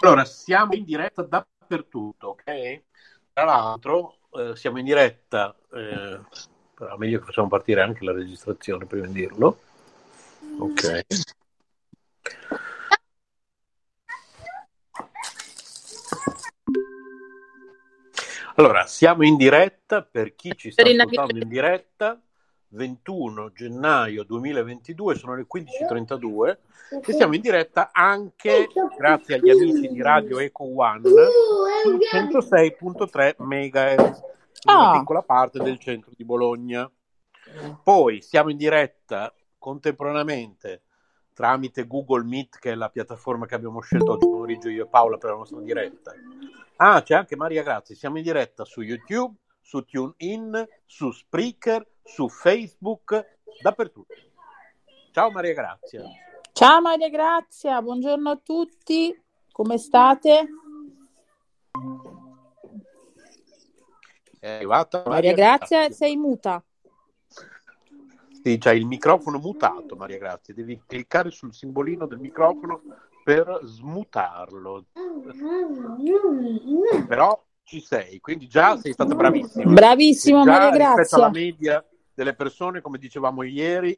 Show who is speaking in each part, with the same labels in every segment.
Speaker 1: Allora, siamo in diretta dappertutto, ok? Tra l'altro, siamo in diretta, però meglio che facciamo partire anche la registrazione prima di dirlo. Ok. Allora, siamo in diretta, per chi ci sta ascoltando in diretta, 21 gennaio 2022, sono le 15:32 e siamo in diretta anche grazie agli amici di Radio Eco One sul 106.3 MHz in una piccola parte del centro di Bologna. Poi siamo in diretta contemporaneamente tramite Google Meet, che è la piattaforma che abbiamo scelto oggi pomeriggio io e Paola per la nostra diretta. C'è anche Maria Grazia, siamo in diretta su YouTube, su TuneIn, su Spreaker, su Facebook, dappertutto. Ciao Maria Grazia.
Speaker 2: Ciao Maria Grazia, buongiorno a tutti, come state?
Speaker 1: È arrivata
Speaker 2: Maria Grazia, sei muta.
Speaker 1: Sì, c'hai il microfono mutato, Maria Grazia, devi cliccare sul simbolino del microfono per smutarlo. Però ci sei, quindi già sei stata bravissima.
Speaker 2: Bravissimo
Speaker 1: già,
Speaker 2: Maria Grazia.
Speaker 1: Rispetto alla media delle persone, come dicevamo ieri,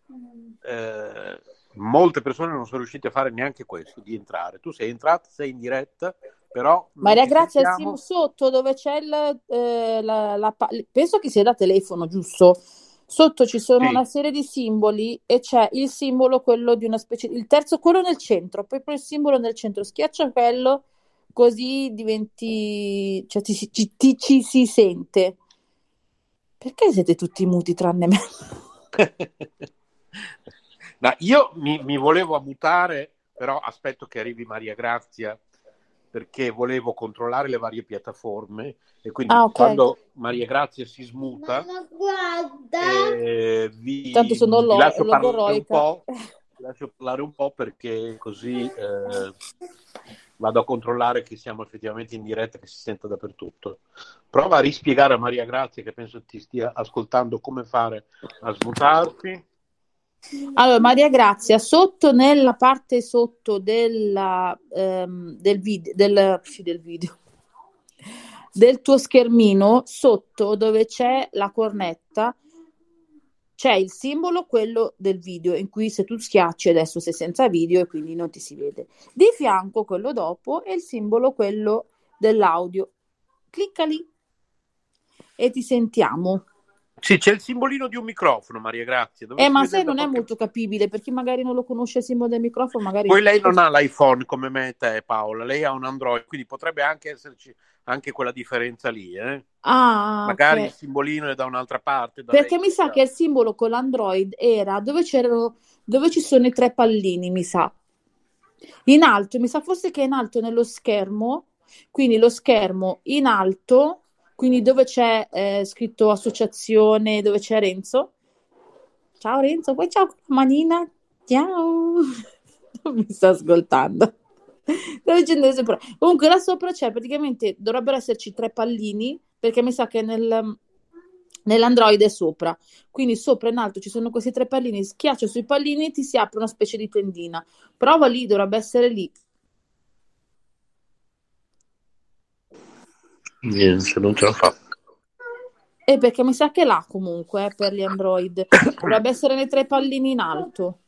Speaker 1: molte persone non sono riuscite a fare neanche questo, di entrare. Tu sei entrata, sei in diretta, però
Speaker 2: Maria Grazia, sotto dove c'è penso che sia da telefono, giusto? Sotto ci sono una serie di simboli e c'è il simbolo, quello di una specie, il terzo, quello nel centro, poi il simbolo nel centro, schiaccia quello, così diventi, cioè ci si sente. Perché siete tutti muti tranne me?
Speaker 1: No, io mi volevo mutare, però aspetto che arrivi Maria Grazia, perché volevo controllare le varie piattaforme e quindi quando Maria Grazia si smuta vi lascio parlare un po' perché così vado a controllare che siamo effettivamente in diretta, che si senta dappertutto. Prova a rispiegare a Maria Grazia, che penso ti stia ascoltando, come fare a smutarti.
Speaker 2: Allora, Maria Grazia, sotto nella parte sotto del video, del tuo schermino, sotto dove c'è la cornetta, c'è il simbolo, quello del video, in cui se tu schiacci adesso sei senza video e quindi non ti si vede. Di fianco quello dopo è il simbolo, quello dell'audio. Clicca lì e ti sentiamo.
Speaker 1: Sì, c'è il simbolino di un microfono, Maria Grazia.
Speaker 2: Ma se non è molto capibile, per chi magari non lo conosce il simbolo del microfono, magari...
Speaker 1: Poi lei non ha l'iPhone come me e te, Paola, lei ha un Android, quindi potrebbe anche esserci anche quella differenza lì, magari il simbolino è da un'altra parte.
Speaker 2: Perché mi sa che il simbolo con l'Android era dove ci sono i tre pallini, mi sa. In alto, mi sa forse che è in alto nello schermo, quindi lo schermo in alto, quindi dove c'è scritto associazione, dove c'è Renzo. Ciao Renzo, poi ciao manina, ciao. Non mi sta ascoltando. Sto dicendo sempre. Comunque là sopra c'è praticamente, dovrebbero esserci tre pallini, perché mi sa che nell'Android è sopra. Quindi sopra in alto ci sono questi tre pallini, schiaccia sui pallini e ti si apre una specie di tendina. Prova lì, dovrebbe essere lì.
Speaker 1: Niente, non ce la fa.
Speaker 2: Perché mi sa che là comunque per gli Android dovrebbe essere nei tre pallini in alto.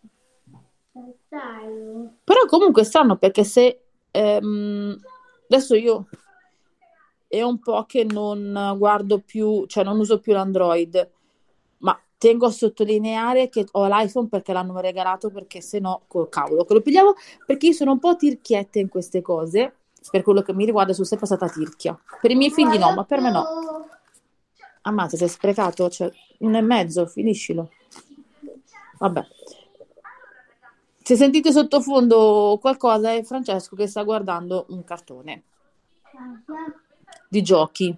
Speaker 2: Però comunque stanno, perché se adesso io è un po' che non guardo più, cioè non uso più l'Android, ma tengo a sottolineare che ho l'iPhone perché l'hanno regalato, perché se no col cavolo che lo pigliavo, perché io sono un po' tirchietta in queste cose. Per quello che mi riguarda sono sempre stata tirchia. Per i miei figli no, ma per me no. Ammazza, sei sprecato, cioè 1,5, finiscilo. Vabbè. Se sentite sottofondo qualcosa è Francesco che sta guardando un cartone di giochi.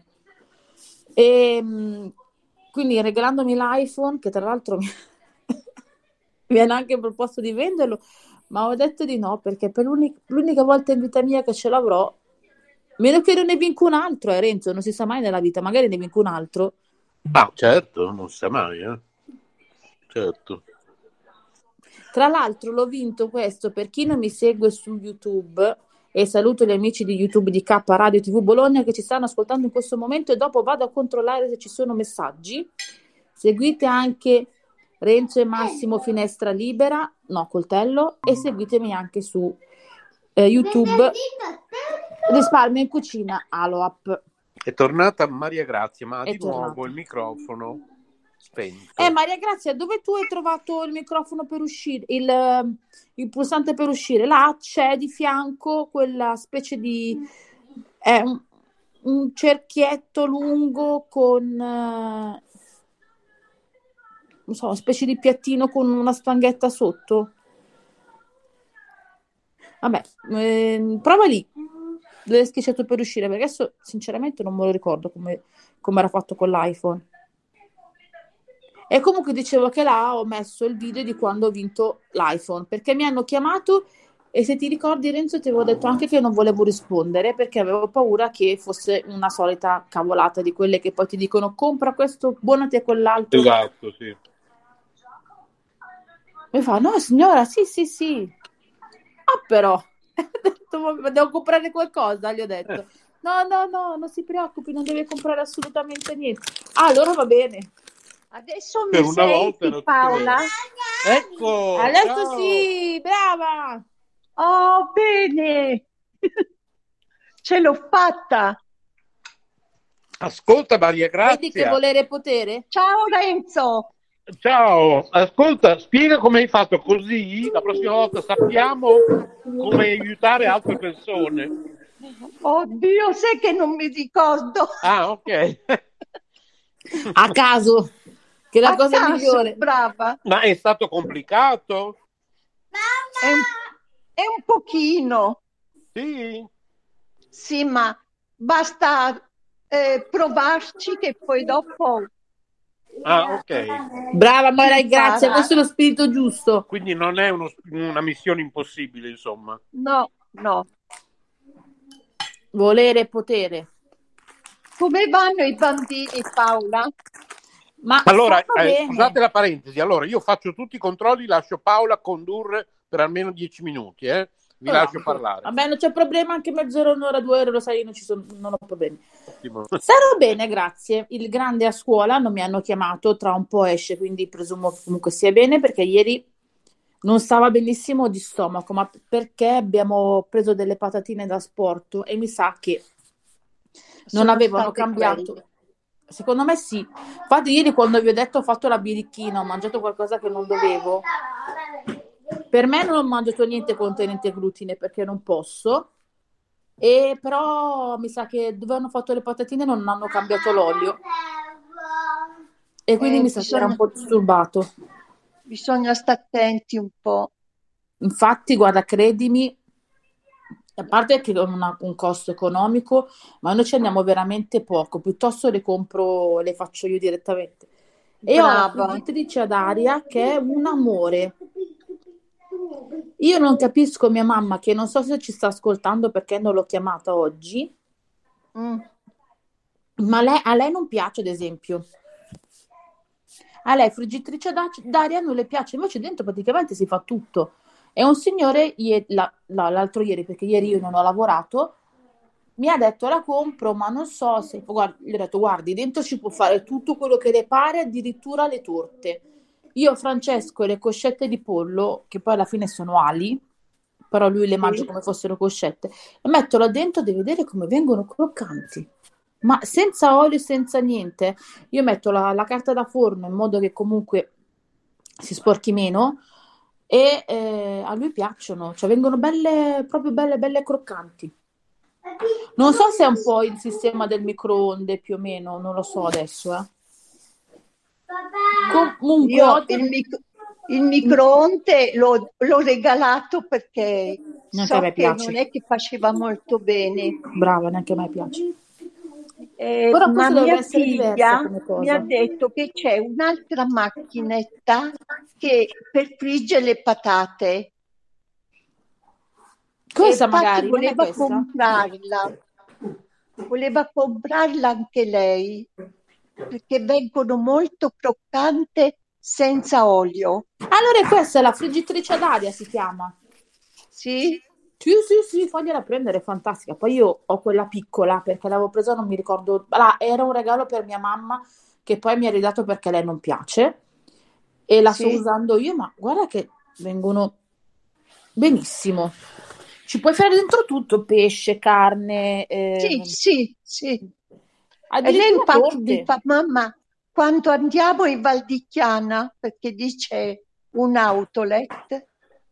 Speaker 2: E quindi regalandomi l'iPhone, che tra l'altro mi hanno anche proposto di venderlo, ma ho detto di no, perché per l'unica volta in vita mia che ce l'avrò, meno che non ne vinco un altro, Renzo, non si sa mai nella vita, magari ne vinco un altro.
Speaker 1: Certo, non si sa mai, certo.
Speaker 2: Tra l'altro l'ho vinto questo, per chi non mi segue su YouTube, e saluto gli amici di YouTube di K Radio TV Bologna che ci stanno ascoltando in questo momento e dopo vado a controllare se ci sono messaggi. Seguite anche Renzo e Massimo Finestra Libera, no, Coltello, e seguitemi anche su YouTube Risparmio in Cucina Aloap.
Speaker 1: È tornata Maria Grazia, ma di nuovo il microfono spento.
Speaker 2: Maria Grazia, dove tu hai trovato il microfono per uscire, il pulsante per uscire? Là c'è di fianco quella specie di un cerchietto lungo con non so, una specie di piattino con una stanghetta sotto. Vabbè, prova lì dove è schiacciato per uscire, perché adesso sinceramente non me lo ricordo come era fatto con l'iPhone. E comunque dicevo che là ho messo il video di quando ho vinto l'iPhone, perché mi hanno chiamato e se ti ricordi Renzo ti avevo detto anche che io non volevo rispondere perché avevo paura che fosse una solita cavolata di quelle che poi ti dicono compra questo, buonati a quell'altro.
Speaker 1: Esatto, sì.
Speaker 2: Mi fa, no signora, sì. Ah però, devo comprare qualcosa, gli ho detto. No, non si preoccupi, non deve comprare assolutamente niente. Ah, allora va bene.
Speaker 3: Adesso mi senti, Paola?
Speaker 1: Ecco!
Speaker 2: Adesso
Speaker 1: ciao.
Speaker 2: sì, brava!
Speaker 3: Oh, bene! Ce l'ho fatta!
Speaker 1: Ascolta Maria Grazia.
Speaker 2: Vedi che volere e potere?
Speaker 3: Ciao Renzo!
Speaker 1: Ciao, ascolta, spiega come hai fatto così la prossima volta sappiamo come aiutare altre persone.
Speaker 3: Oddio, sai che non mi ricordo.
Speaker 1: Ah, ok.
Speaker 2: A caso, che è la cosa
Speaker 3: caso,
Speaker 2: migliore.
Speaker 3: Brava.
Speaker 1: Ma è stato complicato?
Speaker 3: È un pochino.
Speaker 1: Sì.
Speaker 3: Sì, ma basta provarci che poi dopo...
Speaker 1: Ah, ok.
Speaker 2: Brava Maria Grazia, questo è lo spirito giusto.
Speaker 1: Quindi non è una missione impossibile, insomma.
Speaker 3: No.
Speaker 2: Volere e potere.
Speaker 3: Come vanno i bambini, Paola?
Speaker 2: Ma
Speaker 1: allora,
Speaker 2: bene.
Speaker 1: scusate la parentesi, allora io faccio tutti i controlli, lascio Paola condurre per almeno 10 minuti, Vi lascio parlare.
Speaker 2: Vabbè, non c'è problema, anche mezz'ora, un'ora, 2 ore, lo sai, non ho problemi.
Speaker 1: Ottimo.
Speaker 2: Sarò bene, grazie. Il grande a scuola non mi hanno chiamato, tra un po' esce, quindi presumo che comunque sia bene, perché ieri non stava benissimo di stomaco, ma perché abbiamo preso delle patatine da sport e mi sa che non avevano cambiato.
Speaker 3: Quelle.
Speaker 2: Secondo me sì. Infatti ieri quando vi ho detto ho fatto la birichina, ho mangiato qualcosa che non dovevo. Per me non ho mangiato niente contenente glutine perché non posso. E però mi sa che dove hanno fatto le patatine non hanno cambiato l'olio. E quindi mi sa che era un po' disturbato.
Speaker 3: Bisogna stare attenti un po'.
Speaker 2: Infatti, guarda, credimi, a parte che non ha un costo economico, ma noi ci andiamo veramente poco, piuttosto le compro, le faccio io direttamente. E ho la friggitrice ad aria che è un amore. Io non capisco mia mamma, che non so se ci sta ascoltando perché non l'ho chiamata oggi, ma a lei non piace, ad esempio. A lei friggitrice d'aria non le piace, invece dentro praticamente si fa tutto. E un signore l'altro ieri, perché ieri io non ho lavorato, mi ha detto la compro, ma non so se... Gli ho detto, guardi, dentro ci può fare tutto quello che le pare, addirittura le torte. Io, Francesco, e le coscette di pollo, che poi alla fine sono ali, però lui le mangia come fossero coscette, e metto là dentro, devi vedere come vengono croccanti. Ma senza olio, senza niente. Io metto la carta da forno in modo che comunque si sporchi meno e a lui piacciono, cioè vengono belle, proprio belle croccanti. Non so se è un po' il sistema del microonde più o meno, non lo so adesso. Comunque
Speaker 3: io il microonde l'ho regalato perché
Speaker 2: neanche a me piace.
Speaker 3: non è che faceva molto bene.
Speaker 2: Brava, neanche a me piace.
Speaker 3: Ma mia figlia mi ha detto che c'è un'altra macchinetta per friggere le patate.
Speaker 2: Questa
Speaker 3: magari voleva comprarla. Voleva comprarla anche lei perché vengono molto croccante senza olio.
Speaker 2: Allora questa è la friggitrice ad aria, si chiama.
Speaker 3: Sì?
Speaker 2: Sì, fagliela prendere, è fantastica. Poi io ho quella piccola perché l'avevo presa, non mi ricordo. Allora, era un regalo per mia mamma che poi mi ha ridato perché a lei non piace e la sto
Speaker 3: Sì,
Speaker 2: usando io, ma guarda che vengono benissimo. Ci puoi fare dentro tutto, pesce, carne,
Speaker 3: sì. E lei
Speaker 2: addirittura
Speaker 3: infatti mi
Speaker 2: torte.
Speaker 3: fa, mamma, quando andiamo in Val di Chiana, perché lì c'è un outlet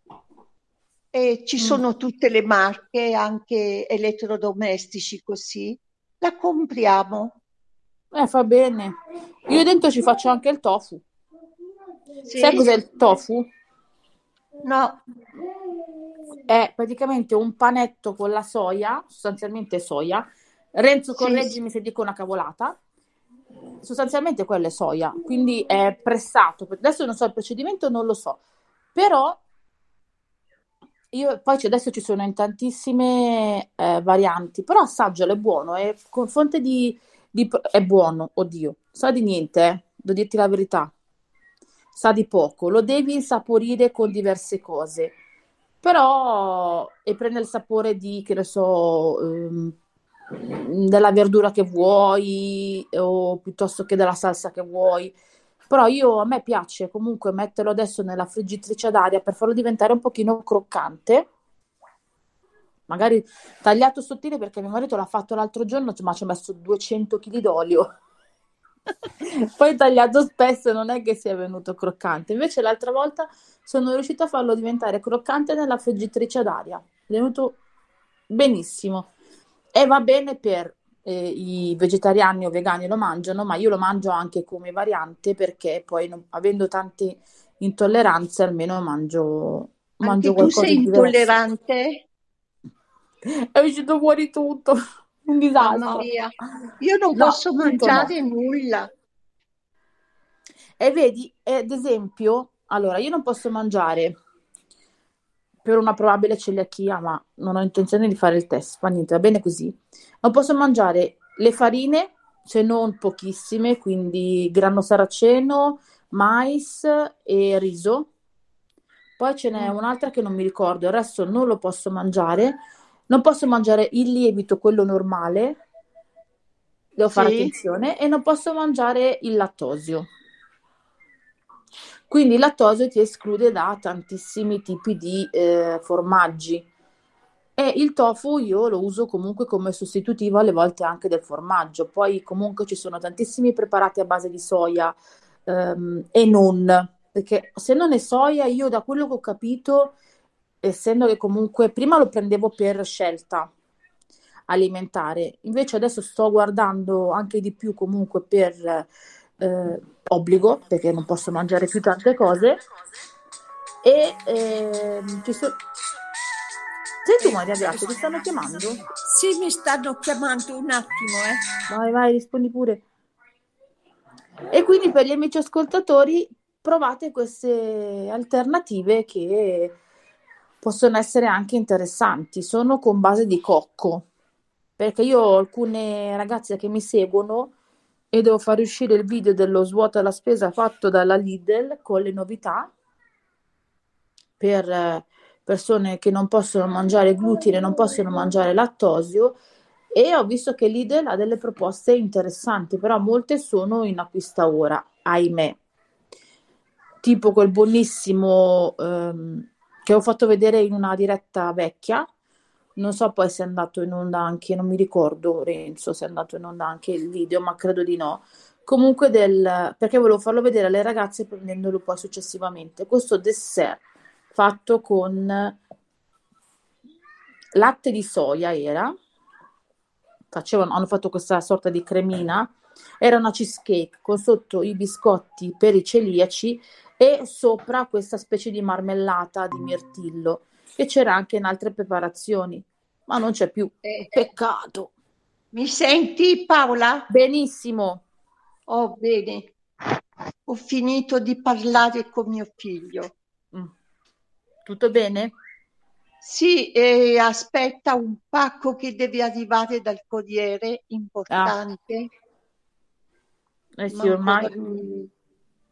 Speaker 3: e ci
Speaker 2: Mm.
Speaker 3: sono tutte le marche, anche elettrodomestici così, la compriamo.
Speaker 2: Fa bene. Io dentro ci faccio anche il tofu. Sai
Speaker 3: Sì?
Speaker 2: cos'è il tofu?
Speaker 3: No,
Speaker 2: È praticamente un panetto con la soia, sostanzialmente soia. Renzo,
Speaker 3: sì,
Speaker 2: correggimi se dico una cavolata. Sostanzialmente quello è soia, quindi è pressato. Adesso non so il procedimento, non lo so. Però io poi adesso ci sono in tantissime varianti, però assaggialo, è buono, è con fonte è buono, oddio, sa di niente, devo dirti la verità, sa di poco, lo devi insaporire con diverse cose, però e prende il sapore di, che ne so, della verdura che vuoi o piuttosto che della salsa che vuoi. Però a me piace comunque metterlo adesso nella friggitrice ad aria per farlo diventare un pochino croccante, magari tagliato sottile perché mio marito l'ha fatto l'altro giorno, ma ci ha messo 200 kg d'olio. Poi tagliato spesso non è che sia venuto croccante. Invece l'altra volta sono riuscita a farlo diventare croccante nella friggitrice ad aria. È venuto benissimo. E va bene per i vegetariani o vegani lo mangiano, ma io lo mangio anche come variante perché poi avendo tante intolleranze almeno mangio
Speaker 3: anche tu
Speaker 2: qualcosa
Speaker 3: sei
Speaker 2: di diverso.
Speaker 3: intollerante?
Speaker 2: È uscito fuori tutto, un
Speaker 3: Mamma
Speaker 2: disastro.
Speaker 3: mia, io non
Speaker 2: No,
Speaker 3: posso
Speaker 2: tutto no.
Speaker 3: mangiare nulla.
Speaker 2: E vedi, ad esempio, allora io non posso mangiare per una probabile celiachia, ma non ho intenzione di fare il test, fa niente, va bene così. Non posso mangiare le farine, se non pochissime, quindi grano saraceno, mais e riso. Poi ce n'è
Speaker 3: Mm,
Speaker 2: un'altra che non mi ricordo, il resto non lo posso mangiare. Non posso mangiare il lievito, quello normale, devo fare
Speaker 3: sì,
Speaker 2: attenzione, e non posso mangiare il lattosio. Quindi il lattosio ti esclude da tantissimi tipi di formaggi. E il tofu io lo uso comunque come sostitutivo alle volte anche del formaggio. Poi comunque ci sono tantissimi preparati a base di soia e non, perché se non è soia, io da quello che ho capito, essendo che comunque prima lo prendevo per scelta alimentare, invece adesso sto guardando anche di più comunque per obbligo, perché non posso mangiare più tante cose. E ci sono. Sei tu, Maria Grazia, ti stanno chiamando?
Speaker 3: sì, mi stanno chiamando un attimo,
Speaker 2: Vai, rispondi pure. E quindi per gli amici ascoltatori provate queste alternative che possono essere anche interessanti. Sono con base di cocco, perché io ho alcune ragazze che mi seguono e devo far uscire il video dello svuota la spesa fatto dalla Lidl con le novità per persone che non possono mangiare glutine, non possono mangiare lattosio e ho visto che Lidl ha delle proposte interessanti, però molte sono in acquista ora, ahimè. Tipo quel buonissimo che ho fatto vedere in una diretta vecchia, non so poi se è andato in onda anche, non mi ricordo Renzo se è andato in onda anche il video, ma credo di no. Comunque perché volevo farlo vedere alle ragazze prendendolo poi successivamente. Questo dessert fatto con latte di soia hanno fatto questa sorta di cremina, era una cheesecake con sotto i biscotti per i celiaci e sopra questa specie di marmellata di mirtillo che c'era anche in altre preparazioni, ma non c'è più. Peccato.
Speaker 3: Mi senti, Paola?
Speaker 2: Benissimo.
Speaker 3: Oh, bene. Ho finito di parlare con mio figlio.
Speaker 2: Mm. Tutto bene?
Speaker 3: Sì, e aspetta un pacco che deve arrivare dal corriere,
Speaker 2: Ah,
Speaker 3: importante, ma
Speaker 2: sì, ormai.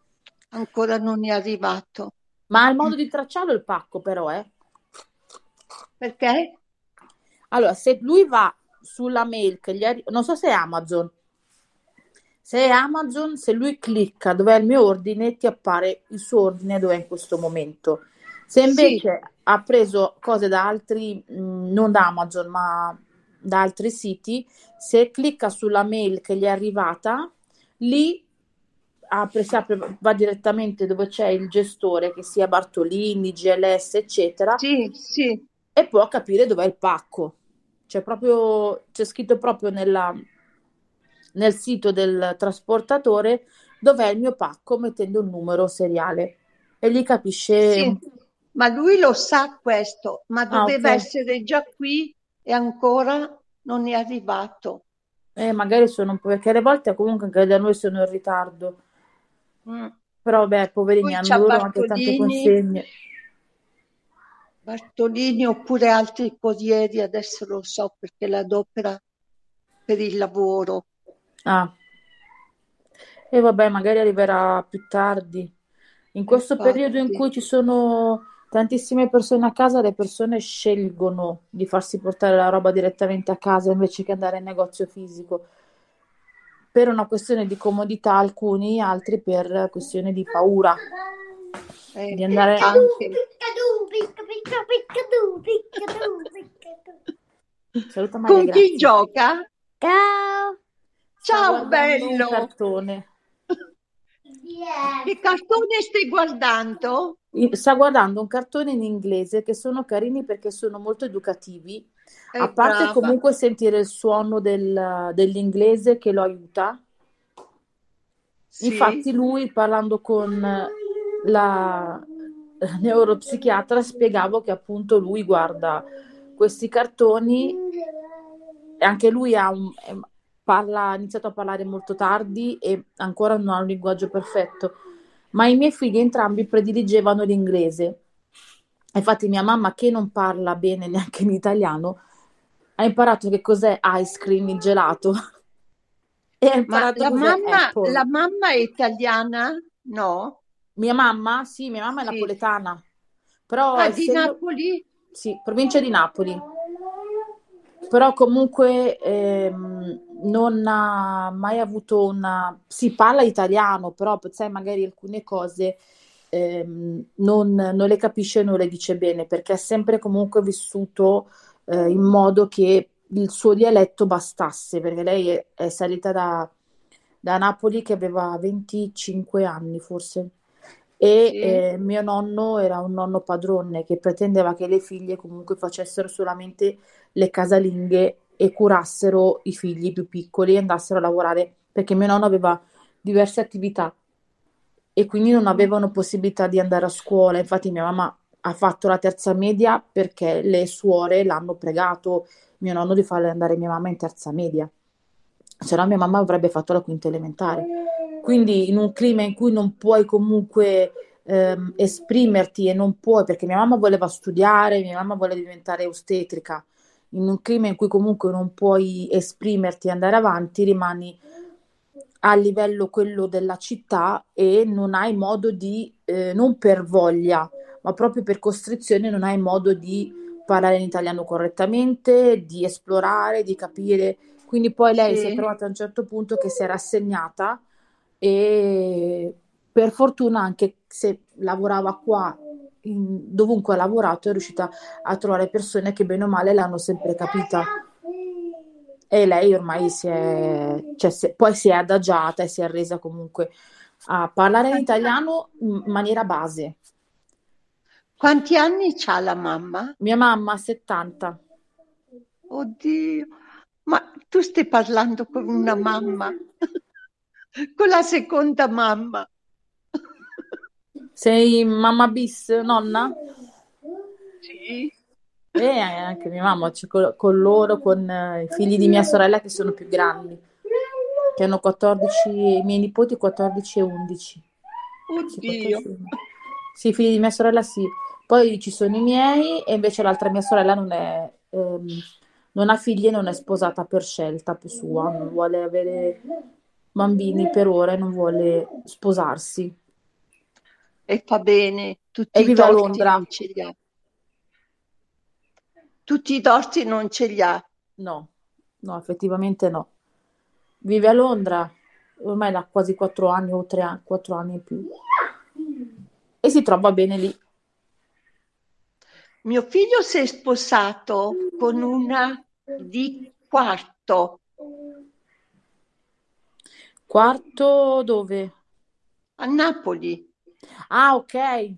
Speaker 3: ancora non è arrivato.
Speaker 2: Ma ha il modo di tracciarlo il pacco, però, eh?
Speaker 3: Perché?
Speaker 2: Allora, se lui va sulla mail che non so se è Amazon. Se è Amazon, se lui clicca dove è il mio ordine, ti appare il suo ordine dove è in questo momento. Se invece ha preso cose da altri, non da Amazon, ma da altri siti, se clicca sulla mail che gli è arrivata, lì va direttamente dove c'è il gestore, che sia Bartolini, GLS, eccetera, e può capire dov'è il pacco. C'è scritto proprio nel sito del trasportatore dov'è il mio pacco, mettendo il numero seriale e gli capisce.
Speaker 3: Sì, ma lui lo sa questo, ma doveva essere già qui e ancora non è arrivato.
Speaker 2: Magari sono un po', perché alle volte comunque anche da noi sono in ritardo. Però beh, poverini, hanno loro anche tante consegne.
Speaker 3: Bartolini oppure altri corrieri, adesso lo so perché l'adopera per il lavoro.
Speaker 2: E vabbè, magari arriverà più tardi. In questo periodo in cui ci sono tantissime persone a casa, le persone scelgono di farsi portare la roba direttamente a casa invece che andare in negozio fisico. Per una questione di comodità alcuni, altri per questione di paura. Di andare
Speaker 3: anche.
Speaker 2: Saluta Maria,
Speaker 3: con
Speaker 2: grazie.
Speaker 3: chi gioca?
Speaker 2: Ciao!
Speaker 3: Ciao bello!
Speaker 2: Un cartone.
Speaker 3: Che cartone stai guardando?
Speaker 2: Sta guardando un cartone in inglese che sono carini perché sono molto educativi, a parte
Speaker 3: brava.
Speaker 2: comunque sentire il suono dell'inglese che lo aiuta. Infatti lui, parlando con la neuropsichiatra, spiegavo che appunto lui guarda questi cartoni e anche lui ha iniziato a parlare molto tardi e ancora non ha un linguaggio perfetto, ma i miei figli entrambi prediligevano l'inglese. Infatti mia mamma, che non parla bene neanche in italiano, ha imparato che cos'è ice cream, il gelato. E ha imparato cos'è Apple.
Speaker 3: La mamma è italiana? No?
Speaker 2: Mia mamma? Sì, mia mamma è napoletana. Però
Speaker 3: di Napoli?
Speaker 2: Sì, provincia di Napoli. Però comunque non ha mai avuto una. Si parla italiano, però sai, magari alcune cose non le capisce e non le dice bene, perché ha sempre comunque vissuto in modo che il suo dialetto bastasse, perché lei è salita da Napoli che aveva 25 anni forse. E mio nonno era un nonno padrone che pretendeva che le figlie comunque facessero solamente le casalinghe e curassero i figli più piccoli e andassero a lavorare, perché mio nonno aveva diverse attività e quindi non avevano possibilità di andare a scuola. Infatti mia mamma ha fatto la terza media perché le suore l'hanno pregato mio nonno di farle andare mia mamma in terza media, se no mia mamma avrebbe fatto la quinta elementare. Quindi in un clima in cui non puoi comunque esprimerti e non puoi, perché mia mamma voleva studiare, mia mamma vuole diventare ostetrica, in un clima in cui comunque non puoi esprimerti e andare avanti, rimani a livello quello della città e non hai modo di, non per voglia, ma proprio per costrizione, non hai modo di parlare in italiano correttamente, di esplorare, di capire. Quindi poi lei si è trovata a un certo punto che si è rassegnata e per fortuna, anche se lavorava qua, dovunque ha lavorato, è riuscita a trovare persone che bene o male l'hanno sempre capita. E lei ormai poi si è adagiata e si è resa comunque a parlare in italiano in maniera base.
Speaker 3: Quanti anni c'ha la mamma?
Speaker 2: Mia mamma ha 70.
Speaker 3: Oddio, ma tu stai parlando con una mamma, con la seconda mamma.
Speaker 2: Sei mamma bis, nonna?
Speaker 3: Sì.
Speaker 2: E anche mia mamma, con loro, con i figli di mia sorella che sono più grandi, che hanno 14, i miei nipoti 14 e 11.
Speaker 3: Oddio.
Speaker 2: Sì, i figli di mia sorella sì. Poi ci sono i miei e invece l'altra mia sorella non ha figli e non è sposata per scelta più sua, non vuole avere bambini per ora e non vuole sposarsi.
Speaker 3: E fa bene, tutti
Speaker 2: E
Speaker 3: i
Speaker 2: vive a
Speaker 3: torti
Speaker 2: Londra.
Speaker 3: non ce li ha. tutti i torti non ce li ha.
Speaker 2: No, effettivamente no. Vive a Londra, ormai da quasi 4 anni o 3 anni, 4 anni in più. E si trova bene lì.
Speaker 3: Mio figlio si è sposato con una di Quarto.
Speaker 2: Quarto dove?
Speaker 3: A Napoli.
Speaker 2: Ah, ok.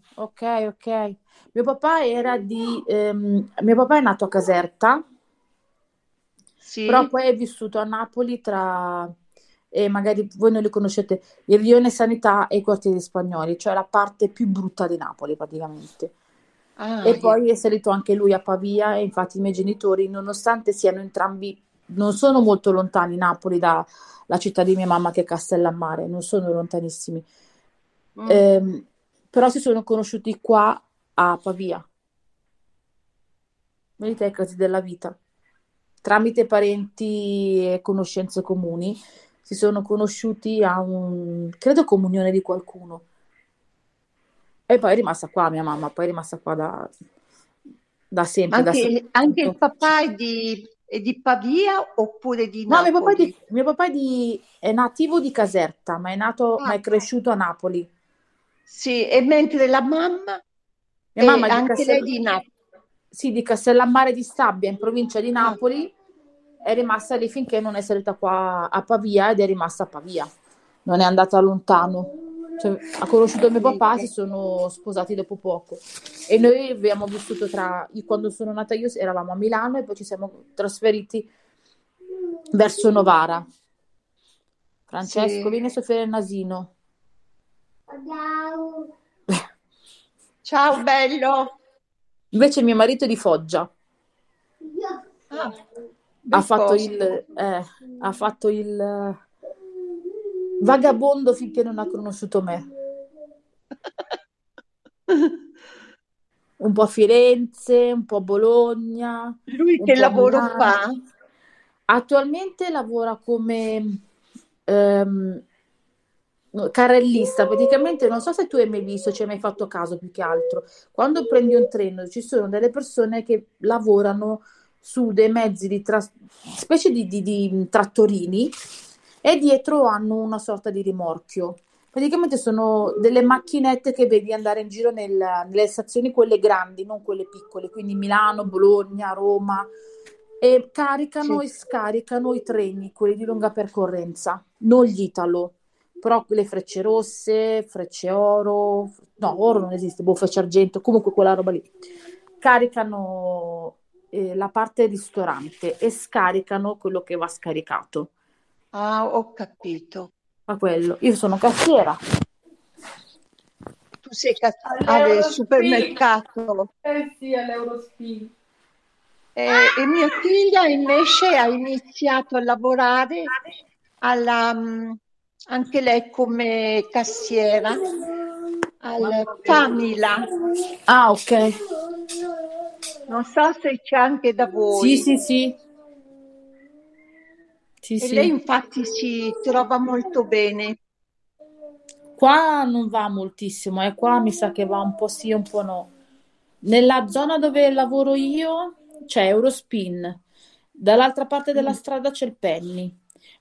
Speaker 2: Mio papà mio papà è nato a Caserta,
Speaker 3: Sì.
Speaker 2: però poi è vissuto a Napoli e magari voi non li conoscete, il rione Sanità e i quartieri spagnoli, cioè la parte più brutta di Napoli praticamente. E poi è salito anche lui a Pavia e infatti i miei genitori, nonostante siano entrambi, non sono molto lontani Napoli dalla città di mia mamma che è Castellammare, non sono lontanissimi. Però si sono conosciuti qua a Pavia. Vedete i casi della vita. Tramite parenti e conoscenze comuni si sono conosciuti credo comunione di qualcuno. E poi è rimasta qua mia mamma, poi è rimasta qua da sempre.
Speaker 3: Anche il papà è di Pavia oppure di
Speaker 2: No,
Speaker 3: Napoli?
Speaker 2: mio papà è nativo di Caserta, ma ma è cresciuto a Napoli.
Speaker 3: Sì, e mentre la mamma
Speaker 2: Mia mamma è
Speaker 3: anche lei di Napoli.
Speaker 2: Sì, di Castellammare di Stabia, in provincia di Napoli, è rimasta lì finché non è salita qua a Pavia ed è rimasta a Pavia. Non è andata lontano. Cioè, ha conosciuto mio papà, si sono sposati dopo poco. E noi abbiamo vissuto quando sono nata io eravamo a Milano e poi ci siamo trasferiti verso Novara. Francesco, vieni a soffiare il nasino.
Speaker 3: Ciao bello.
Speaker 2: Invece mio marito è di Foggia. Ha fatto il vagabondo finché non ha conosciuto me. Un po' a Firenze, un po' a Bologna.
Speaker 3: Lui che lavoro fa?
Speaker 2: Attualmente lavora come carrellista, praticamente non so se tu hai mai visto, ci hai mai fatto caso più che altro. Quando prendi un treno ci sono delle persone che lavorano su dei mezzi specie di trattorini e dietro hanno una sorta di rimorchio. Praticamente sono delle macchinette che vedi andare in giro nelle stazioni quelle grandi, non quelle piccole, quindi Milano, Bologna, Roma, e caricano e scaricano i treni, quelli di lunga percorrenza, non gli Italo, però le frecce rosse, frecce oro, no, oro non esiste, frecce argento, comunque quella roba lì. Caricano la parte ristorante e scaricano quello che va scaricato.
Speaker 3: Ah, ho capito.
Speaker 2: Ma quello, io sono cassiera.
Speaker 3: Tu sei al supermercato?
Speaker 2: Sì, all'Eurospin.
Speaker 3: E mia figlia invece ha iniziato a lavorare anche lei come cassiera al Famila.
Speaker 2: Ah, ok.
Speaker 3: Non so se c'è anche da voi.
Speaker 2: Sì.
Speaker 3: Lei infatti si trova molto bene.
Speaker 2: Qua non va moltissimo, qua mi sa che va un po' sì, un po' no. Nella zona dove lavoro io c'è Eurospin, dall'altra parte della strada c'è il Penny.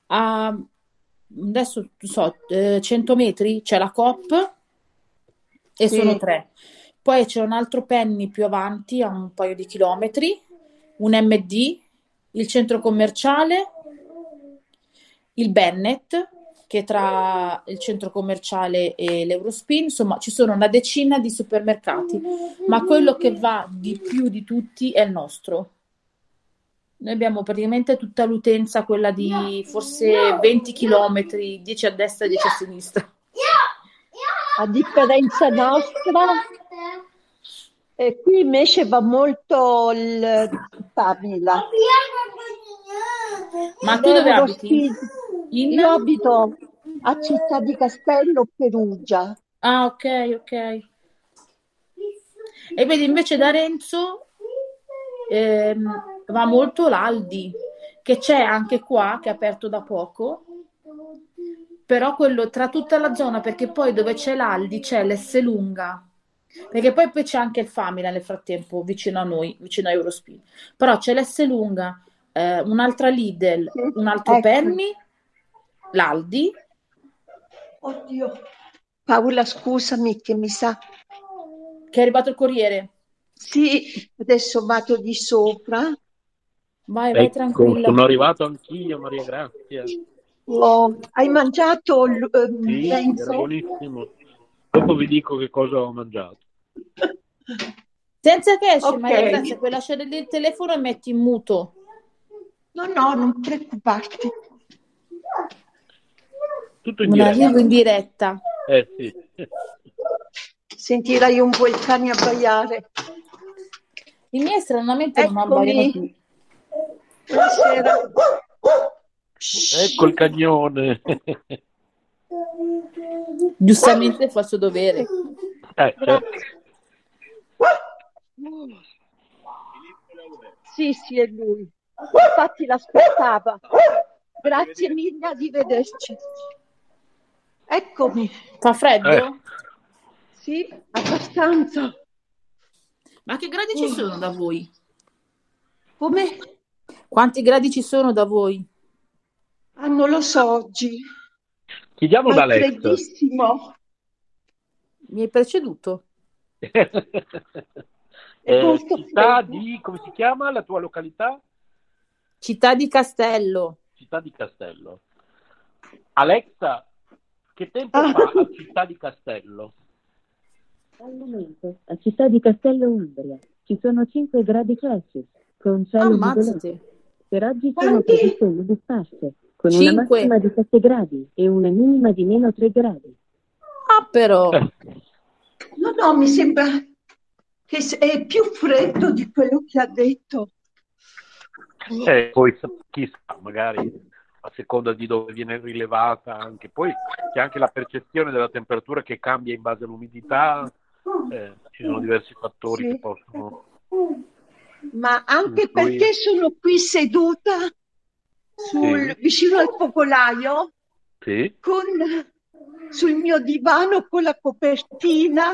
Speaker 2: Adesso so, 100 metri c'è la Coop e sono 3. Poi c'è un altro Penny più avanti, a un paio di chilometri, un MD, il centro commerciale, il Bennett, che tra il centro commerciale e l'Eurospin, insomma, ci sono una decina di supermercati, ma quello che va di più di tutti è il nostro. Noi abbiamo praticamente tutta l'utenza, quella di forse 20 chilometri, 10 a destra e 10 a sinistra.
Speaker 3: A differenza nostra, qui invece va molto il Famila.
Speaker 2: Ma tu dove abiti?
Speaker 3: Io abito a Città di Castello, Perugia.
Speaker 2: Ah, ok. E vedi, invece da Renzo va molto l'Aldi, che c'è anche qua, che è aperto da poco, però quello tra tutta la zona, perché poi dove c'è l'Aldi c'è l'Esselunga, Perché poi c'è anche il Famila nel frattempo, vicino a noi, vicino a Eurospin. Però c'è l'S lunga, un'altra Lidl, un altro
Speaker 3: Ecco.
Speaker 2: Penny, l'Aldi.
Speaker 3: Oddio. Paola, scusami che mi sa...
Speaker 2: Che è arrivato il corriere.
Speaker 3: Sì, adesso vado di sopra.
Speaker 2: Vai tranquilla.
Speaker 1: Sono arrivato anch'io, Maria Grazia.
Speaker 3: Oh, hai mangiato
Speaker 1: Sì, era buonissimo. Dopo vi dico che cosa ho mangiato.
Speaker 2: Senza cash, okay. Maria Grazia, puoi lasciare lì il telefono e metti in muto.
Speaker 3: No, non preoccuparti.
Speaker 1: Tutto in diretta.
Speaker 2: Arrivo in diretta.
Speaker 1: Sì.
Speaker 3: Sentirai un po' il cane abbaiare.
Speaker 2: I miei stranamente non abbaiano più.
Speaker 3: Buonasera.
Speaker 1: Ecco il cagnone.
Speaker 2: Giustamente fa il suo dovere.
Speaker 1: Certo.
Speaker 3: Sì, è lui. Infatti l'aspettava. Grazie mille, arrivederci. Eccomi.
Speaker 2: Fa freddo?
Speaker 3: Sì, abbastanza.
Speaker 2: Ma che gradi ci sono da voi?
Speaker 3: Come?
Speaker 2: Quanti gradi ci sono da voi?
Speaker 3: Non lo so oggi.
Speaker 1: Chiediamo da Alex.
Speaker 3: Freddissimo.
Speaker 2: Mi hai preceduto.
Speaker 1: Città di, come si chiama la tua località?
Speaker 2: Città di Castello.
Speaker 1: Città di Castello. Alexa, che tempo fa a Città di Castello?
Speaker 4: Al momento, a Città di Castello Umbria, ci sono 5 gradi Celsius, con cielo nuvoloso. Per oggi sono previste nubi sparse, con una massima di 7 gradi e una minima di meno 3 gradi.
Speaker 2: Ah, però!
Speaker 3: No, mi sembra che è più freddo di quello che ha detto.
Speaker 1: Poi chissà, magari a seconda di dove viene rilevata, anche poi c'è anche la percezione della temperatura che cambia in base all'umidità, ci sono diversi fattori che possono...
Speaker 3: Ma anche perché sono qui seduta vicino al focolaio, sul mio divano con la copertina.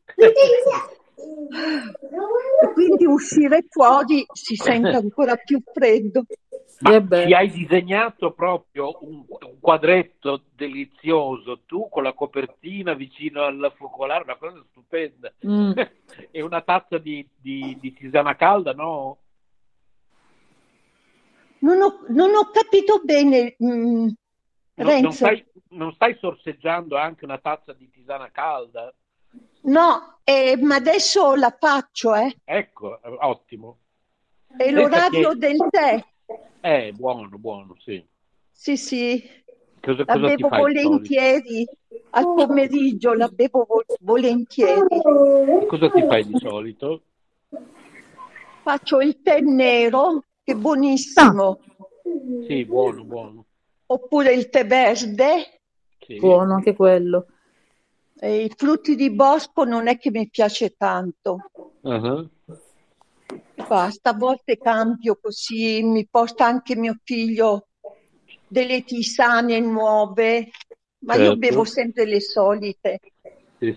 Speaker 3: E quindi uscire fuori si sente ancora più freddo.
Speaker 1: Ma ci hai disegnato proprio un quadretto delizioso, tu con la copertina vicino al focolare, una cosa stupenda. E una tazza di tisana calda, no?
Speaker 3: Non ho capito bene, Renzo.
Speaker 1: Non stai sorseggiando anche una tazza di tisana calda?
Speaker 3: No, ma adesso la faccio,
Speaker 1: Ecco, ottimo.
Speaker 3: È l'orario del tè.
Speaker 1: Buono, sì.
Speaker 3: Sì.
Speaker 1: Cosa
Speaker 3: la bevo volentieri. Al pomeriggio la bevo volentieri.
Speaker 1: Cosa ti fai di solito?
Speaker 3: Faccio il tè nero, che è buonissimo.
Speaker 1: Sì, buono.
Speaker 3: Oppure il tè verde.
Speaker 2: Sì. Buono anche quello.
Speaker 3: I frutti di bosco non è che mi piace tanto. Basta, a volte cambio così, mi porta anche mio figlio delle tisane nuove, ma io bevo sempre le solite.
Speaker 1: Sì.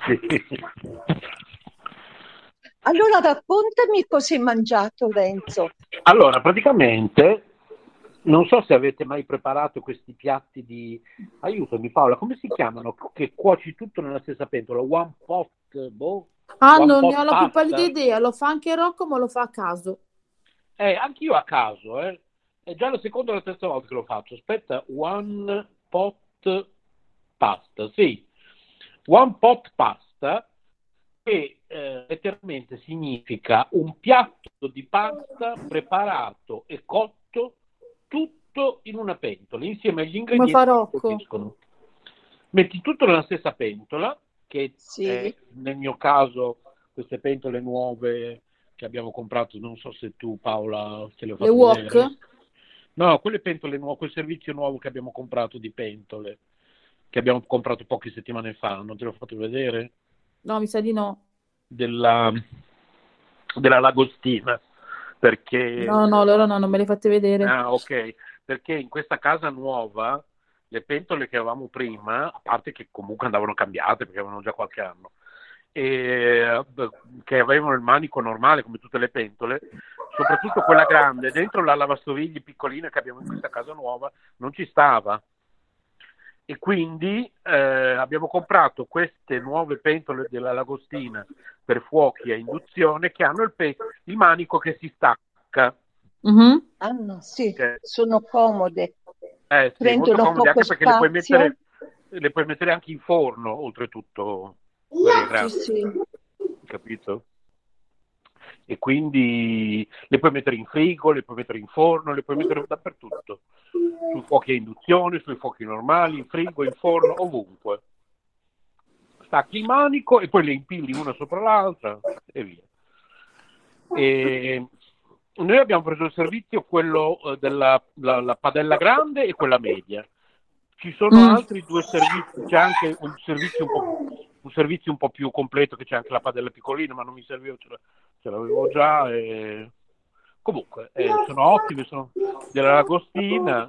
Speaker 3: Allora raccontami cosa hai mangiato, Renzo.
Speaker 1: Allora, praticamente, non so se avete mai preparato questi piatti di... Aiutami Paola, come si chiamano? Che cuoci tutto nella stessa pentola? One pot, boh?
Speaker 2: Non ne ho la più pallida idea, lo fa anche Rocco, ma lo fa a caso.
Speaker 1: Anch'io a caso, È già la seconda o la terza volta che lo faccio. Aspetta, one pot pasta, sì. One pot pasta, che letteralmente significa un piatto di pasta preparato e cotto tutto in una pentola, insieme agli ingredienti che colpiscono. Metti tutto nella stessa pentola, che è, nel mio caso, queste pentole nuove che abbiamo comprato, non so se tu Paola ce le ho fatte vedere.
Speaker 2: Wok?
Speaker 1: No, quelle pentole nuove, quel servizio nuovo che abbiamo comprato di pentole, che abbiamo comprato poche settimane fa, non te l'ho fatto vedere?
Speaker 2: No, mi sa di no.
Speaker 1: Della Lagostina, perché...
Speaker 2: No, allora no, non me le fate vedere.
Speaker 1: Ah, ok, perché in questa casa nuova le pentole che avevamo prima, a parte che comunque andavano cambiate perché avevano già qualche anno, che avevano il manico normale come tutte le pentole, soprattutto quella grande, dentro la lavastoviglie piccolina che abbiamo in questa casa nuova non ci stava, e quindi abbiamo comprato queste nuove pentole della Lagostina per fuochi a induzione che hanno il manico che si stacca.
Speaker 3: Mm-hmm. Sì, sono comode,
Speaker 1: sì, molto comode, anche perché le puoi mettere anche in forno, oltretutto.
Speaker 3: Sì.
Speaker 1: Capito? E quindi le puoi mettere in frigo, le puoi mettere in forno, le puoi mettere dappertutto, sui fuochi a induzione, sui fuochi normali, in frigo, in forno, ovunque. Stacchi il manico e poi le impilli una sopra l'altra e via. E noi abbiamo preso il servizio, quello della la padella grande e quella media. Ci sono altri due servizi, c'è anche un servizio un po' più completo, che c'è anche la padella piccolina, ma non mi serviva, ce l'avevo già. Comunque sono ottime, sono della Lagostina,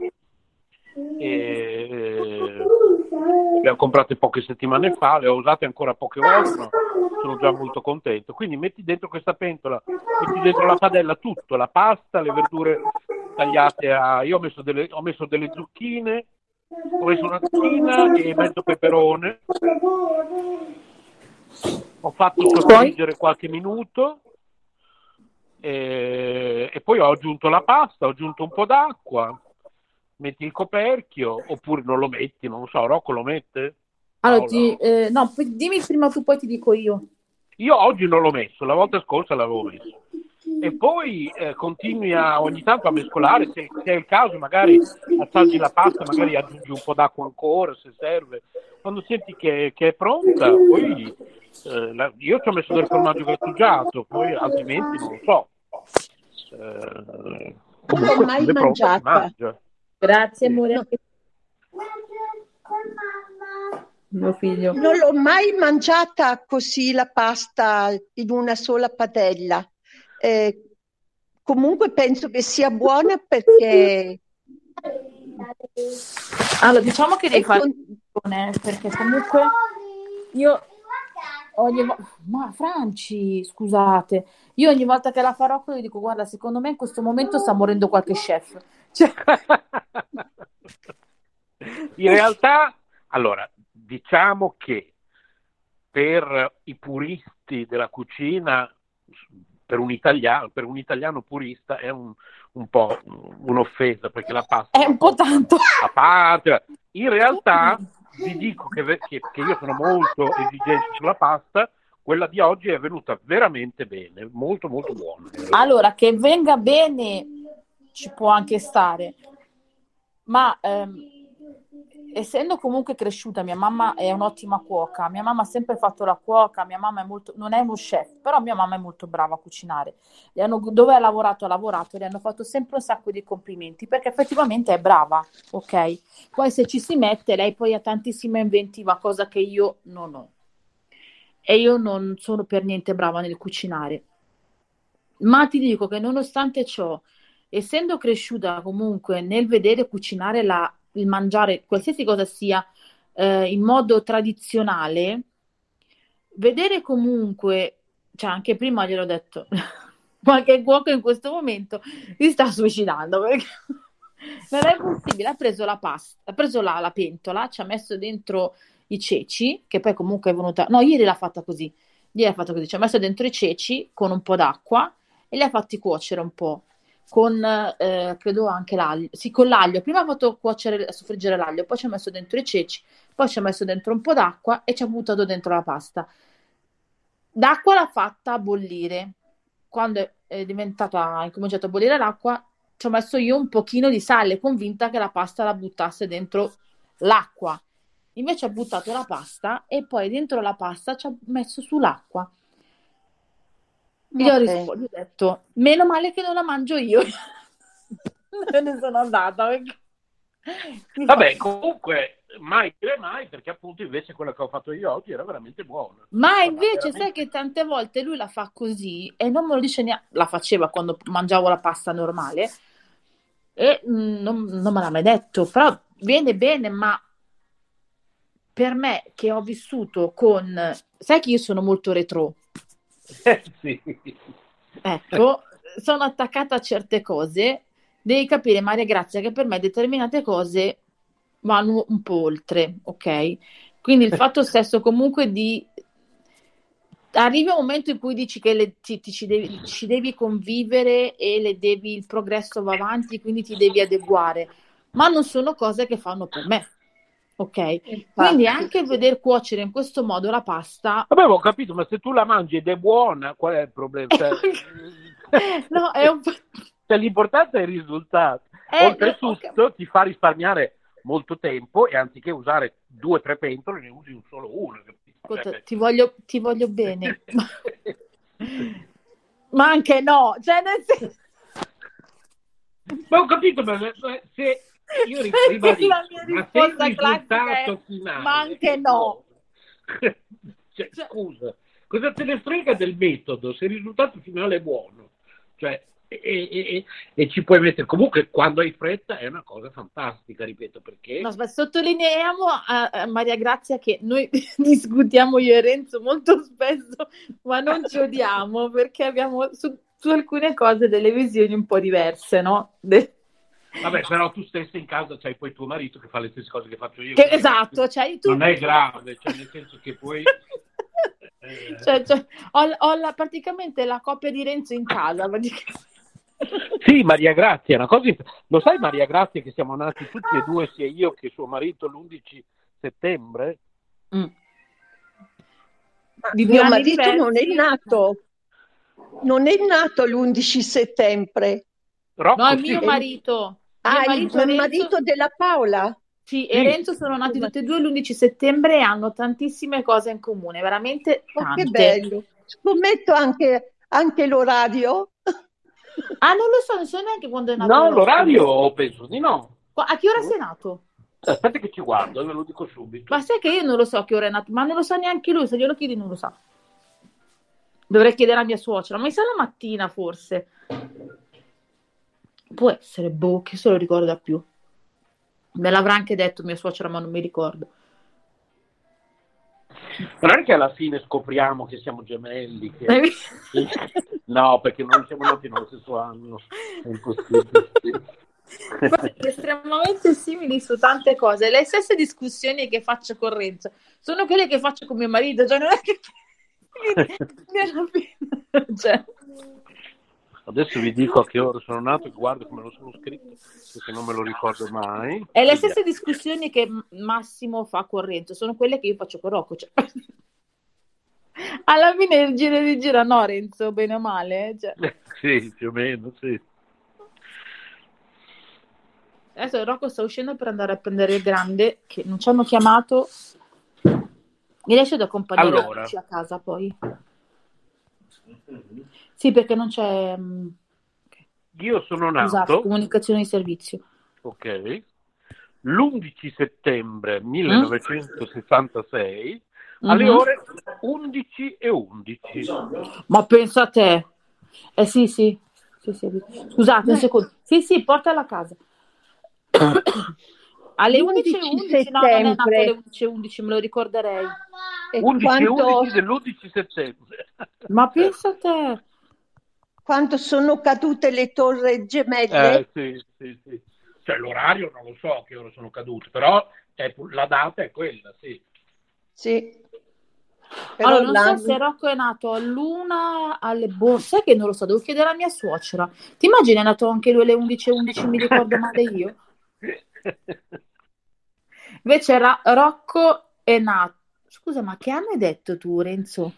Speaker 1: e le ho comprate poche settimane fa, le ho usate ancora poche volte, ma sono già molto contento. Quindi metti dentro questa pentola, metti dentro la padella tutto, la pasta, le verdure tagliate io ho messo delle zucchine, ho messo una zucchina e mezzo peperone, ho fatto soffriggere qualche minuto e poi ho aggiunto la pasta, ho aggiunto un po' d'acqua, metti il coperchio, oppure non lo metti, non lo so. Rocco lo mette?
Speaker 2: Allora, no, dimmi prima tu, poi ti dico io.
Speaker 1: Io oggi non l'ho messo, la volta scorsa l'avevo messo. E poi continui ogni tanto a mescolare, se è il caso magari assaggi la pasta, magari aggiungi un po' d'acqua ancora se serve. Quando senti che è pronta, poi io ci ho messo del formaggio grattugiato, poi altrimenti non lo so.
Speaker 3: Non l'ho mai mangiata.
Speaker 2: Grazie amore. Mio figlio.
Speaker 3: Non l'ho mai mangiata così la pasta in una sola padella. Comunque penso che sia buona perché...
Speaker 2: Allora, diciamo che devi fare perché comunque io ma Franci, scusate, io ogni volta che la farò io dico, guarda, secondo me in questo momento sta morendo qualche chef. Cioè...
Speaker 1: In realtà, allora, diciamo che per i puristi della cucina, per un italiano purista è un po' un'offesa, perché la pasta
Speaker 2: è un po' tanto
Speaker 1: a parte. In realtà vi dico che io sono molto esigente sulla pasta. Quella di oggi è venuta veramente bene, molto molto buona.
Speaker 2: Allora, che venga bene ci può anche stare, ma essendo comunque cresciuta, mia mamma è un'ottima cuoca, mia mamma ha sempre fatto la cuoca, mia mamma non è uno chef, però mia mamma è molto brava a cucinare. Dove ha lavorato, le hanno fatto sempre un sacco di complimenti, perché effettivamente è brava, ok? Poi se ci si mette, lei poi ha tantissima inventiva, cosa che io non ho. E io non sono per niente brava nel cucinare. Ma ti dico che nonostante ciò, essendo cresciuta comunque nel vedere cucinare il mangiare, qualsiasi cosa sia, in modo tradizionale, vedere comunque, cioè anche prima gliel'ho detto, qualche cuoco in questo momento si sta suicidando, perché non è possibile. Ha preso la pasta, ha preso la pentola, ci ha messo dentro i ceci, che poi comunque è venuta, no, ieri l'ha fatta così, ci ha messo dentro i ceci con un po' d'acqua e li ha fatti cuocere un po'. Con credo anche l'aglio, sì, con l'aglio, prima ha fatto soffriggere l'aglio, poi ci ha messo dentro i ceci, poi ci ha messo dentro un po' d'acqua e ci ha buttato dentro la pasta. D'acqua l'ha fatta bollire, quando ha incominciato a bollire l'acqua ci ho messo io un pochino di sale, convinta che la pasta la buttasse dentro l'acqua, invece ha buttato la pasta e poi dentro la pasta ci ha messo sull'acqua. Io ho detto, meno male che non la mangio io. Me ne sono andata.
Speaker 1: Vabbè, comunque, mai dire mai, perché appunto invece quella che ho fatto io oggi era veramente buona.
Speaker 2: Ma invece sai che tante volte lui la fa così e non me lo dice neanche, la faceva quando mangiavo la pasta normale e non me l'ha mai detto, però viene bene, ma per me che ho vissuto con... Sai che io sono molto retro?
Speaker 1: Sì.
Speaker 2: Ecco, sono attaccata a certe cose. Devi capire, Maria Grazia, che per me determinate cose vanno un po' oltre, ok? Quindi il fatto stesso comunque di... Arriva un momento in cui dici che ci devi convivere e il progresso va avanti, quindi ti devi adeguare, ma non sono cose che fanno per me, ok? Quindi anche veder cuocere in questo modo la pasta...
Speaker 1: Vabbè, ho capito, ma se tu la mangi ed è buona, qual è il problema?
Speaker 2: No, è un po'...
Speaker 1: Cioè, l'importante è il risultato. Oltretutto ti fa risparmiare molto tempo e anziché usare 2 o 3 pentole ne usi solo una.
Speaker 2: Ascolta, ti voglio bene, ma anche no, cioè nel senso...
Speaker 1: Ma ho capito, ma se io ribadisco,
Speaker 2: la mia risposta classica è
Speaker 1: finale,
Speaker 2: ma anche no.
Speaker 1: Cioè, scusa, cosa te ne frega del metodo se il risultato finale è buono? Cioè, e ci puoi mettere comunque quando hai fretta è una cosa fantastica, ripeto, perché
Speaker 2: no, sottolineiamo a Maria Grazia che noi discutiamo io e Renzo molto spesso, ma non ci odiamo perché abbiamo su alcune cose delle visioni un po' diverse, no?
Speaker 1: Vabbè, però tu stessa in casa c'hai poi tuo marito che fa le stesse cose che faccio io.
Speaker 2: Esatto, cioè, tu...
Speaker 1: non è grave, cioè nel senso che poi
Speaker 2: cioè, ho praticamente la coppia di Renzo in casa.
Speaker 1: Sì, Maria Grazia, è una cosa. Lo sai, Maria Grazia, che siamo nati tutti e due, sia io che suo marito, l'11 settembre?
Speaker 3: Mio marito non è nato l'11 settembre.
Speaker 1: Rocco,
Speaker 2: no, il mio marito.
Speaker 3: Il marito della Paola?
Speaker 2: Sì, e Renzo sono nati tutti e due l'11 settembre e hanno tantissime cose in comune, veramente tante.
Speaker 3: Che bello. Scommetto anche l'orario.
Speaker 2: Non lo so, non so neanche quando è nato.
Speaker 1: No, l'orario penso di no.
Speaker 2: A che ora sei nato?
Speaker 1: Aspetta che ci guardo, ve lo dico subito.
Speaker 2: Ma sai che io non lo so a che ora è nato, ma non lo sa neanche lui, se glielo chiedi non lo sa. Dovrei chiedere a mia suocera, ma mi sa la mattina forse. Può essere, che se lo ricorda più. Me l'avrà anche detto mia suocera, ma non mi ricordo.
Speaker 1: Ma non è che alla fine scopriamo che siamo gemelli. No, perché non siamo nati nello stesso anno. È impossibile.
Speaker 2: Estremamente simili su tante cose. Le stesse discussioni che faccio con Renzo sono quelle che faccio con mio marito. Cioè, non è che... cioè...
Speaker 1: Adesso vi dico a che ora sono nato e guardo come lo sono scritto, perché non me lo ricordo mai.
Speaker 2: E le stesse discussioni che Massimo fa con Renzo sono quelle che io faccio con Rocco. Cioè... Alla fine il giro di gira, no, Renzo, bene o male. Cioè...
Speaker 1: Sì, più o meno, sì.
Speaker 2: Adesso Rocco sta uscendo per andare a prendere il grande, che non ci hanno chiamato. Mi riesce ad accompagnare a casa poi? Sì, perché non c'è... Okay.
Speaker 1: Io sono nato...
Speaker 2: Esatto, comunicazione di servizio.
Speaker 1: Ok. L'11 settembre 1966 alle ore 11:11.
Speaker 2: Ma pensa a te. Sì. Scusate un secondo. Sì, portala a casa. Alle 11:11, no, non è nato alle 11:11, me lo ricorderei.
Speaker 1: 11:11 dell'11 settembre.
Speaker 2: Ma pensa a te.
Speaker 3: Quando sono cadute le torri gemelle?
Speaker 1: Sì. Cioè l'orario non lo so a che ora sono cadute, però la data è quella, sì.
Speaker 3: Sì.
Speaker 2: Allora, non so se Rocco è nato all'1 alle sai che non lo so, devo chiedere alla mia suocera. Ti immagini è nato anche lui alle 11:11, mi ricordo male io? Invece Rocco è nato... Scusa, ma che anno hai detto tu, Renzo?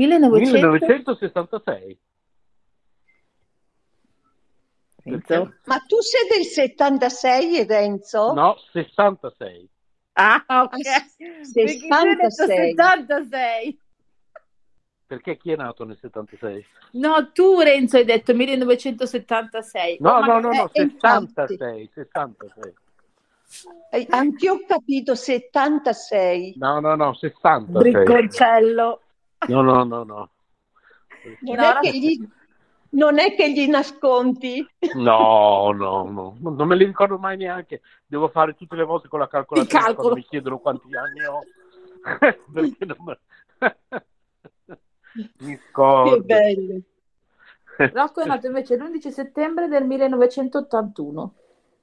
Speaker 1: 1966.
Speaker 2: Renzo?
Speaker 3: Ma tu sei del 76, Renzo?
Speaker 1: No, 66.
Speaker 2: Ah, ok.
Speaker 3: 66.
Speaker 2: 76.
Speaker 1: Perché chi è nato nel 76?
Speaker 2: No, tu Renzo hai detto 1976.
Speaker 1: No, 66.
Speaker 3: Anch'io ho capito 76.
Speaker 1: No, 66.
Speaker 2: Bricconcello.
Speaker 1: No.
Speaker 3: Non è che gli nascondi?
Speaker 1: No, non me li ricordo mai neanche. Devo fare tutte le volte con la calcolatrice quando mi chiedono quanti anni ho. Perché non... Mi scordo.
Speaker 3: Che bello.
Speaker 2: Rocco è nato invece l'11 settembre del 1981.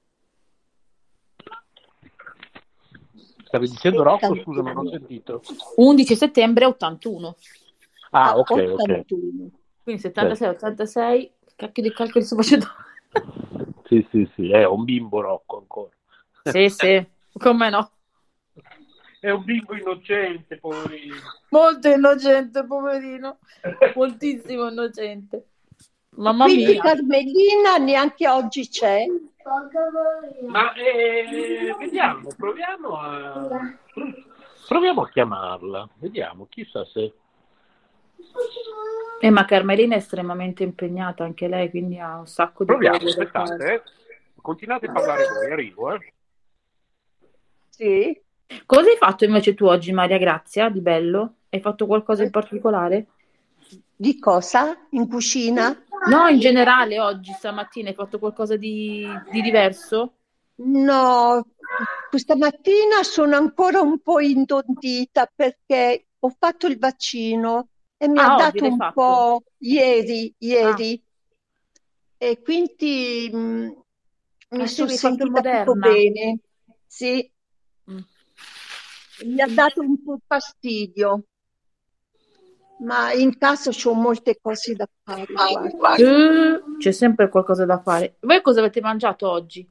Speaker 1: Stavi dicendo Rocco? Scusa, non ho sentito.
Speaker 2: 11 settembre 81.
Speaker 1: Ah, ok.
Speaker 3: 81.
Speaker 2: Quindi 76, 86, cacchio di calcoli sto facendo.
Speaker 1: Sì, è un bimbo Rocco ancora.
Speaker 2: Sì, come no?
Speaker 1: È un bimbo innocente, poverino.
Speaker 2: Molto innocente, poverino. Moltissimo innocente. Mamma
Speaker 3: Quindi
Speaker 2: mia.
Speaker 3: Carmelina neanche oggi c'è?
Speaker 1: Ma vediamo, proviamo a chiamarla, vediamo, chissà se...
Speaker 2: Ma Carmelina è estremamente impegnata anche lei, quindi ha un sacco di
Speaker 1: Proviamo,
Speaker 2: cose da fare.
Speaker 1: aspettate, continuate a parlare voi, arrivo,
Speaker 3: Sì.
Speaker 2: Cosa hai fatto invece tu oggi, Maria Grazia, di bello? Hai fatto qualcosa in particolare?
Speaker 3: Di cosa? In cucina?
Speaker 2: No, in generale oggi, stamattina, hai fatto qualcosa di diverso?
Speaker 3: No, questa mattina sono ancora un po' intontita perché ho fatto il vaccino e mi ha
Speaker 2: oggi
Speaker 3: dato
Speaker 2: l'hai
Speaker 3: un
Speaker 2: fatto?
Speaker 3: po' ieri e quindi mi sono
Speaker 2: hai fatto il
Speaker 3: sentita poco
Speaker 2: Moderna?
Speaker 3: bene. Sì, mi ha dato un po' fastidio, ma in casa c'ho molte cose da fare, guarda.
Speaker 2: C'è sempre qualcosa da fare. Voi cosa avete mangiato oggi?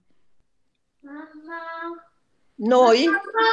Speaker 3: Noi?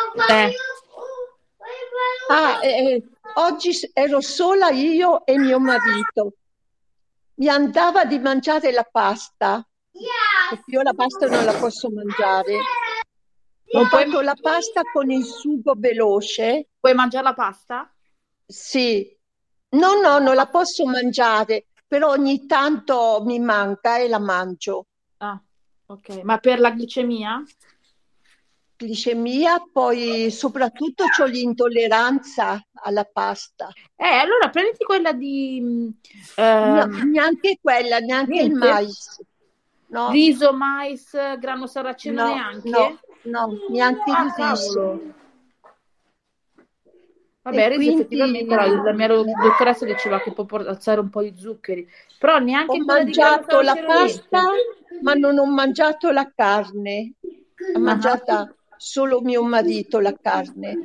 Speaker 3: Oggi ero sola io e mio marito. Mi andava di mangiare la pasta, perché io la pasta non la posso mangiare. Ho fatto la pasta con il sugo veloce.
Speaker 2: Puoi mangiare la pasta?
Speaker 3: Sì. No, non la posso mangiare, però ogni tanto mi manca e la mangio.
Speaker 2: Ah, ok. Ma per la glicemia?
Speaker 3: Glicemia, poi soprattutto ho l'intolleranza alla pasta.
Speaker 2: Allora prenditi quella di...
Speaker 3: neanche quella, neanche il mais. No.
Speaker 2: Riso, mais, grano saraceno neanche?
Speaker 3: No, neanche il riso.
Speaker 2: Cavolo. Vabbè, il riso effettivamente la mia dottoressa diceva che può alzare un po' di zuccheri, però neanche
Speaker 3: ho
Speaker 2: quella di grano
Speaker 3: mangiato la
Speaker 2: saraceno
Speaker 3: pasta,
Speaker 2: niente.
Speaker 3: ma non ho mangiato la carne. Ha mangiata solo mio marito la carne.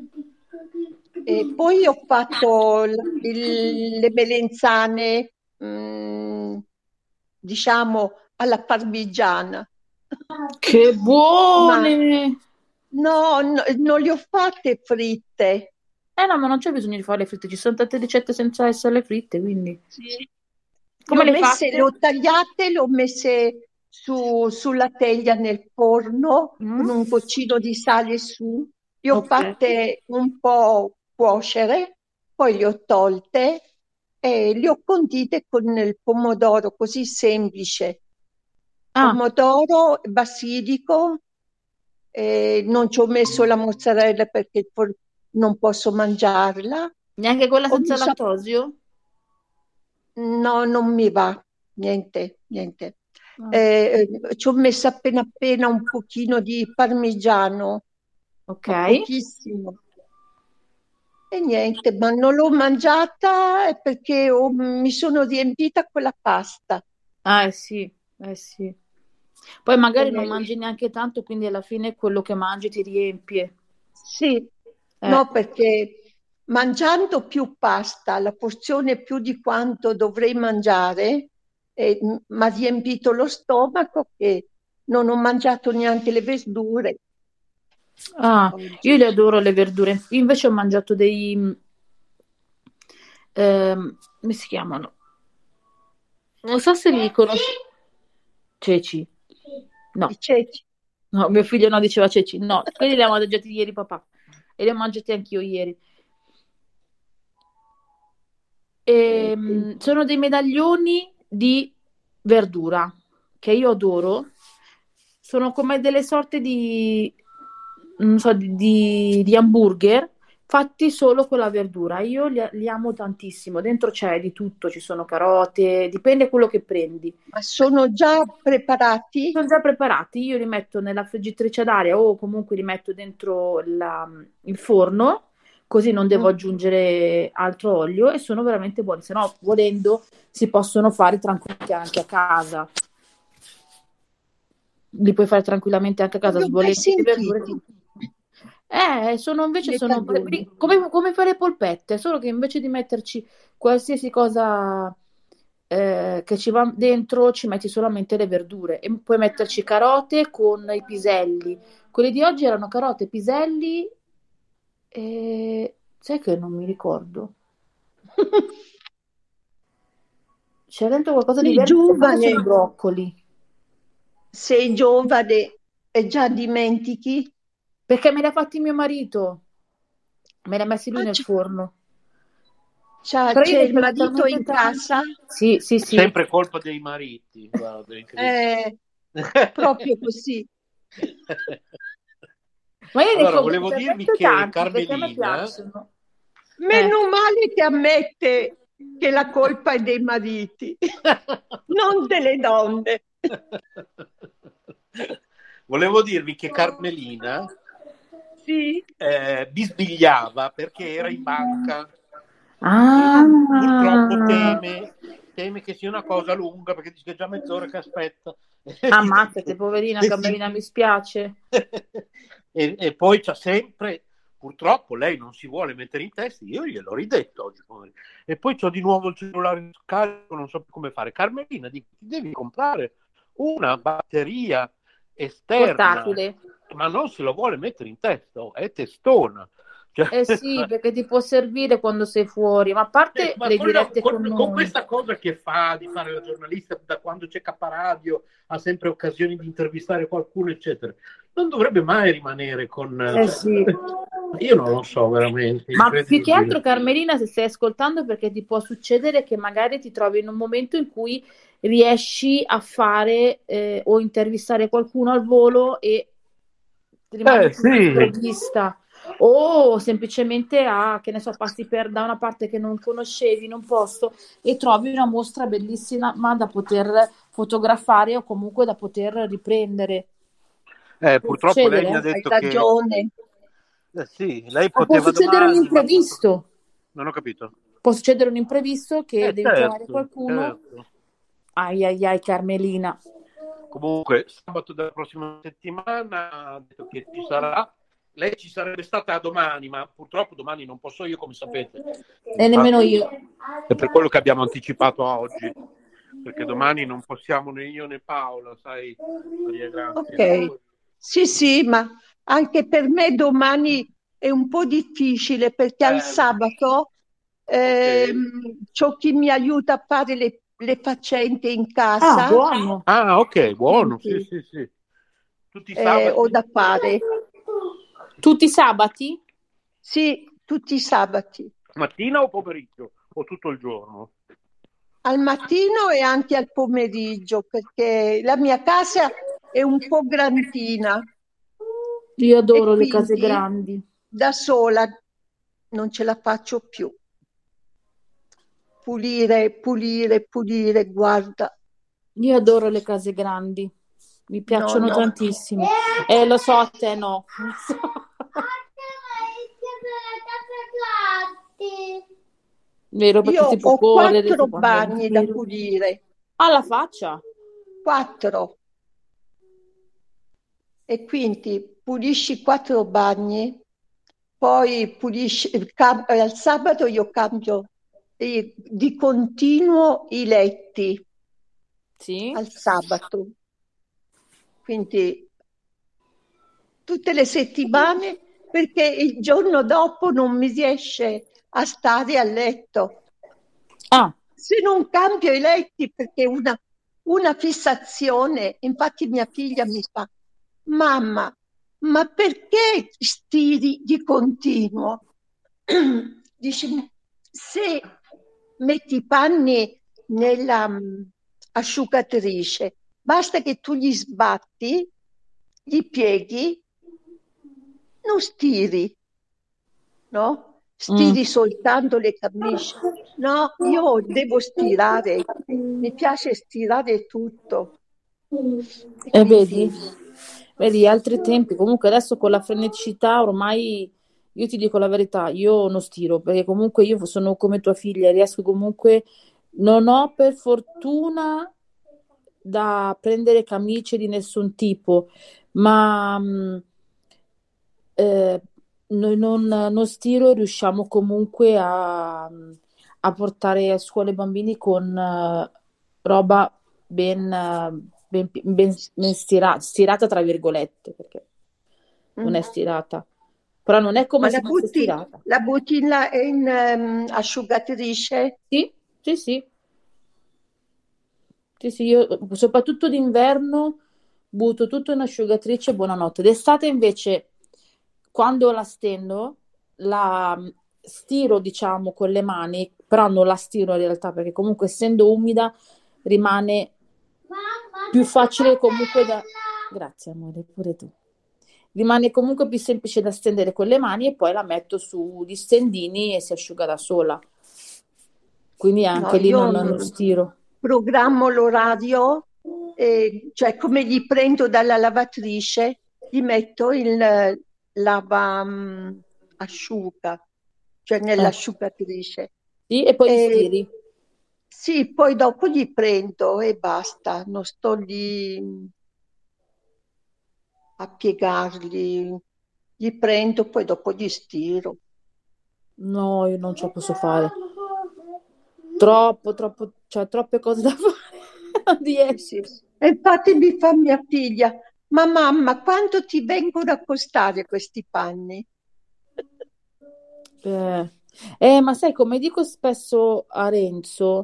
Speaker 3: E poi ho fatto le melenzane, diciamo, alla parmigiana.
Speaker 2: Che buone!
Speaker 3: No, non le ho fatte fritte.
Speaker 2: No, ma non c'è bisogno di farle fritte, ci sono tante ricette senza essere fritte, quindi...
Speaker 3: Sì.
Speaker 2: Come le fatte?
Speaker 3: Le ho tagliate, le ho messe sulla teglia nel forno con un goccino di sale su. Le ho fatte un po' cuocere, poi le ho tolte e le ho condite con il pomodoro, così semplice. Pomodoro, basilico, non ci ho messo la mozzarella perché non posso mangiarla.
Speaker 2: Neanche quella senza lattosio?
Speaker 3: No, non mi va, niente. Ci ho messo appena un pochino di parmigiano, ma pochissimo. E niente, ma non l'ho mangiata perché mi sono riempita con la pasta.
Speaker 2: Sì. Poi magari non mangi neanche tanto, quindi alla fine quello che mangi ti riempie.
Speaker 3: Sì, no, perché mangiando più pasta, la porzione più di quanto dovrei mangiare, mi ha riempito lo stomaco che non ho mangiato neanche le verdure.
Speaker 2: Io le adoro le verdure. Io invece ho mangiato dei... come si chiamano? Non so se li conosci. Ceci. No.
Speaker 3: I ceci.
Speaker 2: No, mio figlio no, diceva ceci. No, quelli li ho mangiati ieri papà. E li ho mangiati anch'io ieri. Sono dei medaglioni di verdura che io adoro. Sono come delle sorte di, non so, di hamburger fatti solo con la verdura. Io li amo tantissimo. Dentro c'è di tutto, ci sono carote, dipende quello che prendi.
Speaker 3: Ma sono già preparati?
Speaker 2: Sono già preparati. Io li metto nella friggitrice d'aria o comunque li metto dentro il forno così non devo aggiungere altro olio e sono veramente buoni. Se no, volendo, si possono fare tranquillamente anche a casa. Li puoi fare tranquillamente anche a casa, sbollenti le verdure. Sono come fare le polpette, solo che invece di metterci qualsiasi cosa che ci va dentro, ci metti solamente le verdure e puoi metterci carote con i piselli. Quelli di oggi erano carote, piselli e sai che non mi ricordo. C'è dentro qualcosa di verde,
Speaker 3: giovane,
Speaker 2: sono broccoli.
Speaker 3: Sei giovane e già dimentichi?
Speaker 2: Perché me li ha fatti mio marito. Me li ha messi lui nel forno.
Speaker 3: C'è il marito in casa?
Speaker 2: Sì.
Speaker 1: Sempre colpa dei mariti. Guarda,
Speaker 3: proprio così.
Speaker 2: Ma io
Speaker 1: allora, volevo dirvi che Carmelina...
Speaker 3: Meno male che ammette che la colpa è dei mariti, non delle donne.
Speaker 1: Volevo dirvi che Carmelina bisbigliava perché era in banca. Purtroppo teme che sia una cosa lunga, perché dice che è già mezz'ora che aspetta.
Speaker 2: Ammazzate, poverina Carmelina, mi spiace.
Speaker 1: E poi c'ha sempre, purtroppo lei non si vuole mettere in testa, io gliel'ho ridetto oggi, e poi c'ho di nuovo il cellulare in scarico, non so più come fare. Carmelina, ti devi comprare una batteria esterna, portatile, ma non se lo vuole mettere in testa, è testona.
Speaker 2: Sì, perché ti può servire quando sei fuori, ma a parte le dirette
Speaker 1: con questa cosa che fa di fare la giornalista, da quando c'è K-Radio ha sempre occasioni di intervistare qualcuno, eccetera, non dovrebbe mai rimanere con... Io non lo so veramente.
Speaker 2: Ma più che altro, Carmelina, se stai ascoltando, perché ti può succedere che magari ti trovi in un momento in cui riesci a fare o intervistare qualcuno al volo e ti rimani intervista. O semplicemente che ne so, passi da una parte che non conoscevi in un posto e trovi una mostra bellissima da poter fotografare o comunque da poter riprendere.
Speaker 1: Purtroppo lei mi ha detto che... lei poteva
Speaker 2: può succedere un imprevisto.
Speaker 1: Non ho capito.
Speaker 2: Può succedere un imprevisto che devi chiamare qualcuno. Ai, Carmelina.
Speaker 1: Comunque, sabato della prossima settimana ha detto che ci sarà. Lei ci sarebbe stata domani, ma purtroppo domani non posso io, come sapete.
Speaker 2: E nemmeno io.
Speaker 1: È per quello che abbiamo anticipato a oggi, perché domani non possiamo né io né Paola, sai, Maria Grazia.
Speaker 3: Ok, sì, ma anche per me domani è un po' difficile, perché al sabato c'ho chi mi aiuta a fare le faccende in casa.
Speaker 2: Buono.
Speaker 1: Ok, buono, sì. Tutti i sabati.
Speaker 3: Ho da fare.
Speaker 2: Tutti i sabati?
Speaker 3: Sì, tutti i sabati.
Speaker 1: Mattina o pomeriggio? O tutto il giorno?
Speaker 3: Al mattino e anche al pomeriggio, perché la mia casa è un po' grandina.
Speaker 2: Io adoro le case grandi.
Speaker 3: Da sola non ce la faccio più. Pulire, guarda.
Speaker 2: Io adoro le case grandi. Mi piacciono tantissimo. Lo so, a te no. Vero, perché
Speaker 3: io
Speaker 2: si può
Speaker 3: ho
Speaker 2: correre,
Speaker 3: 4 bagni da pulire.
Speaker 2: Alla faccia?
Speaker 3: 4. E quindi pulisci 4 bagni, poi pulisci, al sabato io cambio di continuo i letti.
Speaker 2: Sì.
Speaker 3: Al sabato. Quindi tutte le settimane, perché il giorno dopo non mi riesce a stare a letto. Se non cambio i letti, perché una fissazione, infatti mia figlia mi fa: mamma, ma perché stiri di continuo? Dice, se metti i panni nella asciugatrice, basta che tu gli sbatti, gli pieghi, non stiri, no? Stiri soltanto le camicie. No, io devo stirare, mi piace stirare tutto.
Speaker 2: E vedi, altri tempi. Comunque adesso con la freneticità ormai io ti dico la verità, io non stiro, perché comunque io sono come tua figlia, riesco comunque, non ho per fortuna da prendere camicie di nessun tipo, ma noi non stiro, riusciamo comunque a portare a scuola i bambini con roba ben stirata tra virgolette, perché non è stirata, però non è come
Speaker 3: Ma
Speaker 2: se fosse stirata.
Speaker 3: la butti in asciugatrice?
Speaker 2: Sì, sì, sì. Sì, sì, io soprattutto d'inverno butto tutto in asciugatrice e buonanotte. D'estate invece, quando la stendo, la stiro, diciamo, con le mani, però non la stiro in realtà perché comunque essendo umida rimane più facile comunque da... Grazie amore, pure tu. Rimane comunque più semplice da stendere con le mani e poi la metto sugli stendini e si asciuga da sola. Quindi anche lì non stiro.
Speaker 3: Programmo l'orario, cioè come li prendo dalla lavatrice, gli metto il lava asciuga, cioè nell'asciugatrice.
Speaker 2: Sì, e poi li stiri.
Speaker 3: Sì, poi dopo li prendo e basta, non sto lì a piegarli, li prendo, poi dopo li stiro.
Speaker 2: No, io non ce la posso fare. Troppo, cioè troppe cose da fare. Non riesco.
Speaker 3: Sì. E infatti mi fa mia figlia, ma mamma, quanto ti vengono a costare questi panni?
Speaker 2: Ma sai, come dico spesso a Renzo,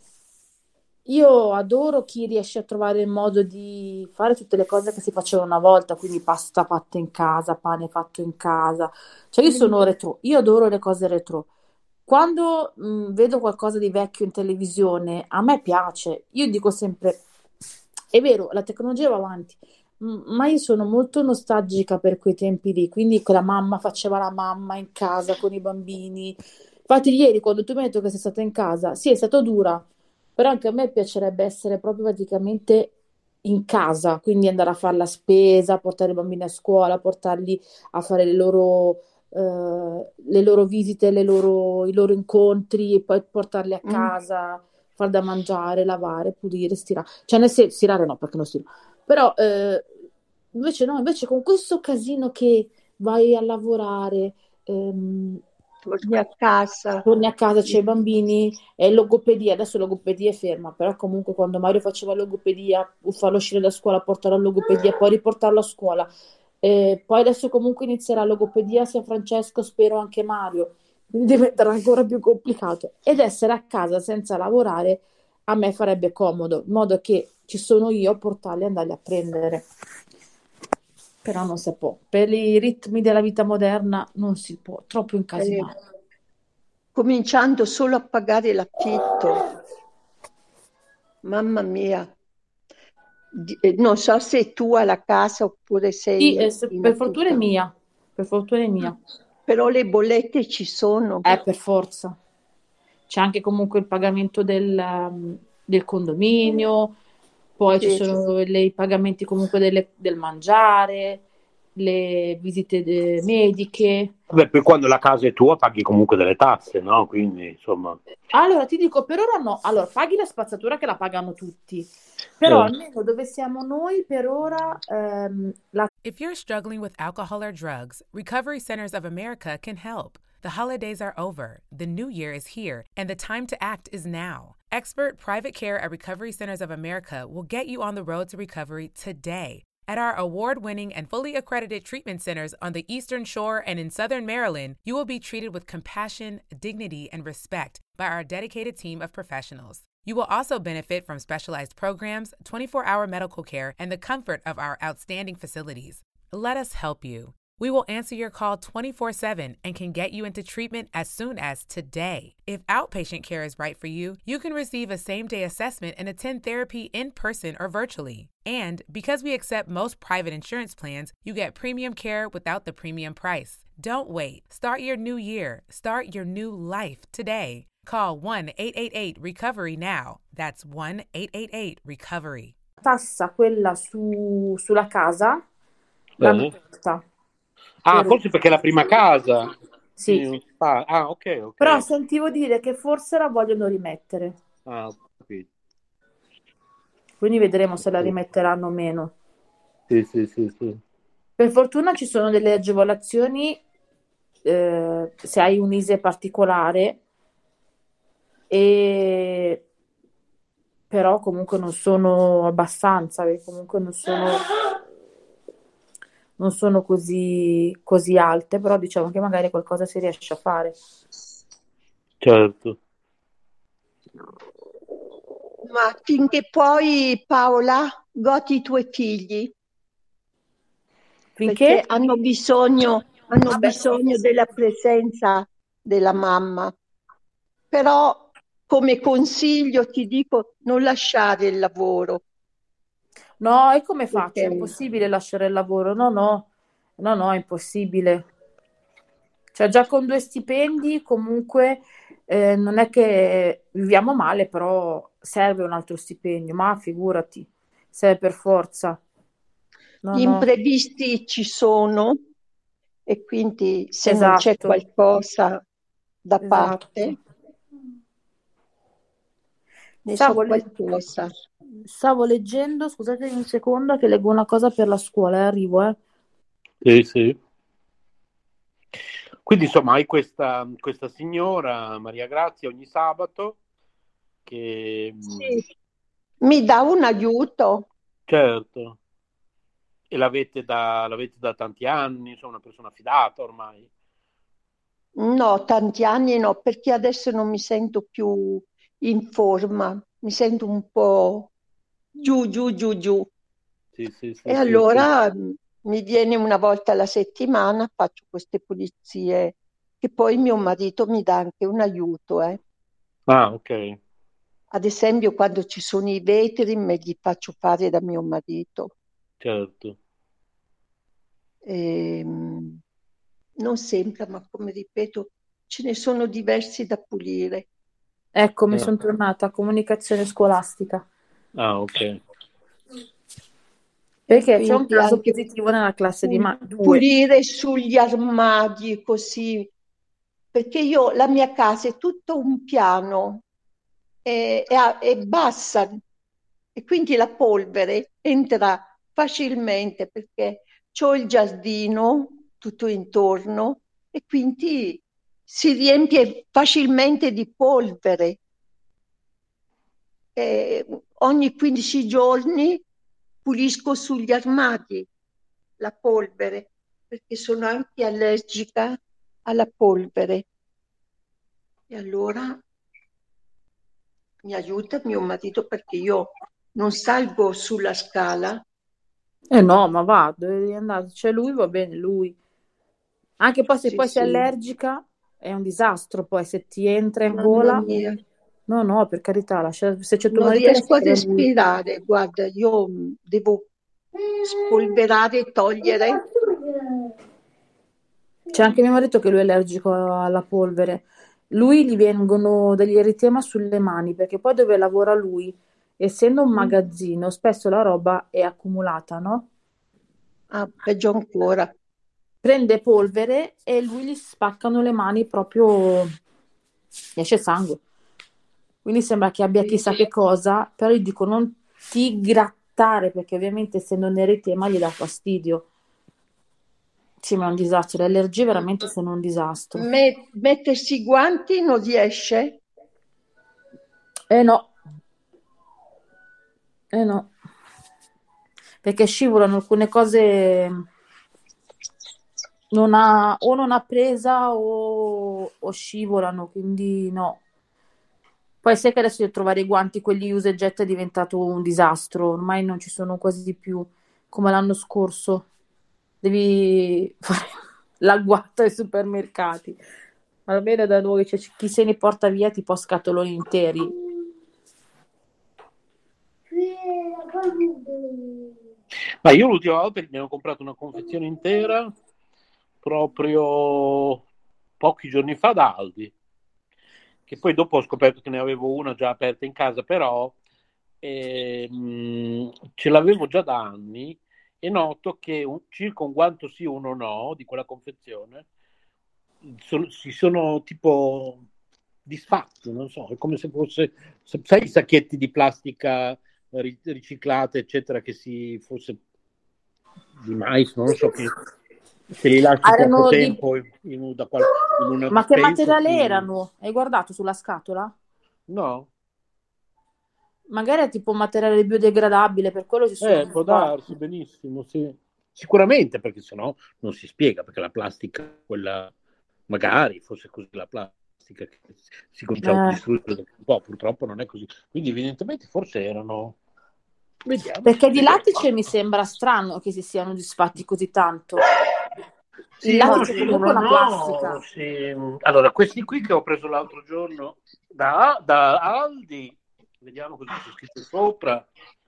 Speaker 2: io adoro chi riesce a trovare il modo di fare tutte le cose che si facevano una volta, quindi pasta fatta in casa, pane fatto in casa. Cioè io sono retro, io adoro le cose retro. Quando vedo qualcosa di vecchio in televisione, a me piace. Io dico sempre, è vero, la tecnologia va avanti, ma io sono molto nostalgica per quei tempi lì, quindi quella mamma faceva la mamma in casa con i bambini. Infatti ieri quando tu mi hai detto che sei stata in casa, sì, è stata dura, però anche a me piacerebbe essere proprio praticamente in casa, quindi andare a fare la spesa, portare i bambini a scuola, portarli a fare le loro visite, i loro incontri e poi portarli a casa, far da mangiare, lavare, pulire, stirare. Cioè, nel senso, stirare no, perché non stiro. Però invece no, invece con questo casino che vai a lavorare,
Speaker 3: Torni a casa.
Speaker 2: c'è i bambini, e logopedia, adesso logopedia è ferma, però comunque quando Mario faceva logopedia, farlo uscire da scuola, portarlo a logopedia, poi riportarlo a scuola. Poi adesso comunque inizierà logopedia sia Francesco, spero anche Mario, quindi diventerà ancora più complicato. Ed essere a casa senza lavorare a me farebbe comodo, in modo che ci sono io a portarli e andarli a prendere. Però non si può. Per i ritmi della vita moderna non si può, troppo incasinato.
Speaker 3: Cominciando solo a pagare l'affitto. Mamma mia. Non so se tu hai la casa oppure sei
Speaker 2: Sì,
Speaker 3: in
Speaker 2: per fortuna è
Speaker 3: affitto.
Speaker 2: mia, per fortuna è mia.
Speaker 3: Però le bollette ci sono.
Speaker 2: Per forza. C'è anche comunque il pagamento del condominio, poi ci sono i pagamenti comunque del mangiare, le visite mediche.
Speaker 1: Beh, poi quando la casa è tua paghi comunque delle tasse, no? Quindi, insomma...
Speaker 2: Allora, ti dico, per ora no. Allora, paghi la spazzatura che la pagano tutti. Però almeno dove siamo noi, per ora,
Speaker 5: If you're struggling with alcohol or drugs, Recovery Centers of America can help. The holidays are over, the new year is here, and the time to act is now. Expert private care at Recovery Centers of America will get you on the road to recovery today. At our award-winning and fully accredited treatment centers on the Eastern Shore and in Southern Maryland, you will be treated with compassion, dignity, and respect by our dedicated team of professionals. You will also benefit from specialized programs, 24-hour medical care, and the comfort of our outstanding facilities. Let us help you. We will answer your call 24/7 and can get you into treatment as soon as today. If outpatient care is right for you, you can receive a same-day assessment and attend therapy in person or virtually. And because we accept most private insurance plans, you get premium care without the premium price. Don't wait. Start your new year. Start your new life today. Call 1-888-RECOVERY now. That's 1-888-RECOVERY.
Speaker 2: Tassa quella sulla casa l'hanno tolta.
Speaker 1: Forse perché è la prima casa.
Speaker 2: Sì.
Speaker 1: Ok.
Speaker 2: Però sentivo dire che forse la vogliono rimettere.
Speaker 1: Ho capito.
Speaker 2: Quindi vedremo se la rimetteranno o meno.
Speaker 1: Sì.
Speaker 2: Per fortuna ci sono delle agevolazioni se hai un ISEE particolare, però comunque non sono abbastanza, perché comunque non sono così alte, però diciamo che magari qualcosa si riesce a fare.
Speaker 1: Certo.
Speaker 3: Ma finché puoi, Paola, godi i tuoi figli.
Speaker 2: Finché?
Speaker 3: Perché hanno bisogno della presenza della mamma. Però come consiglio ti dico non lasciare il lavoro.
Speaker 2: No, e come faccio?
Speaker 3: Perché
Speaker 2: È impossibile lasciare il lavoro. No, è impossibile. Cioè, già con 2 stipendi, comunque, non è che viviamo male, però serve un altro stipendio. Ma figurati, serve per forza.
Speaker 3: gli imprevisti ci sono e quindi se non c'è
Speaker 2: Esatto.
Speaker 3: qualcosa da parte, ne so qualcosa.
Speaker 2: Stavo leggendo, scusatemi un secondo, che leggo una cosa per la scuola, arrivo.
Speaker 1: Sì. Quindi insomma hai questa signora Maria Grazia ogni sabato che
Speaker 3: sì, mi dà un aiuto.
Speaker 1: Certo. E l'avete da tanti anni, sono una persona fidata ormai?
Speaker 3: No, tanti anni no, perché adesso non mi sento più in forma, mi sento un po' giù.
Speaker 1: Sì,
Speaker 3: E allora mi viene una volta alla settimana, faccio queste pulizie, che poi mio marito mi dà anche un aiuto.
Speaker 1: Ok.
Speaker 3: Ad esempio, quando ci sono i vetri, me li faccio fare da mio marito.
Speaker 1: Certo.
Speaker 3: Non sembra, ma come ripeto, ce ne sono diversi da pulire.
Speaker 2: Ecco, mi sono tornata, comunicazione scolastica.
Speaker 1: Ok.
Speaker 2: Perché c'è un caso positivo nella classe di 2.
Speaker 3: Pulire sugli armadi così, perché la mia casa è tutto un piano, è bassa e quindi la polvere entra facilmente perché c'ho il giardino tutto intorno e quindi si riempie facilmente di polvere. Ogni 15 giorni pulisco sugli armadi la polvere perché sono anche allergica alla polvere. E allora mi aiuta mio marito perché io non salgo sulla scala.
Speaker 2: No, ma va, devi andare. C'è lui, va bene, lui. Anche poi se sei allergica è un disastro, poi se ti entra in gola.
Speaker 3: Mia.
Speaker 2: No, per carità, se c'è tuo
Speaker 3: Non
Speaker 2: marito
Speaker 3: riesco a
Speaker 2: lascia lui.
Speaker 3: respirare, guarda, io devo spolverare e togliere.
Speaker 2: C'è anche mio marito che lui è allergico alla polvere. Lui gli vengono degli eritema sulle mani perché poi dove lavora lui, essendo un magazzino, spesso la roba è accumulata, no?
Speaker 3: Peggio ancora.
Speaker 2: Prende polvere e lui gli spaccano le mani proprio, gli esce sangue. Quindi sembra che abbia chissà che cosa, però io dico non ti grattare perché ovviamente essendo un eritema gli dà fastidio. Sì, ma è un disastro, le allergie veramente sono un disastro.
Speaker 3: Mettersi i guanti non riesce?
Speaker 2: No, perché scivolano alcune cose, non ha presa o scivolano, quindi no. Poi sai che adesso devo trovare i guanti, quelli usa e getta è diventato un disastro, ormai non ci sono quasi più come l'anno scorso. Devi fare l'agguato ai supermercati. Almeno da noi chi se ne porta via tipo scatoloni interi.
Speaker 1: Ma io l'ultima volta mi hanno comprato una confezione intera proprio pochi giorni fa da Aldi, che poi dopo ho scoperto che ne avevo una già aperta in casa, però ce l'avevo già da anni è noto che circa un guanto sì, uno no, di quella confezione, si sono tipo disfatti, non so, è come se fosse, sai, i sacchetti di plastica riciclate, eccetera, che si fosse di mais, non so, che li lasci troppo tempo in una
Speaker 2: Ma che materiale
Speaker 1: dispensa,
Speaker 2: erano? Hai guardato sulla scatola?
Speaker 1: No.
Speaker 2: Magari è tipo un materiale biodegradabile, per quello ci sono.
Speaker 1: Può darsi, benissimo, sì. Sicuramente, perché sennò non si spiega, perché la plastica, quella, magari fosse così la plastica che si comincia a distruggere dopo un po', purtroppo non è così. Quindi evidentemente forse erano... Vediamo.
Speaker 2: Perché di lattice mi sembra strano che si siano disfatti così tanto.
Speaker 1: Sì,
Speaker 2: il lattice comunque è una plastica.
Speaker 1: Sì. Allora, questi qui che ho preso l'altro giorno da Aldi, vediamo cosa c'è scritto sopra,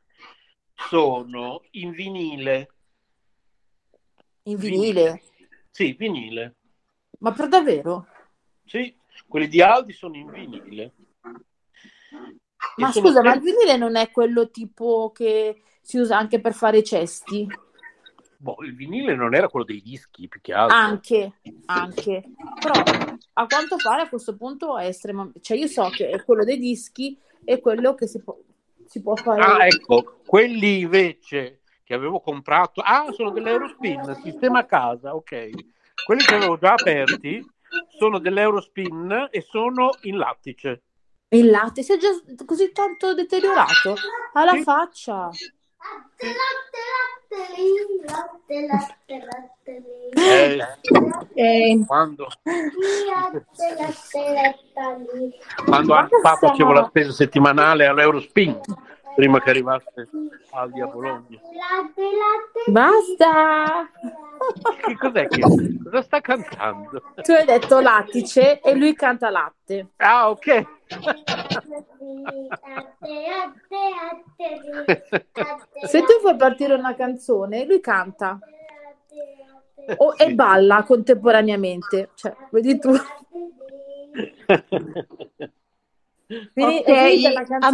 Speaker 1: sono in vinile.
Speaker 2: In vinile?
Speaker 1: Sì, vinile.
Speaker 2: Ma per davvero?
Speaker 1: Sì, quelli di Aldi sono in vinile.
Speaker 2: Ma scusa, ma il vinile non è quello tipo che si usa anche per fare i cesti?
Speaker 1: Boh, il vinile non era quello dei dischi, più che altro.
Speaker 2: Anche. Però a quanto pare a questo punto è estremamente... Cioè io so che è quello dei dischi e quello che si può fare...
Speaker 1: Ah, ecco, quelli invece che avevo comprato... sono dell'Eurospin, sistema casa, ok. Quelli che avevo già aperti sono dell'Eurospin e sono in lattice.
Speaker 2: Il latte si è già così tanto deteriorato? Alla faccia!
Speaker 1: Quando facevo la spesa settimanale all'Eurospin, prima che arrivasse Aldi a Bologna.
Speaker 2: Basta!
Speaker 1: Che cos'è cosa sta cantando?
Speaker 2: Tu hai detto lattice e lui canta latte.
Speaker 1: Ah, ok.
Speaker 2: Se tu fai partire una canzone, lui canta e balla contemporaneamente, cioè, vedi tu.
Speaker 3: Ok,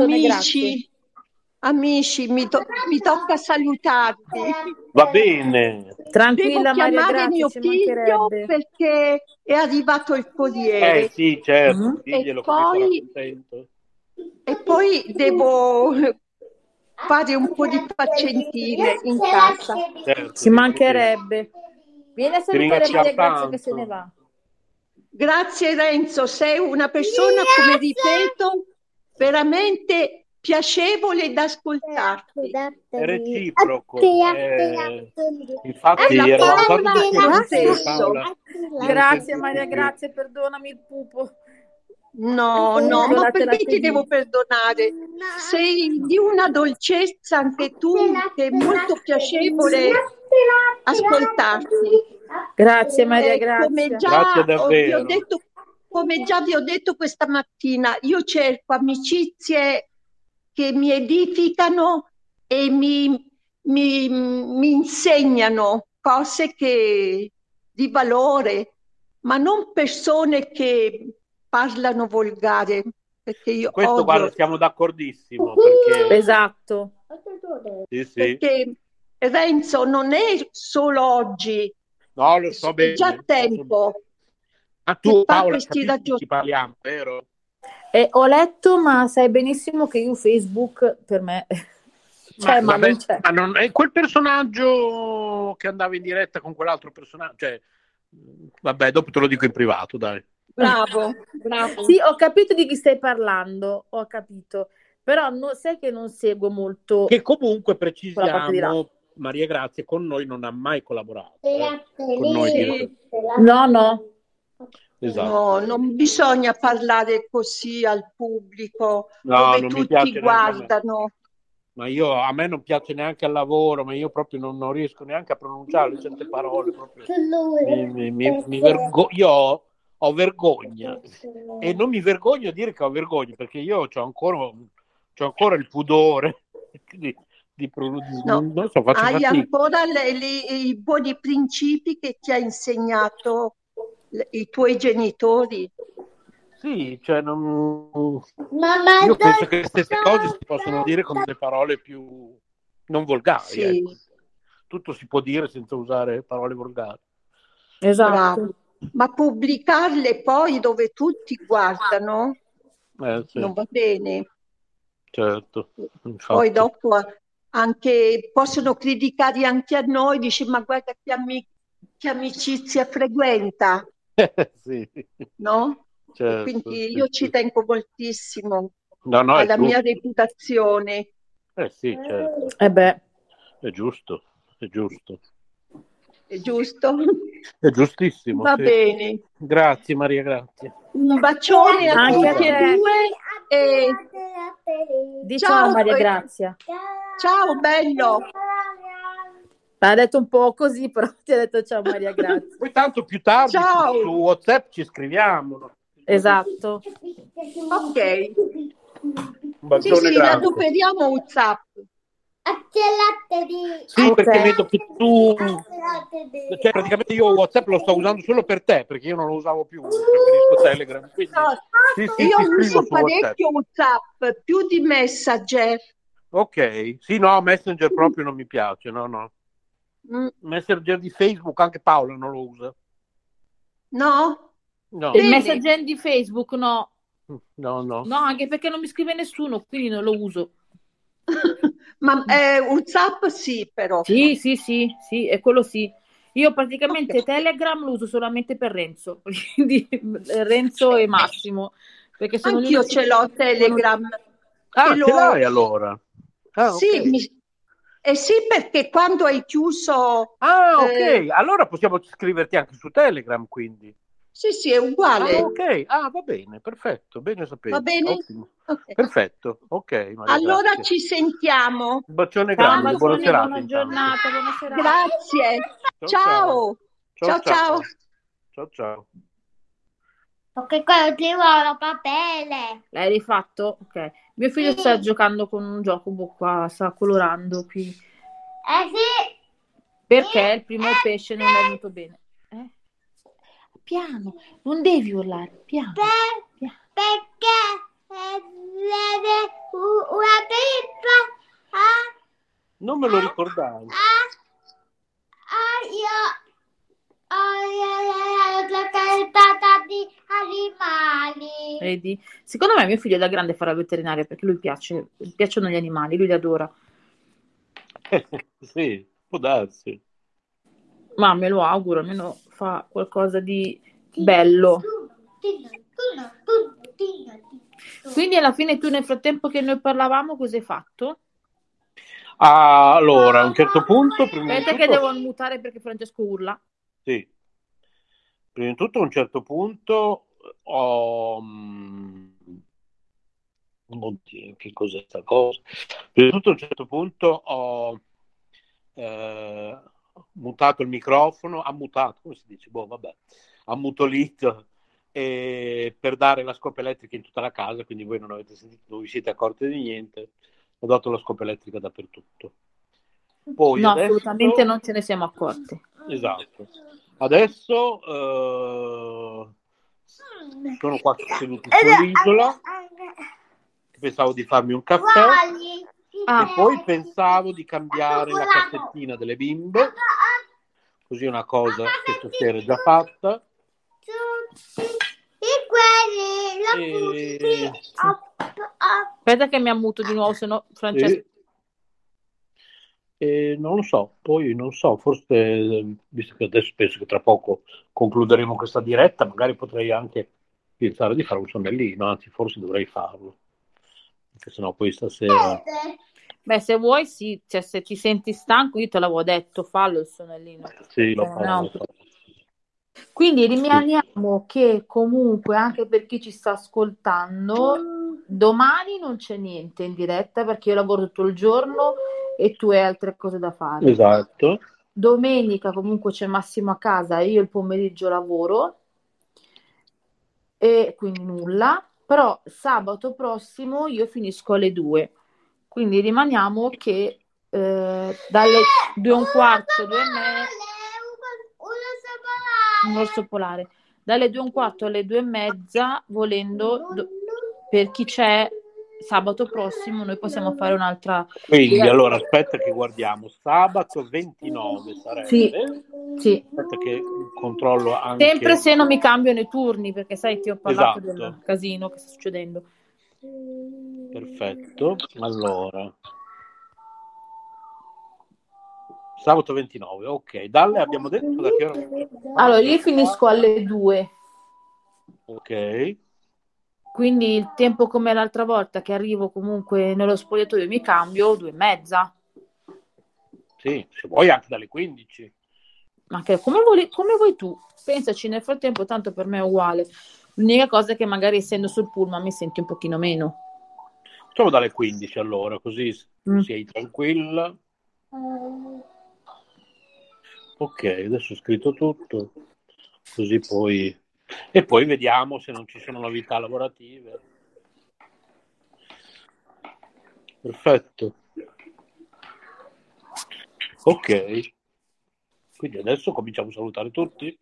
Speaker 3: amici, mi tocca salutarvi.
Speaker 1: Va bene.
Speaker 2: Tranquilla,
Speaker 3: devo
Speaker 2: Maria,
Speaker 3: chiamare mio figlio perché è arrivato il corriere.
Speaker 1: Sì, certo, diglielo che sarà contento.
Speaker 3: E poi devo fare un po' di pazientine in casa.
Speaker 1: Certo,
Speaker 2: ci mancherebbe. Vieni a salutare Maria Grazia che se ne va.
Speaker 3: Grazie Renzo, sei una persona, come ripeto, veramente piacevole da ascoltarti.
Speaker 1: È reciproco. Infatti era una cosa di Paola.
Speaker 2: Grazie Maria, grazie, perdonami il pupo.
Speaker 3: No, ma perché ti devo perdonare? Sei di una dolcezza anche tu, che è molto piacevole ascoltarti.
Speaker 2: Grazie Maria, grazie.
Speaker 1: Grazie davvero.
Speaker 3: Come già vi ho detto questa mattina, io cerco amicizie che mi edificano e mi insegnano cose di valore, ma non persone che parlano volgare, perché io
Speaker 1: questo
Speaker 3: odio.
Speaker 1: Guarda, siamo d'accordissimo, perché...
Speaker 2: Esatto.
Speaker 1: Sì.
Speaker 3: Perché Renzo non è solo oggi,
Speaker 1: no, lo so bene,
Speaker 3: è già tempo.
Speaker 1: Ma tu Paola capisci di chi parliamo, vero?
Speaker 2: Ho letto, ma sai benissimo che io Facebook per me c'è, ma non c'è.
Speaker 1: Ma non è quel personaggio che andava in diretta con quell'altro personaggio, cioè vabbè, dopo te lo dico in privato, dai.
Speaker 3: Bravo.
Speaker 2: Sì, ho capito di chi stai parlando, ho capito, però sai che non seguo molto.
Speaker 1: Che comunque precisiamo, Maria Grazia con noi non ha mai collaborato. Con noi
Speaker 2: No.
Speaker 1: Esatto.
Speaker 3: No, non bisogna parlare così al pubblico, dove tutti guardano.
Speaker 1: Ma a me non piace neanche al lavoro, ma io proprio non riesco neanche a pronunciare certe parole. Proprio. Io ho vergogna e non mi vergogno a dire che ho vergogna, perché io c'ho ancora il pudore di produrre. Non so, faccio
Speaker 3: hai
Speaker 1: fatica.
Speaker 3: Ancora i buoni principi che ti ha insegnato i tuoi genitori.
Speaker 1: Sì, cioè io penso che le stesse cose si possono dire con delle parole più non volgari.
Speaker 3: Sì.
Speaker 1: Ecco. tutto si può dire senza usare parole volgari.
Speaker 2: Esatto.
Speaker 3: Bravo. Ma pubblicarle poi dove tutti guardano
Speaker 1: Sì.
Speaker 3: non va bene.
Speaker 1: Certo.
Speaker 3: Poi
Speaker 1: Infatti.
Speaker 3: dopo anche possono criticare anche a noi, dice ma guarda che amicizia frequenta,
Speaker 1: Sì.
Speaker 3: no?
Speaker 1: Certo,
Speaker 3: Quindi
Speaker 1: sì,
Speaker 3: io ci
Speaker 1: sì.
Speaker 3: tengo moltissimo
Speaker 1: No, è
Speaker 3: alla mia
Speaker 1: giusto.
Speaker 3: reputazione.
Speaker 1: Sì, certo.
Speaker 2: Beh.
Speaker 1: È giusto, è giusto.
Speaker 3: È giusto?
Speaker 1: È giustissimo.
Speaker 3: Va
Speaker 1: sì.
Speaker 3: bene.
Speaker 1: Grazie Maria, grazie.
Speaker 3: Un bacione a
Speaker 2: Anche
Speaker 3: tutti
Speaker 2: a
Speaker 3: e
Speaker 2: te.
Speaker 3: due. E...
Speaker 2: Di ciao Maria Grazia.
Speaker 3: Ciao bello.
Speaker 2: L'ha detto un po' così, però ti ha detto ciao Maria Grazia.
Speaker 1: Poi tanto più tardi
Speaker 3: Ciao.
Speaker 1: su WhatsApp ci scriviamo.
Speaker 2: Esatto.
Speaker 3: Ok.
Speaker 1: Un bacione
Speaker 3: Sì,
Speaker 1: grande.
Speaker 3: recuperiamo WhatsApp.
Speaker 1: Sì,
Speaker 2: Ok.
Speaker 1: perché vedo che tu, cioè praticamente io WhatsApp lo sto usando solo per te, perché io non lo usavo più, preferisco Telegram. Quindi,
Speaker 3: No,
Speaker 1: sì,
Speaker 3: io
Speaker 1: ti scrivo
Speaker 3: uso
Speaker 1: su WhatsApp.
Speaker 3: parecchio WhatsApp, più di Messenger.
Speaker 1: Ok, sì, no, Messenger proprio non mi piace, no. Messenger di Facebook anche Paola non lo usa.
Speaker 3: No?
Speaker 1: No.
Speaker 2: Il
Speaker 3: Bene.
Speaker 2: Messenger di Facebook no.
Speaker 1: No.
Speaker 2: No, anche perché non mi scrive nessuno, quindi non lo uso.
Speaker 3: Ma WhatsApp sì, però.
Speaker 2: Sì, è quello sì. Io praticamente
Speaker 3: Ok.
Speaker 2: Telegram lo uso solamente per Renzo, quindi Renzo e Massimo, perché sono
Speaker 3: Anch'io ce l'ho Telegram.
Speaker 1: Ah,
Speaker 3: E
Speaker 1: ce l'hai allora? Ah,
Speaker 3: Sì,
Speaker 1: ok.
Speaker 3: sì, perché quando hai chiuso...
Speaker 1: Ah, ok. Allora possiamo scriverti anche su Telegram, quindi.
Speaker 3: Sì, è uguale.
Speaker 1: Ah, ok. Ah, va bene, perfetto. Bene sapere.
Speaker 3: Va bene?
Speaker 1: Ottimo.
Speaker 3: Ok.
Speaker 1: Perfetto. Ok, Maria,
Speaker 3: Allora
Speaker 1: grazie.
Speaker 3: ci sentiamo.
Speaker 1: Un bacione
Speaker 2: Ciao,
Speaker 1: grande, buona
Speaker 2: bacione,
Speaker 1: serata.
Speaker 2: buona
Speaker 1: intanto.
Speaker 2: giornata, buona serata.
Speaker 3: Grazie. Ciao. Ciao.
Speaker 1: Ciao.
Speaker 6: Perché quello ti vuole papele.
Speaker 2: L'hai rifatto? Ok. Mio figlio sta giocando con un gioco qua, sta colorando qui.
Speaker 6: Sì.
Speaker 2: Perché il primo pesce non è venuto bene. Piano, non devi urlare, piano.
Speaker 6: Perché vede una pippa.
Speaker 1: Non me lo ricordavo.
Speaker 6: Io la cartata di animali.
Speaker 2: Vedi? Secondo me mio figlio da grande farà il veterinario perché lui piacciono gli animali, lui li adora.
Speaker 1: Sì, può darsi.
Speaker 2: Ma me lo auguro, almeno fa qualcosa di bello. Quindi alla fine tu nel frattempo che noi parlavamo cosa hai fatto?
Speaker 1: Allora, a un certo punto...
Speaker 2: Aspetta che devo mutare perché Francesco urla.
Speaker 1: Sì. Prima di tutto a un certo punto ho... Oddio, che cos'è sta cosa? Prima di tutto a un certo punto ho mutato il microfono, come si dice? Vabbè, ammutolito per dare la scopa elettrica in tutta la casa, quindi voi non avete sentito, non vi siete accorti di niente. Ho dato la scopa elettrica dappertutto. Poi
Speaker 2: no,
Speaker 1: adesso...
Speaker 2: assolutamente non ce ne siamo accorti.
Speaker 1: Esatto. Adesso sono qua seduti sull'isola, pensavo di farmi un caffè e poi pensavo di cambiare la cassettina delle bimbe, così è una cosa che stasera è già fatta.
Speaker 2: Aspetta che mi ammuto di nuovo, se no Francesco...
Speaker 1: Non lo so, poi non so, forse, visto che adesso penso che tra poco concluderemo questa diretta, magari potrei anche pensare di fare un sonnellino, anzi forse dovrei farlo, perché sennò poi stasera...
Speaker 2: Beh, se vuoi sì, cioè, se ti senti stanco, io te l'avevo detto, fallo il sonnellino.
Speaker 1: Sì, lo farò.
Speaker 2: Quindi rimaniamo che comunque, anche per chi ci sta ascoltando, domani non c'è niente in diretta perché io lavoro tutto il giorno e tu hai altre cose da fare.
Speaker 1: Esatto.
Speaker 2: Domenica comunque c'è Massimo a casa, io il pomeriggio lavoro e quindi nulla, però sabato prossimo io finisco alle 2, quindi rimaniamo che dalle 2:15, 2:30, un orso polare, dalle 2:15 alle 2:30, volendo, per chi c'è sabato prossimo noi possiamo fare un'altra.
Speaker 1: Quindi allora aspetta che guardiamo, sabato 29 sarebbe.
Speaker 2: Sì.
Speaker 1: Aspetta che controllo anche.
Speaker 2: Sempre se non mi cambiano i turni, perché sai, ti ho parlato
Speaker 1: Esatto.
Speaker 2: del casino che sta succedendo.
Speaker 1: Perfetto, allora sabato 29, ok. Dalle abbiamo detto da che ora?
Speaker 2: Allora, io finisco alle 2.
Speaker 1: Ok.
Speaker 2: Quindi il tempo come l'altra volta che arrivo comunque nello spogliatoio mi cambio 2:30.
Speaker 1: Sì, se vuoi anche dalle 15.
Speaker 2: Ma che, come vuoi tu. Pensaci, nel frattempo tanto per me è uguale. L'unica cosa è che magari essendo sul pullman mi senti un pochino meno.
Speaker 1: Facciamo dalle 15 allora, così sei tranquilla. Ok, adesso ho scritto tutto, così poi... E poi vediamo se non ci sono novità lavorative. Perfetto. Ok. Quindi adesso cominciamo a salutare tutti?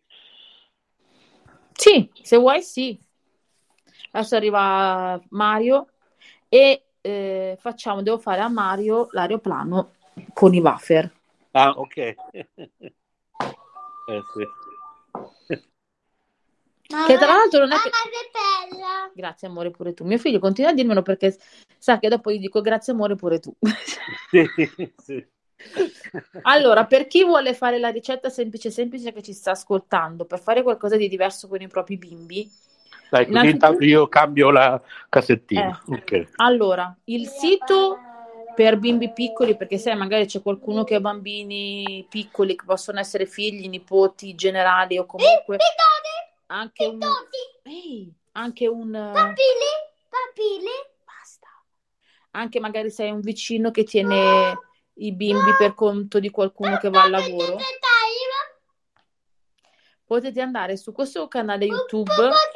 Speaker 2: Sì, se vuoi sì. Adesso arriva Mario e devo fare a Mario l'aeroplano con i wafer.
Speaker 1: Ah, ok. Sì.
Speaker 2: Che tra l'altro non è che...
Speaker 6: bella.
Speaker 2: Grazie amore pure tu. Mio figlio continua a dirmelo perché sa che dopo gli dico grazie amore pure tu.
Speaker 1: Sì.
Speaker 2: Allora, per chi vuole fare la ricetta semplice che ci sta ascoltando, per fare qualcosa di diverso con i propri bimbi,
Speaker 1: dai, così intanto io cambio la cassettina. Okay.
Speaker 2: Allora, il sito per bimbi piccoli, perché sai, magari c'è qualcuno che ha bambini piccoli che possono essere figli, nipoti, generali o comunque anche un
Speaker 6: Papili.
Speaker 2: Basta. Anche magari sei un vicino che tiene i bimbi per conto di qualcuno che va al lavoro. Potete andare su questo canale YouTube.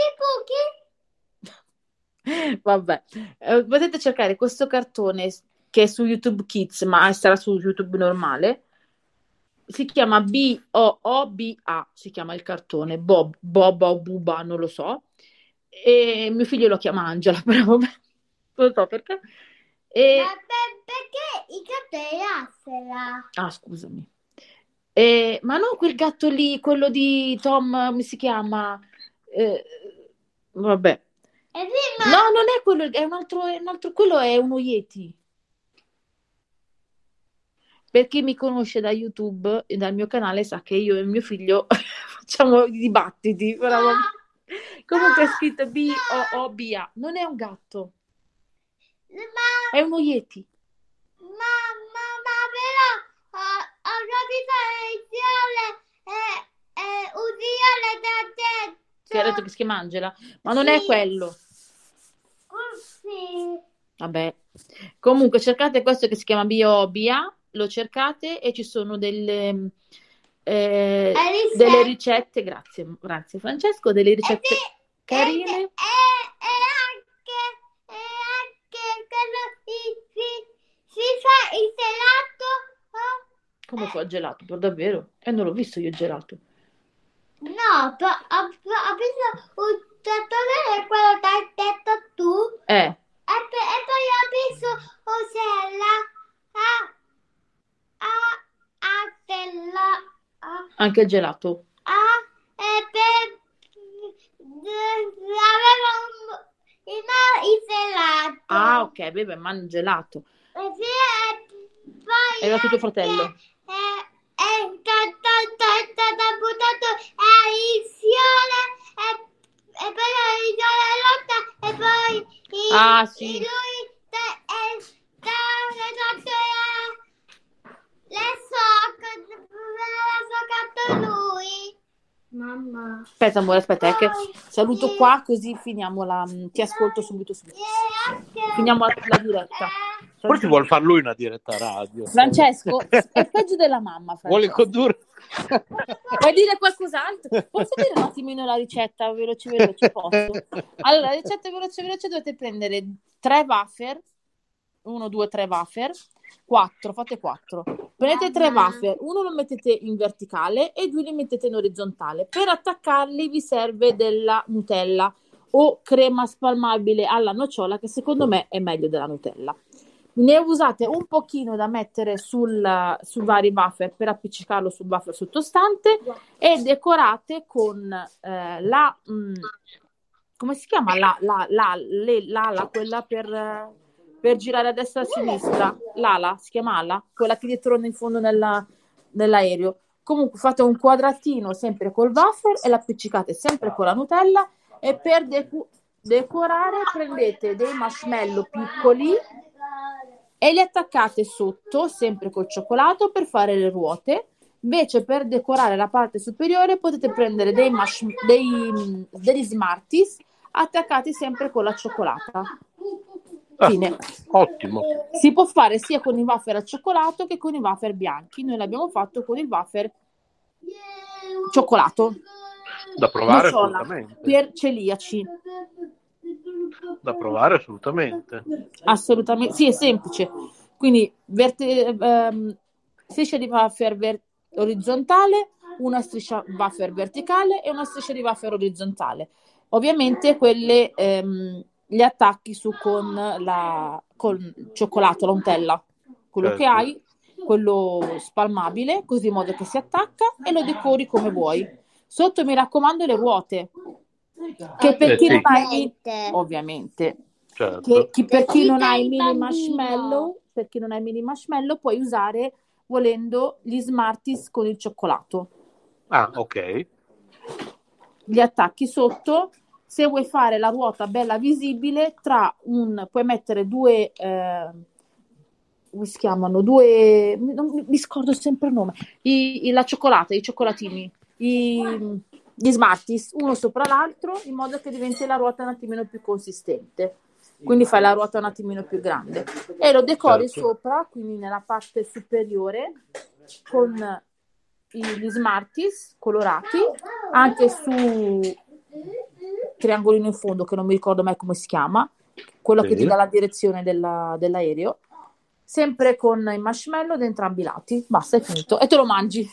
Speaker 2: Vabbè, potete cercare questo cartone che è su YouTube Kids, ma sarà su YouTube normale. Si chiama Booba, si chiama il cartone, Boba o Buba, non lo so. E mio figlio lo chiama Angela, però vabbè, non so perché.
Speaker 6: Perché i gatti Astera?
Speaker 2: Ah, scusami. Ma non quel gatto lì, quello di Tom, come si chiama? Vabbè. No, non è quello, è un altro, quello è uno Yeti. Per chi mi conosce da YouTube e dal mio canale sa che io e mio figlio facciamo i dibattiti. Comunque è scritto Booba. Non è un gatto. È uno Yeti.
Speaker 6: Ma però ho usiale da te.
Speaker 2: Ti ha detto che si chiama Angela? Ma non è quello.
Speaker 6: Sì.
Speaker 2: Vabbè. Comunque cercate questo che si chiama Booba, lo cercate e ci sono delle ricette, grazie Francesco, delle ricette carine.
Speaker 6: E anche si fa il gelato.
Speaker 2: Come fa il gelato? Per davvero? Non l'ho visto io il gelato.
Speaker 6: No, ho visto un trattore quello che hai detto tu. E poi ho visto
Speaker 2: anche il gelato.
Speaker 6: Aveva il gelato.
Speaker 2: Ah, ok, beve, mangia gelato.
Speaker 6: Poi
Speaker 2: era tuo fratello.
Speaker 6: buttato insieme e poi il lotta e poi
Speaker 2: sì.
Speaker 6: lui le so lui. Mamma.
Speaker 2: Aspetta amore, aspetta, che saluto qua così finiamo ti ascolto subito. Finiamo la diretta.
Speaker 1: Forse vuol far lui una diretta radio.
Speaker 2: Francesco, è peggio della mamma. Francesco.
Speaker 1: Vuole condurre.
Speaker 2: Vuoi dire qualcos'altro? Posso dire un attimino la ricetta veloce? Posso? Allora, la ricetta veloce dovete prendere 3 wafer, 1, 2, 3 wafer, 4, fate 4. Prendete 3 wafer, uno lo mettete in verticale e 2 li mettete in orizzontale. Per attaccarli vi serve della Nutella o crema spalmabile alla nocciola, che secondo me è meglio della Nutella. Ne usate un pochino da mettere su vari wafer per appiccicarlo sul wafer sottostante e decorate con come si chiama? L'ala, quella per girare a destra e a sinistra. L'ala, si chiama ala? Quella che dietro in fondo nell'aereo. Comunque fate un quadratino sempre col wafer e l'appicicate sempre con la Nutella e per decorare prendete dei marshmallow piccoli e li attaccate sotto sempre col cioccolato per fare le ruote. Invece per decorare la parte superiore potete prendere degli Smarties attaccati sempre con la cioccolata. Fine.
Speaker 1: Ottimo.
Speaker 2: Si può fare sia con i wafer al cioccolato che con i wafer bianchi. Noi l'abbiamo fatto con il wafer cioccolato.
Speaker 1: Da provare assolutamente.
Speaker 2: Per celiaci.
Speaker 1: Da provare assolutamente.
Speaker 2: Assolutamente. Sì, è semplice. Quindi striscia di wafer orizzontale, una striscia wafer verticale e una striscia di wafer orizzontale. Ovviamente quelle li attacchi su con cioccolato, la Nutella, quello che hai, quello spalmabile, così in modo che si attacca e lo decori come vuoi. Sotto mi raccomando le ruote, che per chi non hai ovviamente,
Speaker 1: certo.
Speaker 2: per chi non ha i mini marshmallow, puoi usare volendo gli Smarties con il cioccolato.
Speaker 1: Ah, ok.
Speaker 2: Li attacchi sotto. Se vuoi fare la ruota bella visibile, puoi mettere due, come si chiamano? Non mi scordo sempre il nome. La cioccolata, i cioccolatini, gli Smarties, uno sopra l'altro, in modo che diventi la ruota un attimino più consistente. Quindi fai la ruota un attimino più grande. E lo decori sopra, quindi nella parte superiore, con gli Smarties colorati, anche su triangolino in fondo che non mi ricordo mai come si chiama, quello che ti dà la direzione dell'aereo, sempre con i marshmallow da entrambi i lati. Basta, è finito e te lo mangi.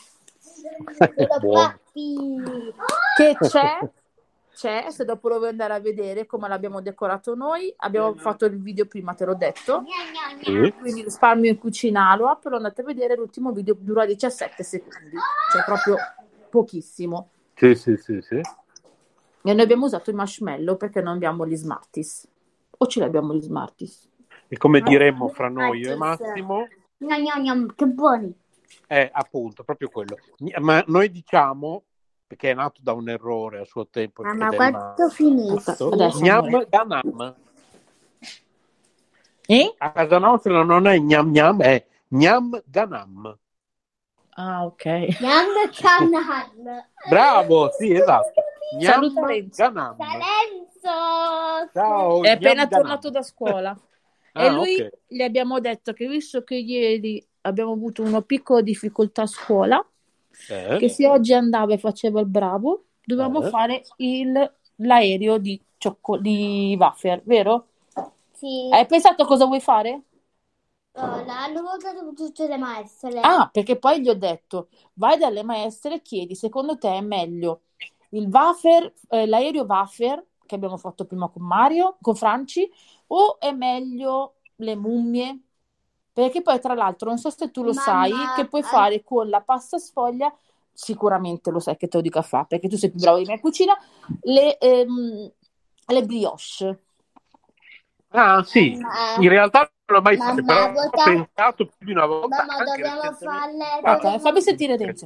Speaker 2: Che c'è, se dopo lo vuoi andare a vedere come l'abbiamo decorato noi, abbiamo fatto il video prima, te l'ho detto, quindi risparmio in cucina Aloha, però andate a vedere l'ultimo video, dura 17 secondi, cioè proprio pochissimo.
Speaker 1: Sì.
Speaker 2: E noi abbiamo usato i marshmallow perché non abbiamo gli Smarties. O ce li abbiamo gli Smarties?
Speaker 1: E come diremmo fra noi io e Massimo,
Speaker 6: che buoni.
Speaker 1: Appunto, proprio quello. Ma noi diciamo, perché è nato da un errore a suo tempo,
Speaker 6: ma quanto finito?
Speaker 1: Gnam Ganam. A casa nostra non è gnam gnam, è Gnam Ganam.
Speaker 2: Ah, ok.
Speaker 6: Gnam Ganam.
Speaker 1: Bravo, sì, esatto.
Speaker 2: Saluta Renzo.
Speaker 1: Ciao,
Speaker 2: è appena tornato da scuola. E lui
Speaker 1: okay.
Speaker 2: Gli abbiamo detto che visto che ieri abbiamo avuto una piccola difficoltà a scuola, che se oggi andava e faceva il bravo, dovevamo fare l'aereo di wafer, vero?
Speaker 6: Sì.
Speaker 2: Hai pensato cosa vuoi fare?
Speaker 6: L'hanno votato tutte le maestre.
Speaker 2: Ah, perché poi gli ho detto, vai dalle maestre e chiedi, secondo te è meglio il wafer, l'aereo wafer che abbiamo fatto prima con Franci, o è meglio le mummie? Perché poi tra l'altro, non so se tu lo sai, che puoi fare con la pasta sfoglia, sicuramente lo sai che te lo dico a fare, perché tu sei più bravo di me in cucina, le brioche.
Speaker 1: Ah sì, in realtà non l'ho mai fatto, però ho pensato più di una volta.
Speaker 6: Ma dobbiamo farle.
Speaker 2: Ok, fammi sentire Renzo.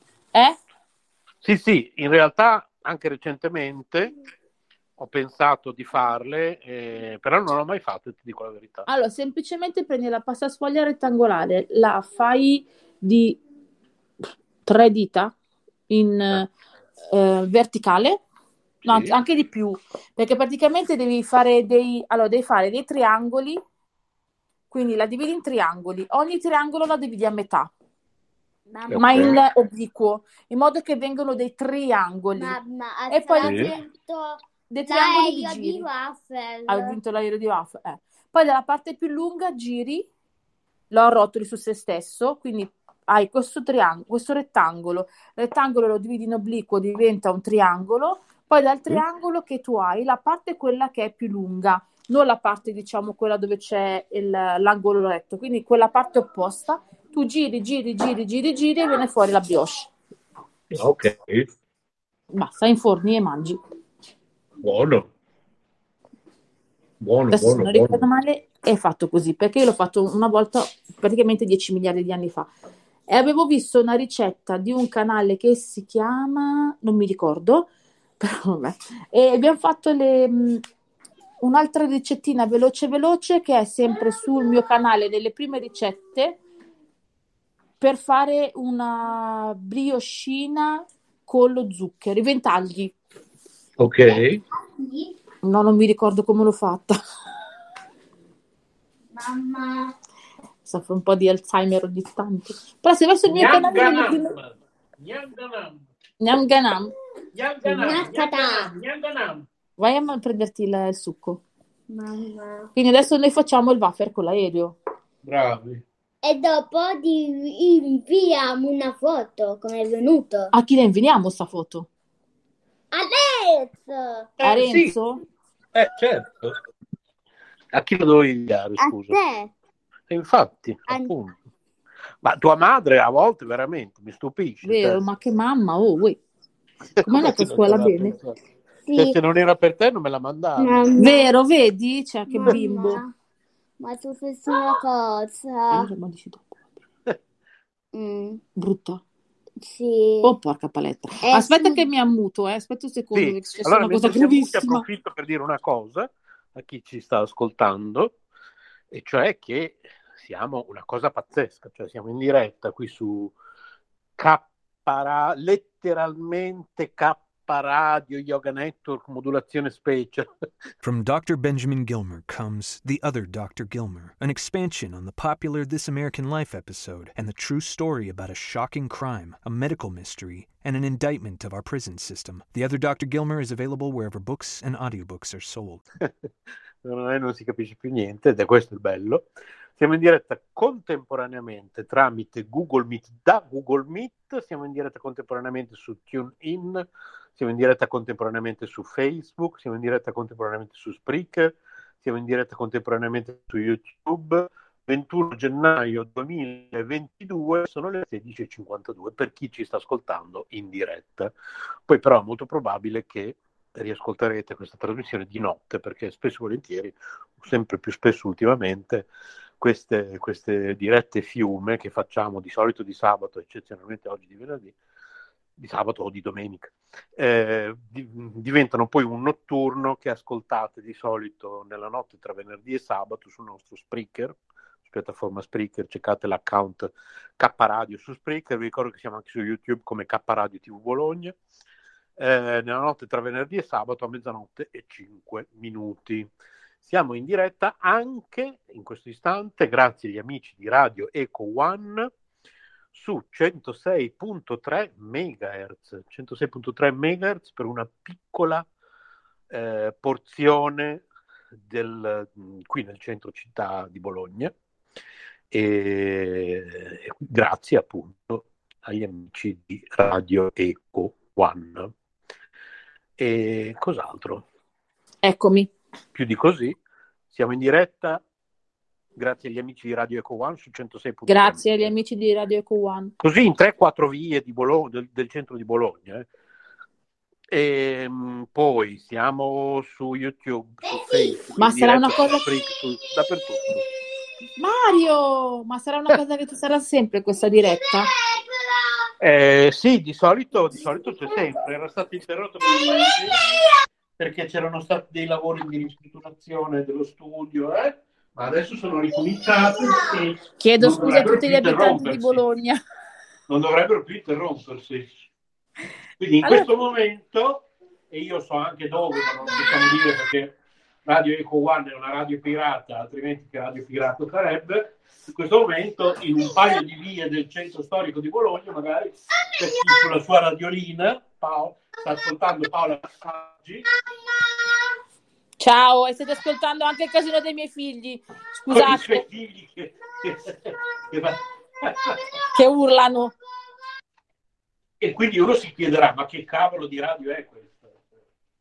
Speaker 1: Sì, in realtà anche recentemente ho pensato di farle, però non l'ho mai fatto, ti dico la verità.
Speaker 2: Allora, semplicemente prendi la pasta sfoglia rettangolare, la fai di 3 dita in verticale, no, anche di più, perché praticamente devi fare dei triangoli, quindi la dividi in triangoli, ogni triangolo la dividi a metà, ma in obliquo, in modo che vengano dei triangoli. E poi dei triangoli di giri. Hai vinto l'aereo di waffle. Poi dalla parte più lunga giri, lo arrotoli su se stesso, quindi hai questo rettangolo lo dividi in obliquo, diventa un triangolo, Poi dal triangolo che tu hai, la parte quella che è più lunga, non la parte, diciamo, quella dove c'è l'angolo retto, quindi quella parte opposta, tu giri e viene fuori la brioche.
Speaker 1: Ok.
Speaker 2: Basta, inforni e mangi.
Speaker 1: Buono.
Speaker 2: Adesso, se non ricordo male, è fatto così, perché io l'ho fatto una volta, praticamente 10 miliardi di anni fa. E avevo visto una ricetta di un canale che si chiama, non mi ricordo, però vabbè. E abbiamo fatto un'altra ricettina veloce che è sempre sul mio canale nelle prime ricette, per fare una brioscina con lo zucchero, i ventagli.
Speaker 1: Ok.
Speaker 2: No, non mi ricordo come l'ho fatta.
Speaker 6: Mamma.
Speaker 2: Soffro un po' di Alzheimer ogni tanto. Però se vai sul mio canale nelle prime... Nyanganam. Vai a prenderti il succo.
Speaker 6: Mamma.
Speaker 2: Quindi adesso noi facciamo il wafer con l'aereo.
Speaker 1: Bravi.
Speaker 6: E dopo ti inviamo una foto, come è venuto.
Speaker 2: A chi la inviamo sta foto?
Speaker 6: A Renzo!
Speaker 2: A Renzo?
Speaker 1: Sì. Certo. A chi lo devo inviare, scusa?
Speaker 6: A te.
Speaker 1: E infatti, appunto. Ma tua madre a volte veramente mi stupisce.
Speaker 2: Vero, ma che mamma, uè. Come è andata a scuola bene?
Speaker 1: Sì. Se non era per te non me la mandavi.
Speaker 2: Vero, vedi? Cioè, che bimbo.
Speaker 6: Ma tu fai una cosa.
Speaker 2: Brutta.
Speaker 6: Sì.
Speaker 2: Oh, porca paletta. Aspetta che mi ammuto, aspetta un secondo.
Speaker 1: Sì.
Speaker 2: Che c'è
Speaker 1: Allora,
Speaker 2: una cosa gravissima.
Speaker 1: Approfitto per dire una cosa a chi ci sta ascoltando, e cioè che siamo una cosa pazzesca, cioè siamo in diretta qui su letteralmente K Radio Yoga Network modulazione special.
Speaker 7: From Dr. Benjamin Gilmer comes The Other Dr. Gilmer, an expansion on the popular This American Life episode and the true story about a shocking crime, a medical mystery, and an indictment of our prison system. The Other Dr. Gilmer is available wherever books and audiobooks are sold.
Speaker 1: Non si capisce più niente, ed è questo il bello. Siamo in diretta contemporaneamente tramite Google Meet, da Google Meet, siamo in diretta contemporaneamente su TuneIn, siamo in diretta contemporaneamente su Facebook, siamo in diretta contemporaneamente su Spreaker, siamo in diretta contemporaneamente su YouTube. 21 gennaio 2022, sono le 16:52 per chi ci sta ascoltando in diretta. Poi però è molto probabile che riascolterete questa trasmissione di notte, perché spesso e volentieri, sempre più spesso ultimamente, queste dirette fiume che facciamo di solito di sabato, eccezionalmente oggi di venerdì, di sabato o di domenica, diventano poi un notturno che ascoltate di solito nella notte tra venerdì e sabato sul nostro Spreaker, piattaforma Spreaker, cercate l'account K Radio su Spreaker, vi ricordo che siamo anche su YouTube come K Radio TV Bologna, nella notte tra venerdì e sabato a 00:05. Siamo in diretta anche in questo istante grazie agli amici di Radio Eco One su 106.3 MHz, 106.3 MHz per una piccola porzione qui nel centro città di Bologna, e grazie appunto agli amici di Radio Eco One. E cos'altro?
Speaker 2: Eccomi.
Speaker 1: Più di così, siamo in diretta grazie agli amici di Radio Eco One su 106.3.
Speaker 2: Grazie agli amici di Radio Eco One.
Speaker 1: Così in 3-4 vie di del centro di Bologna. E poi siamo su YouTube, su Facebook.
Speaker 2: Ma sarà una cosa
Speaker 1: dappertutto.
Speaker 2: Mario, ma sarà una cosa che ci sarà sempre questa diretta?
Speaker 1: Sì, di solito c'è sempre. Era stato interrotto perché c'erano stati dei lavori di ristrutturazione dello studio, ma adesso sono ricominciati.
Speaker 2: Chiedo scusa a tutti gli abitanti di Bologna.
Speaker 1: Non dovrebbero più interrompersi. Quindi in questo momento, e io so anche dove, ma non possiamo dire perché Radio Eco One è una radio pirata, altrimenti che radio pirata sarebbe, in questo momento in un paio di vie del centro storico di Bologna, magari c'è chi sulla sua radiolina, sta ascoltando Paola Passaggi.
Speaker 2: Ciao, e state ascoltando anche il casino dei miei figli, scusate.
Speaker 1: Con i suoi figli
Speaker 2: che urlano.
Speaker 1: E quindi uno si chiederà, ma che cavolo di radio è questa?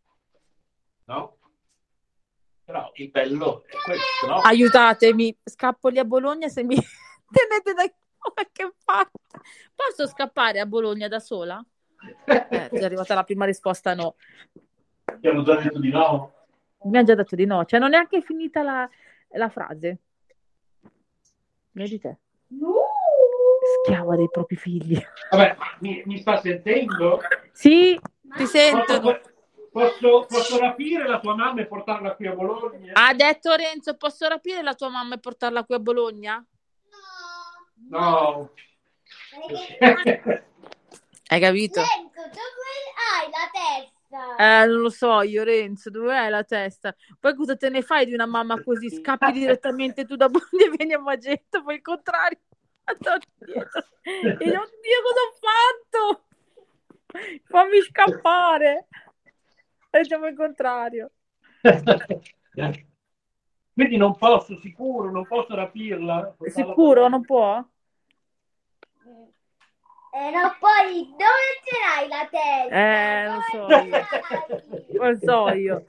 Speaker 1: no? Però il bello è questo, no?
Speaker 2: Aiutatemi, scappo lì a Bologna se mi tenete da qualche parte. Posso scappare a Bologna da sola? Ti è arrivata la prima risposta no.
Speaker 1: Ti hanno già detto di no?
Speaker 2: Mi ha già detto di no, cioè non è neanche finita la frase. Vedi te? Schiava dei propri figli.
Speaker 1: Vabbè, mi sta sentendo?
Speaker 2: Sì, ti sentono.
Speaker 1: Posso rapire la tua mamma e portarla qui a Bologna?
Speaker 2: Ha detto Renzo, posso rapire la tua mamma e portarla qui a Bologna?
Speaker 1: No.
Speaker 2: Hai capito?
Speaker 6: Renzo, dove hai la testa?
Speaker 2: Non lo so io, Renzo, dove hai la testa? Poi cosa te ne fai di una mamma così? Scappi direttamente tu da Bologna e vieni a Magenta, poi il contrario. E oddio, cosa ho fatto? Fammi scappare. Facciamo il contrario.
Speaker 1: Quindi non posso, sicuro, non posso rapirla.
Speaker 2: Sicuro, non può?
Speaker 6: No, poi dove ce l'hai la testa?
Speaker 2: Lo so io.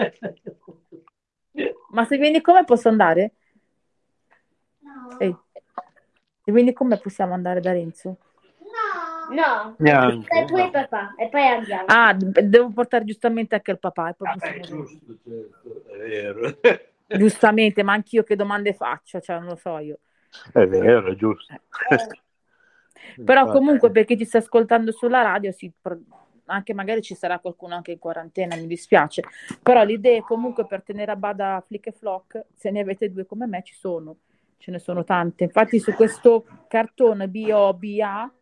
Speaker 2: Ma se vieni con me posso andare?
Speaker 6: No.
Speaker 2: Ehi. Se vieni con me possiamo andare da Renzo?
Speaker 6: No.
Speaker 1: Neanche.
Speaker 6: Stai tu e papà e poi andiamo.
Speaker 2: Ah, devo portare giustamente anche il papà. E poi
Speaker 1: Giusto, certo, è vero.
Speaker 2: Giustamente, ma anch'io che domande faccio, cioè non lo so io.
Speaker 1: È vero, è giusto.
Speaker 2: Però comunque per chi ci sta ascoltando sulla radio, anche magari ci sarà qualcuno anche in quarantena, mi dispiace, però le idee comunque per tenere a bada Flick e Flock, se ne avete due come me, ce ne sono tante. Infatti su questo cartone BOOBA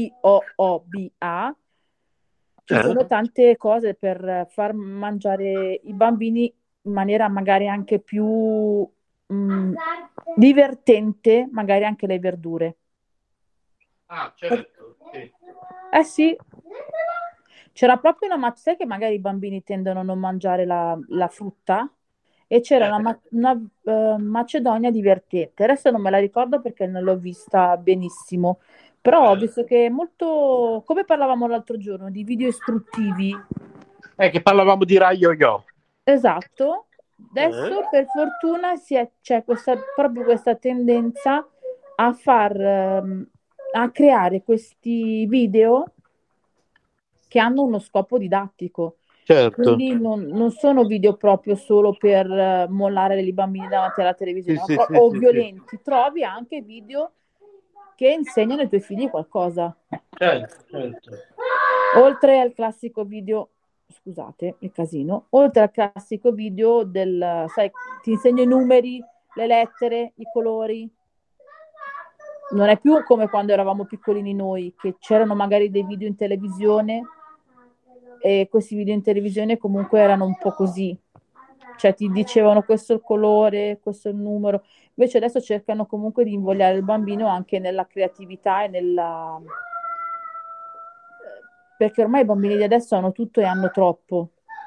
Speaker 2: ci sono tante cose per far mangiare i bambini in maniera magari anche più divertente, magari anche le verdure.
Speaker 1: Ah, certo. Sì.
Speaker 2: Sì. C'era proprio sai che magari i bambini tendono a non mangiare la frutta? E c'era una Macedonia divertente. Adesso non me la ricordo perché non l'ho vista benissimo. Però ho visto che è molto, come parlavamo l'altro giorno, di video istruttivi.
Speaker 1: Che parlavamo di Rai Yo-Yo.
Speaker 2: Esatto. Adesso per fortuna c'è proprio questa tendenza a a creare questi video che hanno uno scopo didattico.
Speaker 1: Certo.
Speaker 2: Quindi non sono video proprio solo per mollare i bambini davanti alla televisione o violenti. Trovi anche video che insegnano ai tuoi figli qualcosa.
Speaker 1: Certo.
Speaker 2: Oltre al classico video, scusate il casino, oltre al classico video sai, ti insegno i numeri, le lettere, i colori. Non è più come quando eravamo piccolini noi, che c'erano magari dei video in televisione e questi video in televisione comunque erano un po' così, cioè ti dicevano questo è il colore, questo è il numero, invece adesso cercano comunque di invogliare il bambino anche nella creatività e perché ormai i bambini di adesso hanno tutto e hanno troppo,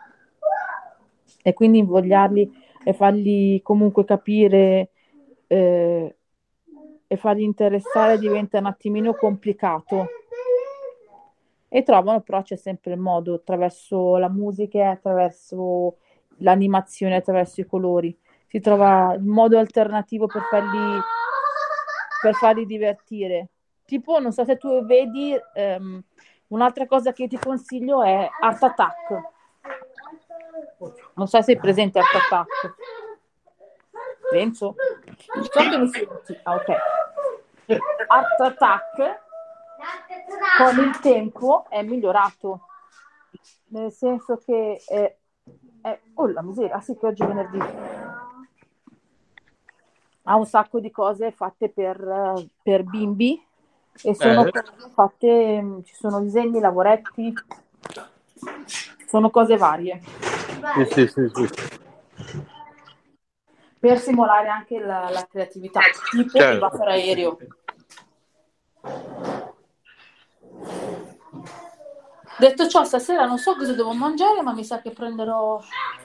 Speaker 2: e quindi invogliarli e fargli comunque capire e fargli interessare diventa un attimino complicato. E trovano, però c'è sempre il modo, attraverso la musica, attraverso l'animazione, attraverso i colori. Si trova il modo alternativo per farli divertire. Tipo, non so se tu vedi, un'altra cosa che ti consiglio è Art Attack. Non so se sei presente Art Attack. Renzo? So che mi senti. Ah, ok. Art Attack con il tempo è migliorato, nel senso che oh la miseria, sì che oggi è venerdì, ha un sacco di cose fatte per bimbi e sono cose fatte, ci sono disegni, lavoretti, sono cose varie.
Speaker 1: Sì.
Speaker 2: Per simulare anche la creatività, tipo il buffer aereo. Detto ciò, stasera non so cosa devo mangiare, ma mi sa che prenderò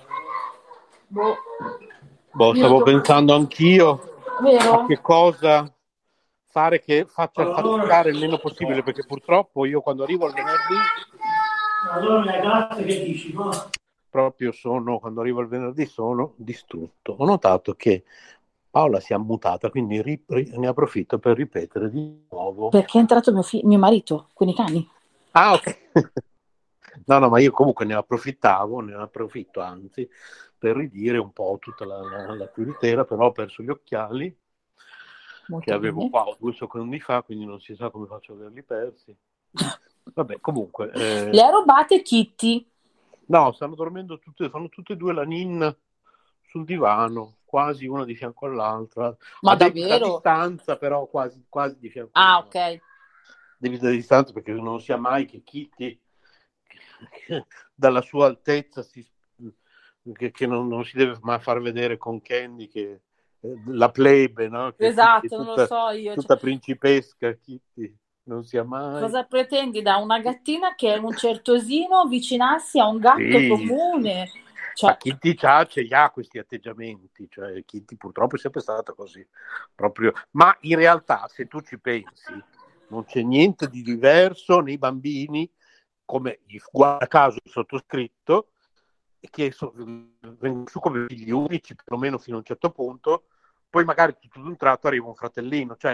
Speaker 1: stavo pensando anch'io.
Speaker 2: Vero?
Speaker 1: A che cosa fare che faccia faticare il meno possibile, perché purtroppo io quando arrivo al venerdì
Speaker 8: Madonna, grazie che dici, no?
Speaker 1: proprio quando arrivo il venerdì sono distrutto. Ho notato che Paola si è ammutata, quindi ne approfitto per ripetere di nuovo.
Speaker 2: Perché è entrato mio marito con i cani.
Speaker 1: Ah, ok. No, ma io comunque ne approfitto anzi, per ridire un po' tutta la intera, però ho perso gli occhiali che avevo qua 2 secondi fa, quindi non si sa come faccio a averli persi. Vabbè, comunque...
Speaker 2: Le ha rubate Kitty?
Speaker 1: No, stanno dormendo fanno tutte e due la ninna sul divano, quasi una di fianco all'altra.
Speaker 2: Ma
Speaker 1: a
Speaker 2: davvero?
Speaker 1: debita distanza, però quasi di fianco
Speaker 2: all'altra. Ok.
Speaker 1: Debita distanza, perché non sia mai che Kitty dalla sua altezza che non si deve mai far vedere con Candy, che la plebe, no? Che
Speaker 2: esatto, non lo so io.
Speaker 1: Tutta principesca, Kitty non sia mai.
Speaker 2: Cosa pretendi da una gattina che è un certosino avvicinarsi a un gatto comune?
Speaker 1: Cioè... Ma Kitty ha questi atteggiamenti, cioè Kitty purtroppo è sempre stata così, proprio. Ma in realtà, se tu ci pensi, non c'è niente di diverso nei bambini, come guarda caso il sottoscritto, che vengono su come figli unici, perlomeno fino a un certo punto, poi magari tutto d'un tratto arriva un fratellino, cioè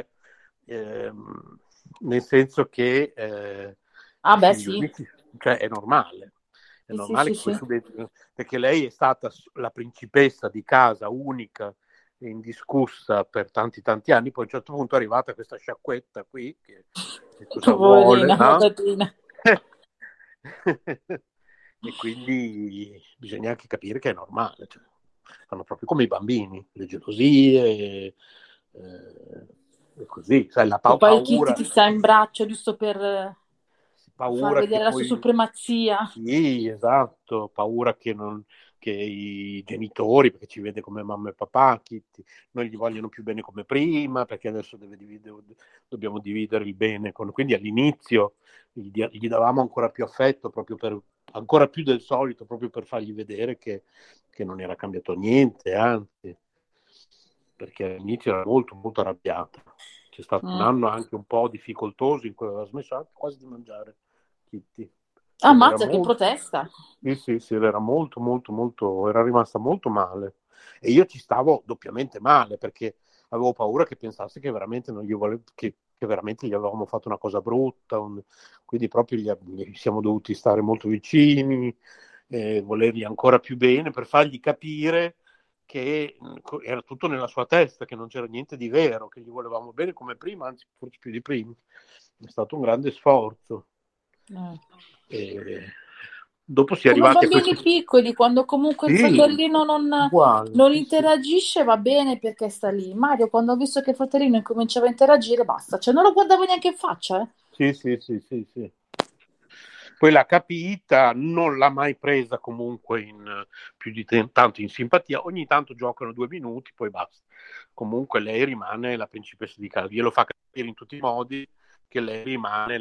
Speaker 1: nel senso che
Speaker 2: sì.
Speaker 1: Unici, cioè è normale. È normale che subito, perché lei è stata la principessa di casa, unica e indiscussa per tanti anni, poi a un certo punto è arrivata questa sciacquetta qui che cosa vuole, no? E quindi bisogna anche capire che è normale, cioè, fanno proprio come i bambini, le gelosie e così, sai, la paura.
Speaker 2: Poi Kitty ti sta in braccio giusto per far vedere la sua supremazia.
Speaker 1: Sì, esatto, paura che i genitori, perché ci vede come mamma e papà, Kitty, non gli vogliono più bene come prima, perché adesso dobbiamo dividere il bene quindi all'inizio gli davamo ancora più affetto, proprio ancora più del solito, proprio per fargli vedere che non era cambiato niente, anzi, perché all'inizio era molto molto arrabbiata. C'è stato un anno anche un po' difficoltoso in cui aveva smesso anche quasi di mangiare Kitty.
Speaker 2: Ammazza, che protesta!
Speaker 1: Sì, era molto, molto, molto, era rimasta molto male. E io ci stavo doppiamente male, perché avevo paura che pensasse che veramente non gli che veramente gli avevamo fatto una cosa brutta, quindi proprio gli siamo dovuti stare molto vicini, volergli ancora più bene, per fargli capire che era tutto nella sua testa, che non c'era niente di vero, che gli volevamo bene come prima, anzi forse più di prima. È stato un grande sforzo. Dopo si è
Speaker 2: come
Speaker 1: arrivati
Speaker 2: bambini piccoli, quando comunque il fratellino non interagisce, va bene perché sta lì. Mario, quando ho visto che il fratellino incominciava a interagire, basta, cioè non lo guardavo neanche in faccia.
Speaker 1: Sì. Poi l'ha capita, non l'ha mai presa comunque più di tanto in simpatia, ogni tanto giocano 2 minuti, poi basta. Comunque lei rimane la principessa di casa, glielo fa capire in tutti i modi che lei rimane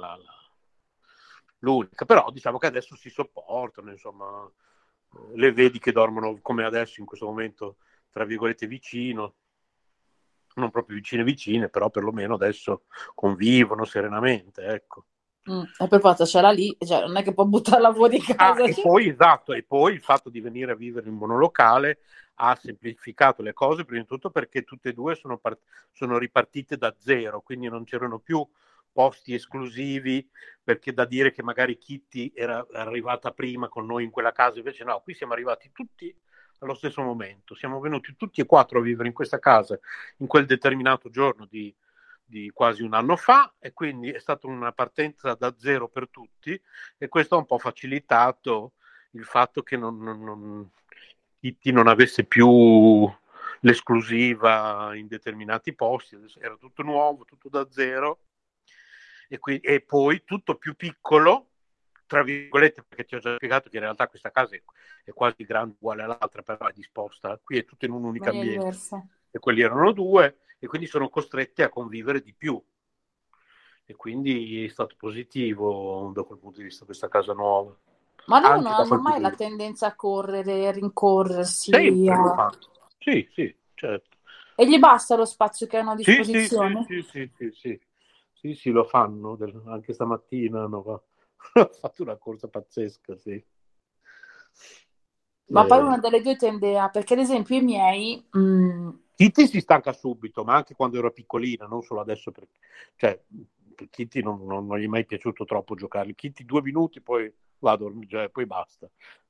Speaker 1: l'unica, però diciamo che adesso si sopportano, insomma, le vedi che dormono come adesso in questo momento, tra virgolette, vicino, non proprio vicine, però perlomeno adesso convivono serenamente, ecco.
Speaker 2: E per forza c'era lì, cioè non è che può buttarla fuori di casa.
Speaker 1: E poi il fatto di venire a vivere in monolocale ha semplificato le cose, prima di tutto perché tutte e due sono ripartite da zero, quindi non c'erano più posti esclusivi, perché da dire che magari Kitty era arrivata prima con noi in quella casa, invece no, qui siamo arrivati tutti allo stesso momento, siamo venuti tutti e 4 a vivere in questa casa in quel determinato giorno di quasi un anno fa, e quindi è stata una partenza da zero per tutti, e questo ha un po' facilitato il fatto che Kitty non avesse più l'esclusiva in determinati posti, era tutto nuovo, tutto da zero, e poi tutto più piccolo, tra virgolette, perché ti ho già spiegato che in realtà questa casa è quasi grande uguale all'altra, però è disposta, qui è tutto in un unico ambiente, e quelli erano 2, e quindi sono costretti a convivere di più, e quindi è stato positivo da quel punto di vista questa casa nuova.
Speaker 2: Ma loro non hanno mai la tendenza a correre, a rincorrersi?
Speaker 1: Sì, certo.
Speaker 2: E gli basta lo spazio che hanno a disposizione?
Speaker 1: Sì, lo fanno, anche stamattina hanno fatto una corsa pazzesca, sì.
Speaker 2: Ma poi una delle due tende a... Perché ad esempio i miei...
Speaker 1: Kitty si stanca subito, ma anche quando ero piccolina, non solo adesso. Cioè, Kitty non gli è mai piaciuto troppo giocare. Kitty 2 minuti, poi va a dormire, cioè, poi basta.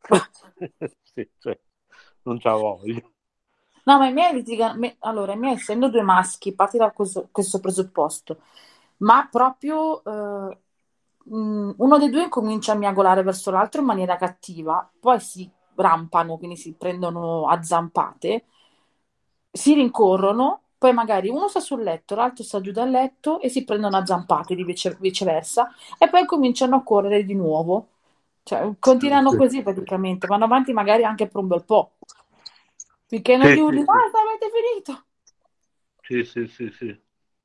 Speaker 1: Sì, cioè, non c'ha voglia.
Speaker 2: No, ma i miei litigano... Allora, i miei essendo due maschi, parti da questo presupposto, ma proprio uno dei due comincia a miagolare verso l'altro in maniera cattiva, poi si rampano, quindi si prendono a zampate, si rincorrono, poi magari uno sta sul letto, l'altro sta giù dal letto e si prendono a zampate di viceversa, e poi cominciano a correre di nuovo. Cioè, continuano così praticamente, vanno avanti magari anche per un bel po'. Finché non gli urli, basta, avete finito!
Speaker 1: Sì.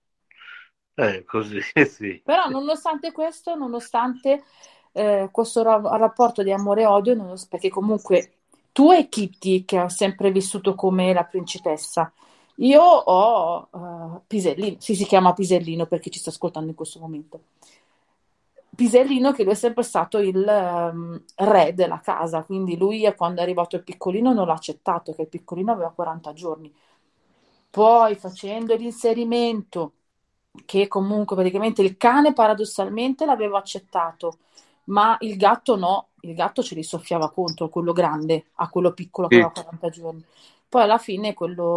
Speaker 1: Così, sì.
Speaker 2: Però nonostante questo, nonostante questo rapporto di amore e odio, perché comunque tu e Kitty, che ha sempre vissuto come la principessa, io ho Pisellino, si chiama Pisellino per chi ci sta ascoltando in questo momento. Pisellino, che lui è sempre stato il re della casa, quindi lui quando è arrivato il piccolino non l'ha accettato, che il piccolino aveva 40 giorni. Poi facendo l'inserimento, che comunque praticamente il cane paradossalmente l'aveva accettato, ma il gatto no, il gatto ce li soffiava contro, quello grande, a quello piccolo che aveva 40 giorni. Poi alla fine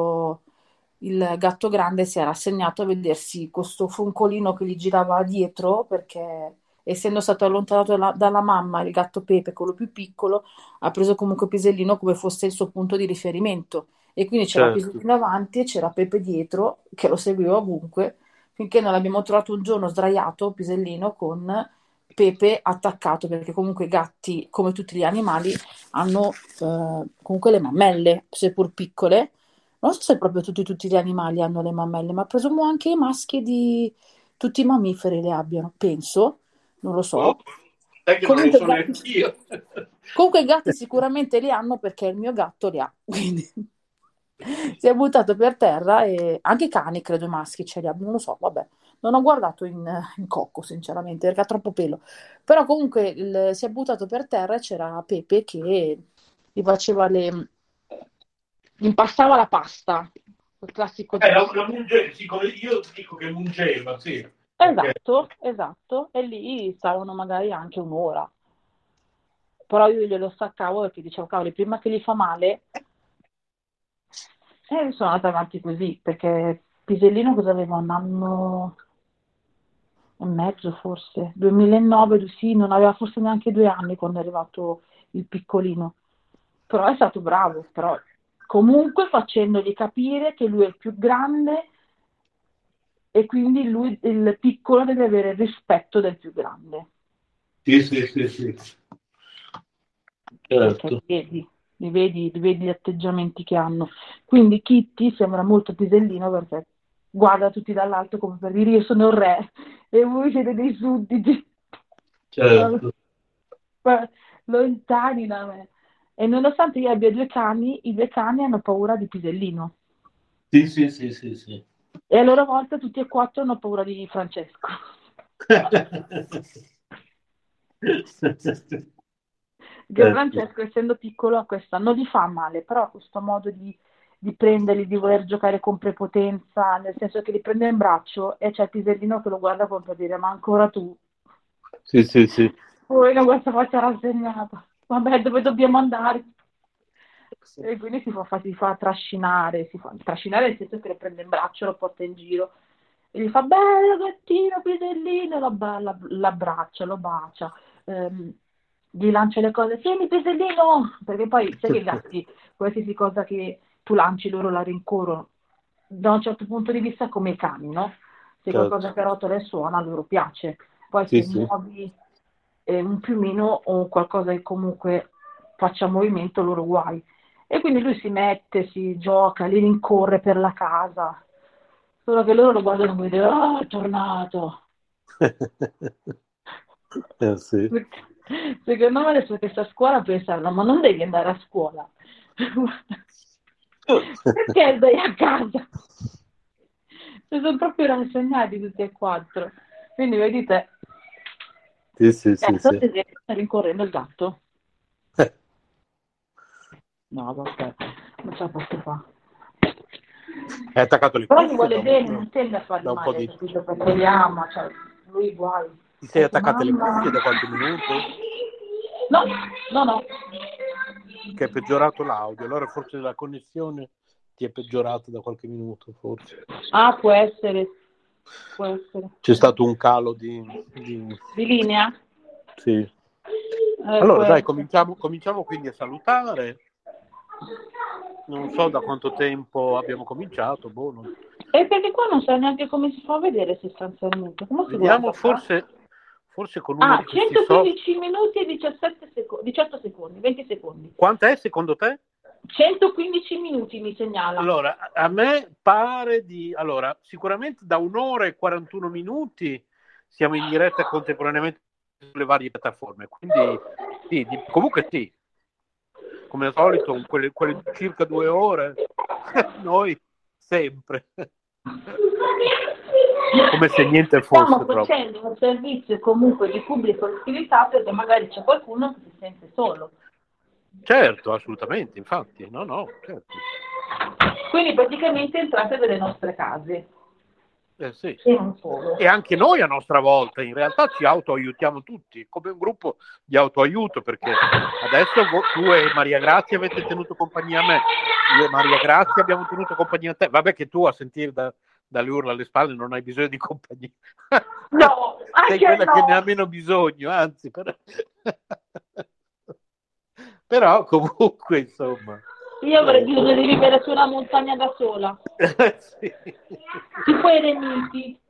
Speaker 2: il gatto grande si era assegnato a vedersi questo funcolino che gli girava dietro, perché essendo stato allontanato dalla mamma, il gatto Pepe, quello più piccolo, ha preso comunque Pisellino come fosse il suo punto di riferimento. E quindi c'era Pisellino avanti e c'era Pepe dietro, che lo seguiva ovunque, finché non l'abbiamo trovato un giorno sdraiato, Pisellino, con Pepe attaccato, perché comunque i gatti, come tutti gli animali, hanno comunque le mammelle, seppur piccole. Non so se proprio tutti gli animali hanno le mammelle, ma presumo anche i maschi di tutti i mammiferi le abbiano, penso, non lo so. Comunque i gatti sicuramente li hanno, perché il mio gatto li ha, quindi si è buttato per terra, e anche i cani, credo, i maschi ce li abbiano, non lo so, vabbè. Non ho guardato in Cocco, sinceramente, perché ha troppo pelo. Però comunque si è buttato per terra e c'era Pepe che gli faceva impastava la pasta, il classico.
Speaker 1: Io dico che mungeva, sì.
Speaker 2: Esatto, e lì stavano magari anche un'ora. Però io glielo staccavo perché dicevo, cavoli, prima che gli fa male. E sono andata avanti così, perché Pisellino cosa aveva? Un anno e mezzo forse, 2009, sì, non aveva forse neanche 2 anni quando è arrivato il piccolino. Però è stato bravo, però comunque facendogli capire che lui è il più grande e quindi lui, il piccolo, deve avere il rispetto del più grande.
Speaker 1: Sì. Certo.
Speaker 2: Li vedi gli atteggiamenti che hanno. Quindi Kitty sembra molto Pisellino, perché guarda tutti dall'alto come per dire io sono il re e voi siete dei sudditi.
Speaker 1: Certo.
Speaker 2: Lontani da me. E nonostante io abbia 2 cani, i 2 cani hanno paura di Pisellino.
Speaker 1: Sì.
Speaker 2: E a loro volta tutti e 4 hanno paura di Francesco. Perché Francesco, essendo piccolo, non gli fa male, però questo modo di prenderli, di voler giocare con prepotenza, nel senso che li prende in braccio e c'è Pisellino che lo guarda come per dire, ma ancora tu?
Speaker 1: Sì.
Speaker 2: Poi con questa faccia rassegnata. Vabbè, dove dobbiamo andare? E quindi si fa trascinare, nel senso che lo prende in braccio, lo porta in giro e gli fa bello gattino Pisellino, l'abbraccia, lo bacia, gli lancia le cose, tieni Pisellino, perché poi sai che i gatti, qualsiasi cosa che tu lanci loro la rincorrono, da un certo punto di vista come i cani, no? Se qualcosa che rotola e suona a loro piace, poi se muovi un piumino o qualcosa che comunque faccia movimento, loro guai. E quindi lui si mette, si gioca, li rincorre per la casa, solo che loro lo guardano come dire, è tornato.
Speaker 1: Sì.
Speaker 2: Secondo me adesso che sta a scuola pensano, ma non devi andare a scuola, perché stai a casa? Si sono proprio rassegnati tutti e 4, quindi vedete,
Speaker 1: Sì.
Speaker 2: sta rincorrendo il gatto. No, vabbè, non ce la posso fare.
Speaker 1: È attaccato le
Speaker 2: cuffie. Però mi vuole bene, non tende a fargli male,
Speaker 1: di...
Speaker 2: capito? Perché li ama, cioè, lui guai.
Speaker 1: Ti sei attaccate le cuffie da qualche minuto?
Speaker 2: No.
Speaker 1: Che è peggiorato l'audio, allora forse la connessione ti è peggiorata da qualche minuto, forse.
Speaker 2: Ah, può essere.
Speaker 1: C'è stato un calo di
Speaker 2: linea?
Speaker 1: Sì. Allora, dai, cominciamo quindi a salutare. Non so da quanto tempo abbiamo cominciato,
Speaker 2: E perché qua non so neanche come si fa a vedere sostanzialmente. Come si
Speaker 1: vediamo,
Speaker 2: guarda,
Speaker 1: forse con uno di
Speaker 2: 115 minuti e 18 secondi, 20 secondi.
Speaker 1: Quant'è secondo te?
Speaker 2: 115 minuti mi segnala.
Speaker 1: Allora, a me pare allora, sicuramente da 1 ora e 41 minuti siamo in diretta contemporaneamente sulle varie piattaforme, quindi sì, comunque sì, come al solito quelle circa 2 ore noi sempre come se niente fosse.
Speaker 2: Stiamo facendo un servizio comunque di pubblica utilità, perché magari c'è qualcuno che si sente solo.
Speaker 1: Certo, assolutamente, infatti, no, certo.
Speaker 2: Quindi praticamente entrate nelle nostre case.
Speaker 1: Sì.
Speaker 2: E non solo.
Speaker 1: E anche noi a nostra volta, in realtà ci autoaiutiamo tutti, come un gruppo di autoaiuto, perché adesso tu e Maria Grazia avete tenuto compagnia a me, io e Maria Grazia abbiamo tenuto compagnia a te. Vabbè che tu a sentire dalle urla alle spalle non hai bisogno di compagnia.
Speaker 2: No,
Speaker 1: sei quella che ne ha meno bisogno, anzi. Però comunque, insomma.
Speaker 2: Io avrei bisogno di vivere su una montagna da sola.
Speaker 1: Sì.
Speaker 2: Ti puoi nemici.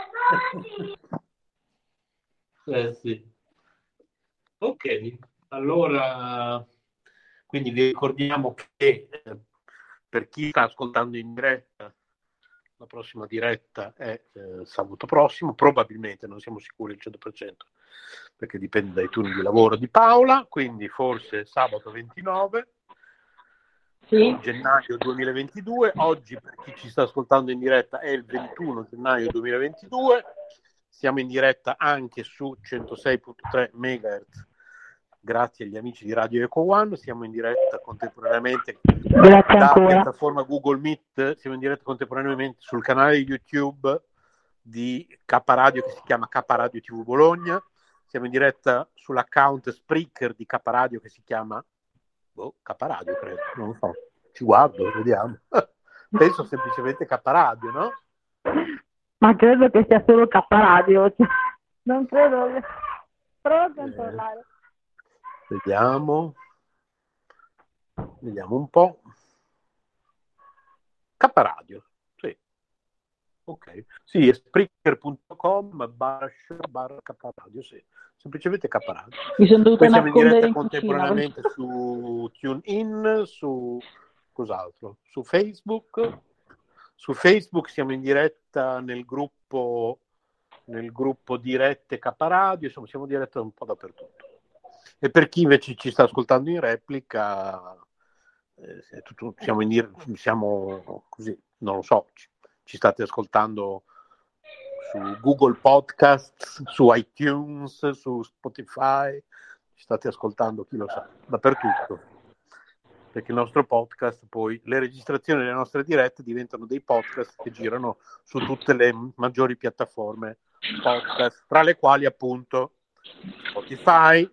Speaker 1: Sì. Ok, allora quindi vi ricordiamo che per chi sta ascoltando in diretta, la prossima diretta è sabato prossimo, probabilmente, non siamo sicuri al 100%, perché dipende dai turni di lavoro di Paola, quindi forse sabato 29 gennaio 2022. Oggi, per chi ci sta ascoltando in diretta, è il 21 gennaio 2022. Siamo in diretta anche su 106.3 MHz, grazie agli amici di Radio Eco One. Siamo in diretta contemporaneamente dalla piattaforma Google Meet, siamo in diretta contemporaneamente sul canale YouTube di K Radio, che si chiama K Radio TV Bologna. Siamo in diretta sull'account Spreaker di K Radio, che si chiama K Radio, credo, non lo so, ci guardo, vediamo. Penso semplicemente K Radio, no?
Speaker 2: Ma credo che sia solo K Radio, non credo. Prova a controllare.
Speaker 1: Vediamo un po'. K Radio, sì. Ok. Sì, è spreaker.com/K Radio, sì. Semplicemente K Radio. Poi siamo in diretta contemporaneamente su TuneIn, su cos'altro? Su Facebook. Su Facebook siamo in diretta nel gruppo Dirette K Radio, insomma siamo in diretta un po' dappertutto. E per chi invece ci sta ascoltando in replica, siamo così, non lo so, ci state ascoltando su Google Podcast, su iTunes, su Spotify, ci state ascoltando, chi lo sa, dappertutto. Perché il nostro podcast, poi le registrazioni delle nostre dirette diventano dei podcast che girano su tutte le maggiori piattaforme podcast, tra le quali appunto Spotify.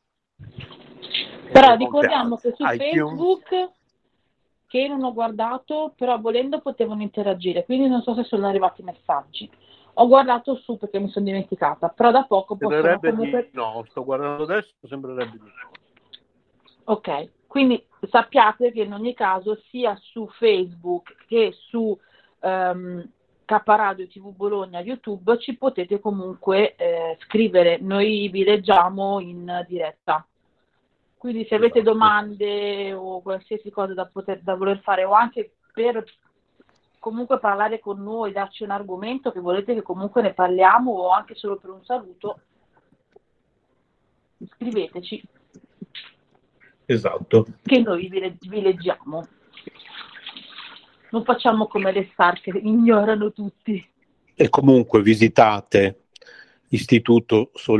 Speaker 2: Però ricordiamo che su iTunes, Facebook, che io non ho guardato, però volendo potevano interagire, quindi non so se sono arrivati messaggi. Ho guardato su perché mi sono dimenticata, però da poco possono comunque...
Speaker 1: No, sto guardando adesso, sembrerebbe di no.
Speaker 2: Ok, quindi sappiate che in ogni caso sia su Facebook che su K Radio TV Bologna YouTube ci potete comunque scrivere, noi vi leggiamo in diretta. Quindi se avete domande o qualsiasi cosa da voler fare, o anche per comunque parlare con noi, darci un argomento che volete che comunque ne parliamo, o anche solo per un saluto, scriveteci.
Speaker 1: Esatto.
Speaker 2: Che noi vi leggiamo. Non facciamo come le star che ignorano tutti.
Speaker 1: E comunque visitate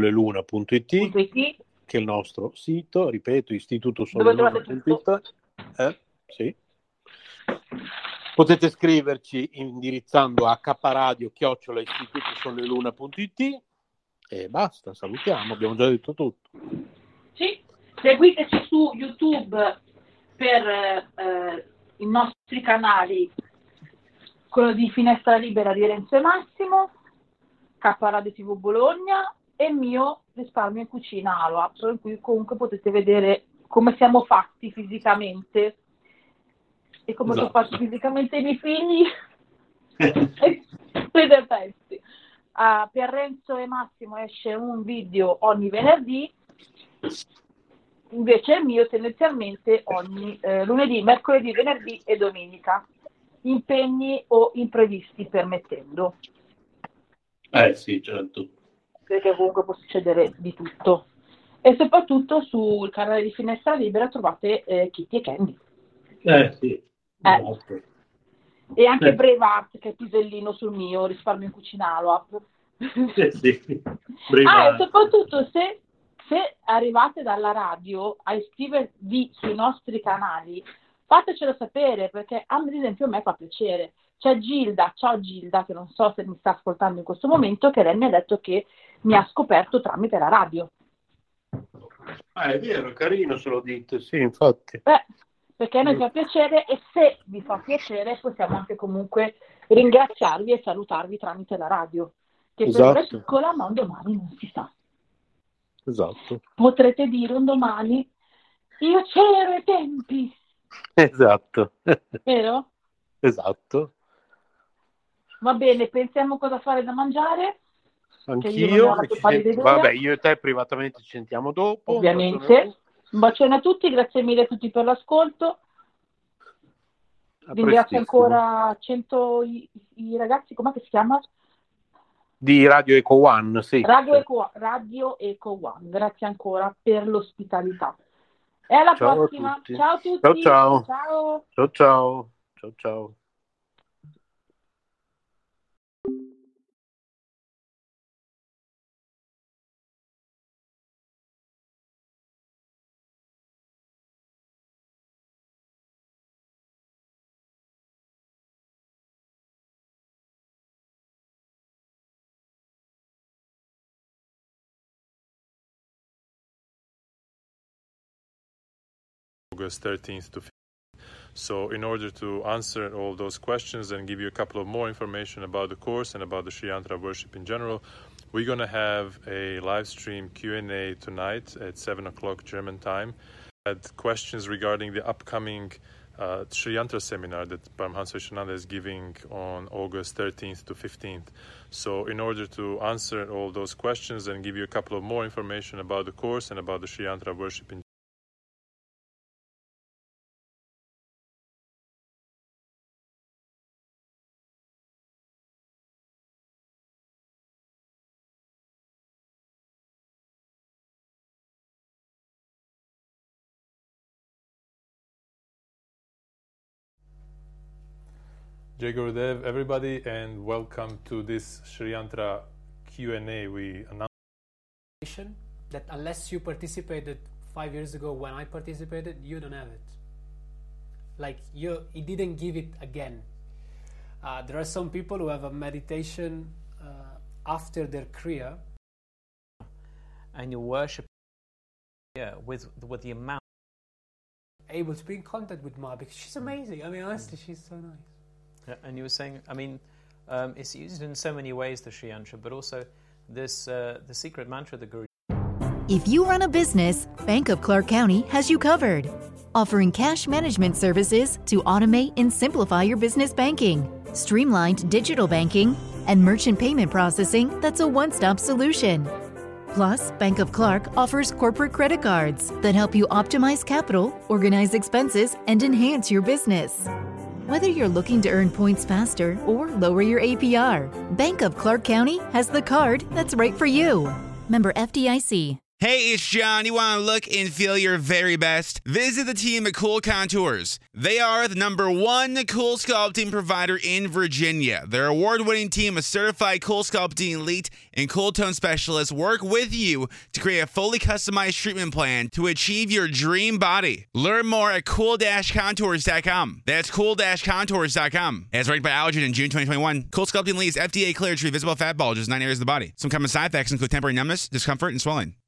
Speaker 1: istitutosoleluna.it, che è il nostro sito, ripeto, istitutosoleluna.it, Sì. Potete scriverci indirizzando a kpradio@istitutosoneluna.it e basta, salutiamo, abbiamo già detto tutto.
Speaker 2: Sì, seguiteci su YouTube per i nostri canali, quello di Finestra Libera di Renzo e Massimo, K Radio TV Bologna e il mio Risparmio in Cucina Aloha, in cui comunque potete vedere come siamo fatti fisicamente e come sono fatti fisicamente i miei figli e dei pezzi. Per Renzo e Massimo esce un video ogni venerdì, invece il mio tendenzialmente ogni lunedì, mercoledì, venerdì e domenica, impegni o imprevisti permettendo.
Speaker 1: Sì, certo.
Speaker 2: Perché comunque può succedere di tutto. E soprattutto sul canale di Finestra Libera trovate Kitty e Candy.
Speaker 1: Sì.
Speaker 2: E anche Braveheart, che è pisellino sul mio Risparmio in Cucina Aloha.
Speaker 1: Sì.
Speaker 2: E soprattutto se arrivate dalla radio a iscrivervi sui nostri canali, fatecelo sapere, perché ad esempio a me fa piacere. C'è Gilda, ciao Gilda, che non so se mi sta ascoltando in questo momento, che lei mi ha detto che mi ha scoperto tramite la radio.
Speaker 1: È vero, carino se lo dite, sì, infatti.
Speaker 2: Perché a noi fa piacere, e se vi fa piacere possiamo anche comunque ringraziarvi e salutarvi tramite la radio, che per ora è piccola, ma un domani non si sa.
Speaker 1: Esatto.
Speaker 2: Potrete dire un domani, io c'ero ai tempi.
Speaker 1: Esatto.
Speaker 2: Vero?
Speaker 1: Esatto.
Speaker 2: Va bene, pensiamo cosa fare da mangiare.
Speaker 1: Anch'io. Vabbè, io e te privatamente ci sentiamo dopo.
Speaker 2: Ovviamente. Un bacione a tutti, grazie mille a tutti per l'ascolto. Ringrazio ancora 100 i ragazzi, com'è che si chiama?
Speaker 1: Di Radio Eco One, sì.
Speaker 2: Radio Eco One, grazie ancora per l'ospitalità. E alla prossima. Ciao a tutti.
Speaker 1: Ciao.
Speaker 8: August 13th to 15th. So in order to answer all those questions and give you a couple of more information about the course and about the Sri Yantra worship in general, we're going to have a live stream Q&A tonight at 7 o'clock German time. Had questions regarding the upcoming Sri Yantra seminar that Paramhansa Viswanatha is giving on August 13th to 15th. So in order to answer all those questions and give you a couple of more information about the course and about the Sri Yantra worship in Jai Gurudev, everybody, and welcome to this Sri Yantra Q&A. We announced
Speaker 9: that unless you participated 5 years ago when I participated, you don't have it. Like it didn't give it again. There are some people who have a meditation after their Kriya.
Speaker 10: And you worship with the amount.
Speaker 9: Able to be in contact with Ma, because she's amazing. I mean, honestly, she's so nice.
Speaker 10: Yeah, and you were saying, I mean, it's used in so many ways, the Sri Yantra, but also this the secret mantra the Guru.
Speaker 11: If you run a business, Bank of Clark County has you covered. Offering cash management services to automate and simplify your business banking, streamlined digital banking, and merchant payment processing that's a one-stop solution. Plus, Bank of Clark offers corporate credit cards that help you optimize capital, organize expenses, and enhance your business. Whether you're looking to earn points faster or lower your APR, Bank of Clark County has the card that's right for you. Member FDIC.
Speaker 12: Hey, it's John. You want to look and feel your very best? Visit the team at Cool Contours. They are the #1 cool sculpting provider in Virginia. Their award-winning team of certified cool sculpting elite and cool tone specialists work with you to create a fully customized treatment plan to achieve your dream body. Learn more at cool-contours.com. That's cool-contours.com. As ranked by Allergen in June 2021, Cool Sculpting Elite is FDA cleared to treat visible fat bulges in 9 areas of the body. Some common side effects include temporary numbness, discomfort, and swelling.